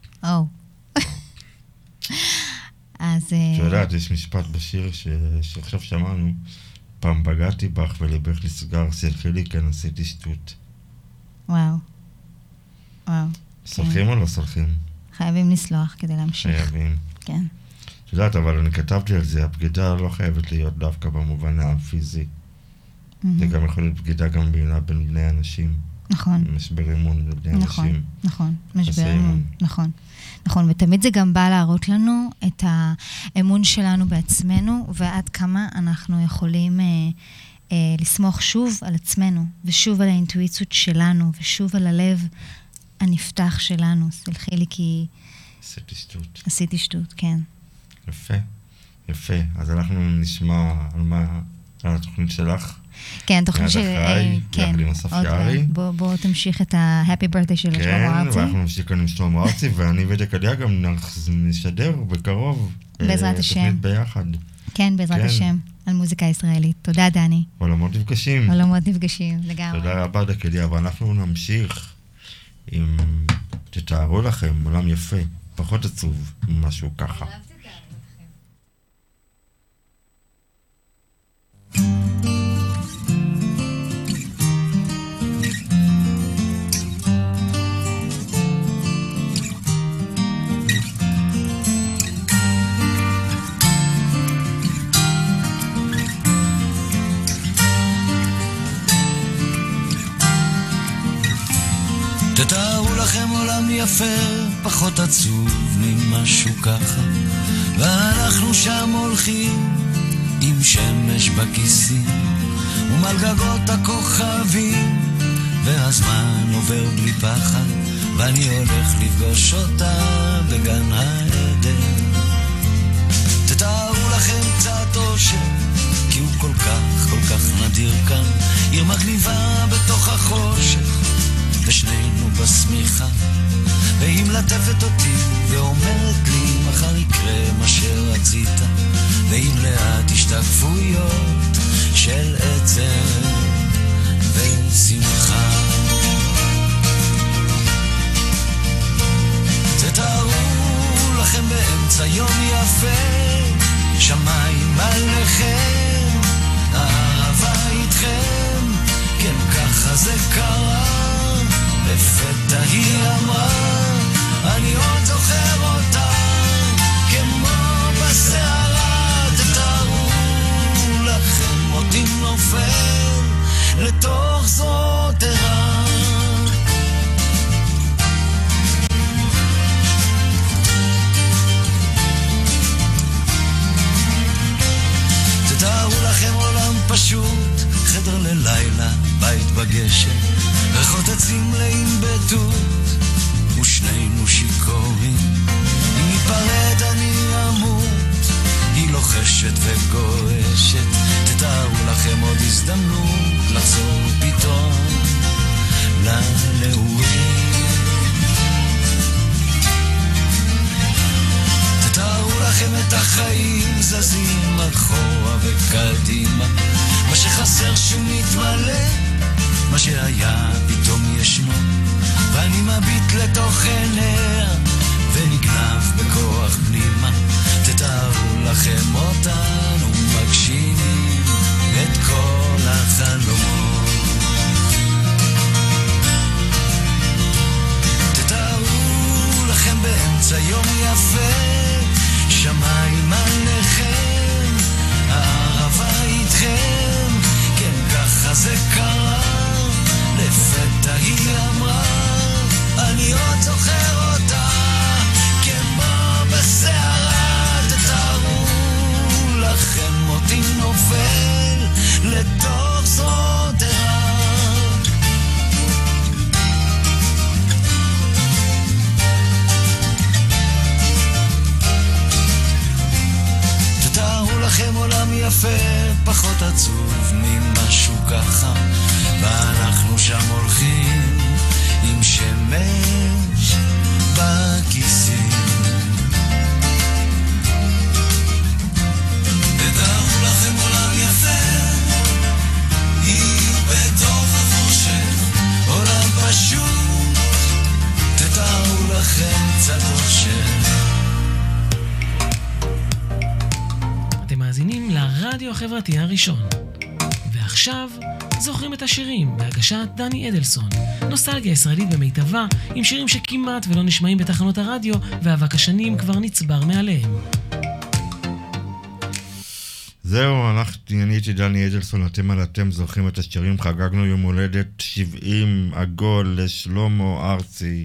אז... שאלת, יש משפט בשיר שעכשיו שמענו, פעם בגעתי בך וליבך נסגר, סלחי לי, כן עשיתי שטות. וואו. סולחים או לא סולחים? חייבים לסלוח כדי להמשיך. חייבים. כן. את יודעת, אבל אני כתבתי על זה, הבגידה לא חייבת להיות דווקא במובן הפיזי. זה גם יכול להיות בגידה גם בין בני אנשים. נכון. משבר אמון בבני אנשים. נכון, משבר אמון, נכון, ותמיד זה גם בא להראות לנו את האמון שלנו בעצמנו, ועד כמה אנחנו יכולים לסמוך שוב על עצמנו, ושוב על האינטואיציות שלנו, ושוב על הלב הנפתח שלנו. סלחי לי כי... עשיתי שטות, כן. יפה. אז אנחנו נשמע על התוכנית שלך. כן, תוכנית של... כן, יחד עם אסף יערי. בוא תמשיך את ה-Happy Birthday של שלמה ארצי. כן, ואנחנו נמשיך כאן עם שלמה ארצי, ואני ודקליה גם נשדר בקרוב. בעזרת השם. תוכנית ביחד. כן, בעזרת השם. על מוזיקה ישראלית. תודה, דני. עולמות נפגשים. עולמות נפגשים, לגמרי. תודה רבה, דקליה, ואנחנו נמשיך עם... תתארו לכם, עולם יפה, פחות עצוב, משהו ככה. תתארו לכם עולם יפה, פחות עצוב ממשהו ככה, ואנחנו שם הולכים עם שמש בכיסים ומעל גגות הכוכבים, והזמן עובר בלי פחד, ואני הולך לפגוש אותה בגן העדן. תתארו לכם קצת אושר, כי הוא כל כך נדיר כאן, עיר מגניבה בתוך החושך, ושנינו בסמיכה, והיא מלטפת אותי ואומרת לי מחר יקרה מה שרצית, ועם לאט השתקפויות של עצם ושמחה. תתארו לכם באמצע יום יפה, שמיים עליכם, אהבה איתכם, כן ככה זה קרה, לפתע היא אמרה, אני עוד זוכר אותה, כמו בסערה. תתארו לכם אותי נופל לתוך זרועות ערה. תתארו לכם עולם פשוט, חדר ללילה, בית בגשם, ריחות עצים מלאים בטות, ושנינו שיכורים. אם ניפרד אני אמות, היא לוחשת וגועשת. תתארו לכם עוד הזדמנות לחזור פתאום לנעורים. תתארו לכם את החיים זזים אחורה וקדימה, מה שחסר שמתמלא, מה שהיה פתאום ישנו, ואני מביט לתוך עיניה ונגנב בכוח פנימה. תתארו לכם אותנו מגשימים את כל החלומות. תתארו לכם באמצע יום יפה, שמיים עליכם, האהבה איתכם, כן ככה זה קרה, לפתע היא אמרה, אני עוד זוכר אותה, כמו בסערה. תתארו לכם אותי נופל לתוך זרועות ערה. לכם עולם יפה, פחות עצוב ממשהו ככה, ואנחנו שם הולכים עם שמש בכיסים. תדעו לכם עולם יפה, יהיו בתוך החושך, עולם פשוט, תדעו לכם קצת אושר. אתם מאזינים לרדיו החברתי הראשון. ועכשיו זוכרים את השירים בהגשת דני אדלסון. נוסטלגיה ישראלית במיטבה, עם שירים שכמעט ולא נשמעים בתחנות הרדיו, ואבק השנים כבר נצבר מעליהם. זהו, אני הייתי דני אדלסון, אתם זוכרים את השירים, חגגנו יום הולדת 70 עגול לשלמה ארצי.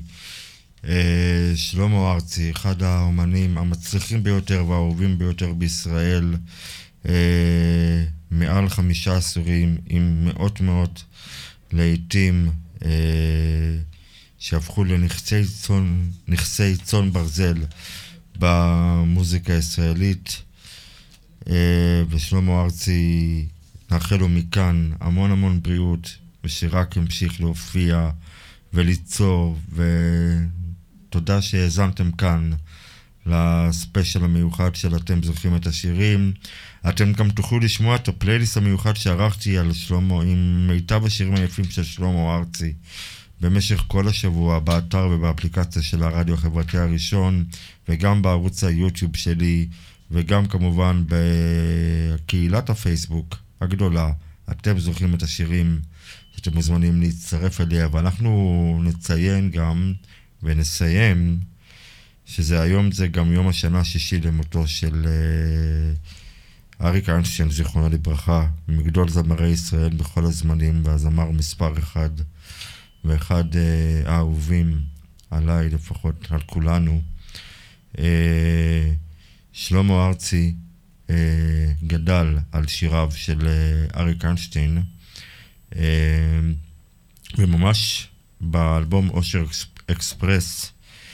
שלמה ארצי, אחד האומנים המצליחים ביותר והאהובים ביותר בישראל, מעל 5 עשורים, עם מאות לעיתים שהפכו לנכסי צאן ברזל במוזיקה הישראלית. ושלמה ארצי, נאחל לו מכאן המון בריאות, ושרק המשיך להופיע וליצור, ותודה שהאזנתם כאן לספיישל המיוחד של אתם זוכרים את השירים. אתם גם תוכלו לשמוע את הפלייליסט המיוחד שערכתי על שלמה, עם מיטב השירים היפים של שלמה ארצי, במשך כל השבוע, באתר ובאפליקציה של הרדיו החברתי הראשון, וגם בערוץ היוטיוב שלי, וגם כמובן בקהילת הפייסבוק הגדולה, אתם זוכרים את השירים, שאתם מוזמנים להצטרף אליה. ואנחנו נציין גם ונסיים שזה היום, זה גם יום השנה השישי למותו של אריק איינשטיין, זיכרונו לברכה, מגדול זמרי ישראל בכל הזמנים, והזמר מספר אחד, ואחד האהובים עליי, לפחות על כולנו. שלמה ארצי גדל על שיריו של אריק איינשטיין, וממש באלבום אושר אקספרס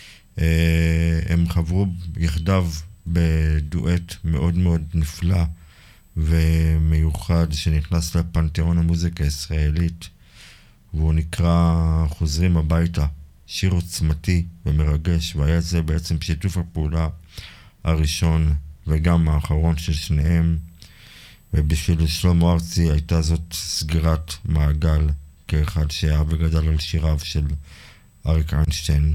הם חברו יחדיו בדואט מאוד נפלא ומיוחד שנכנס לפנתיאון המוזיקה הישראלית, והוא נקרא חוזרים הביתה, שיר עוצמתי ומרגש, והיה זה בעצם שיתוף הפעולה הראשון וגם האחרון של שניהם, ובשביל שלמה ארצי הייתה זאת סגירת מעגל, כאחד שהיה וגדל על שיריו של אריק איינשטיין.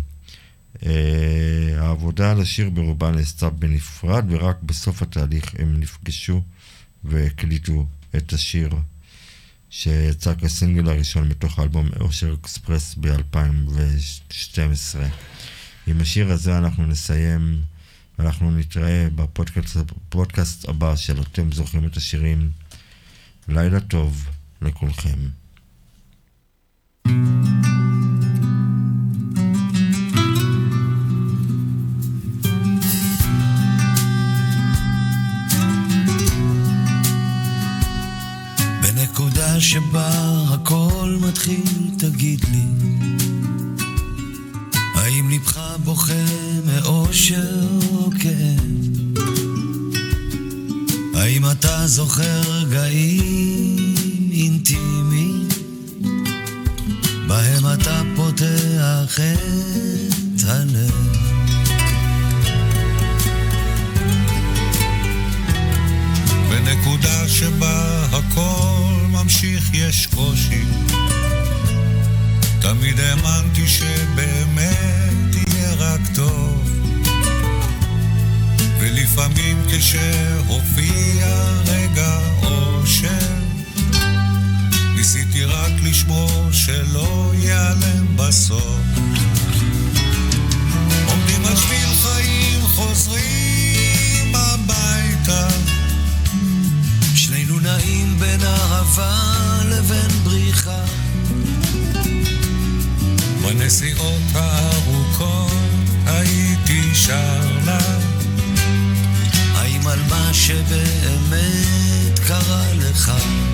העבודה על השיר ברובה נעשתה בנפרד, ורק בסוף התהליך הם נפגשו והקליטו את השיר שיצא כסינגל הראשון מתוך האלבום אושר אקספרס ב-2012. עם השיר הזה אנחנו נסיים, ואנחנו נתראה בפודקאסט הבא של אתם זוכרים את השירים. לילה טוב לכולכם. בנקודה שבה הכל מתחיל, תגיד לי, האם לבך בוכה מאושר או כאב? האם אתה זוכר רגעים אינטימיים בהם אתה פותח את הלב? בנקודה שבה הכל ממשיך יש קושי, תמיד האמנתי שבאמת יהיה רק טוב, ולפעמים כשהופיע רגע אושר, ניסיתי רק לשמור שלא ייעלם בסוף. עומדים על שביל חיים חוזרים הביתה, שנינו נעים בין אהבה לבין בריחה, בנסיעות הארוכות הייתי שר לה, האם על מה שבאמת קרה לך?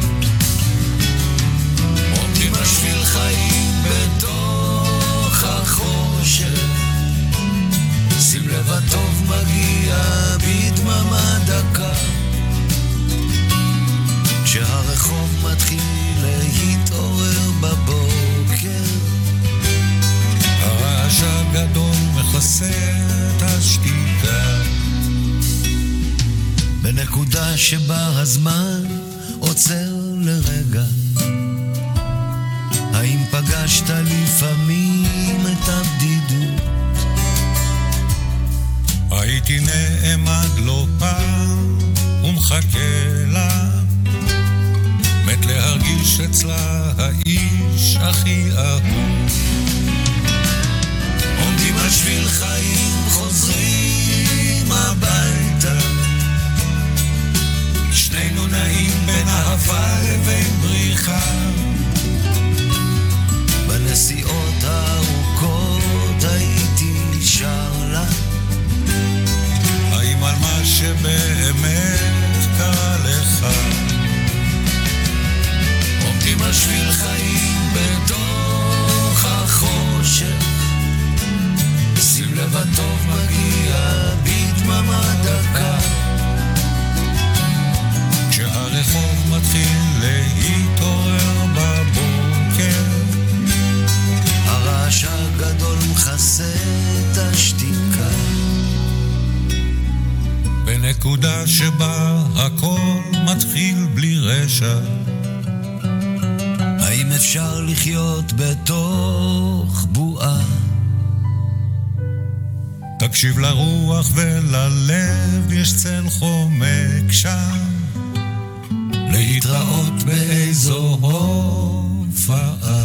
עומדים על שביל חיים בתוך החושך, שים לב הטוב מגיע בדממה דקה, שבה הזמן עוצר לרגע? האם פגשת לפעמים את הבדידות? הייתי נעמד לא פעם ומחכה לה, מת להרגיש אצלה האיש הכי אהוב. עומדים על שביל חיים חוזרים הביתה, שנינו נעים בין אהבה לבין בריחה, בנסיעות הארוכות הייתי שר לה, האם על מה שבאמת קרה לך? עומדים על שביל חיים בתוך החושך, שים לב הטוב מגיע בדממה דקה, כשהרחוב מתחיל להתעורר בבוקר, הרעש הגדול מכסה את השתיקה, בנקודה שבה הכל מתחיל בלי רשע, האם אפשר לחיות בתוך בועה? תקשיב לרוח וללב, יש צל חומק שם, להתראות באיזו הופעה.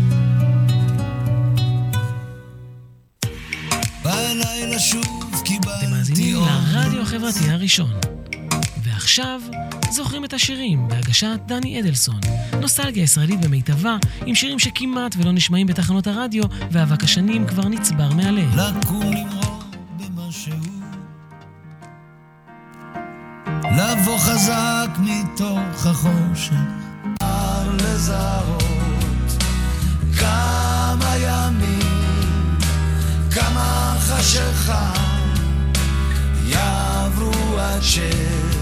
בלילה שוב קיבלתי אתם מאזינים לרדיו החברתי הראשון. ועכשיו זוכרים את השירים בהגשת דני אדלסון. נוסטלגיה ישראלית במיטבה, עם שירים שכמעט ולא נשמעים בתחנות הרדיו, ואבק השנים כבר נצבר מהלב. לקום למרום במשהו, לבוא חזק מתוך החושך, לזהות כמה ימים, כמה חשכה יעברו עד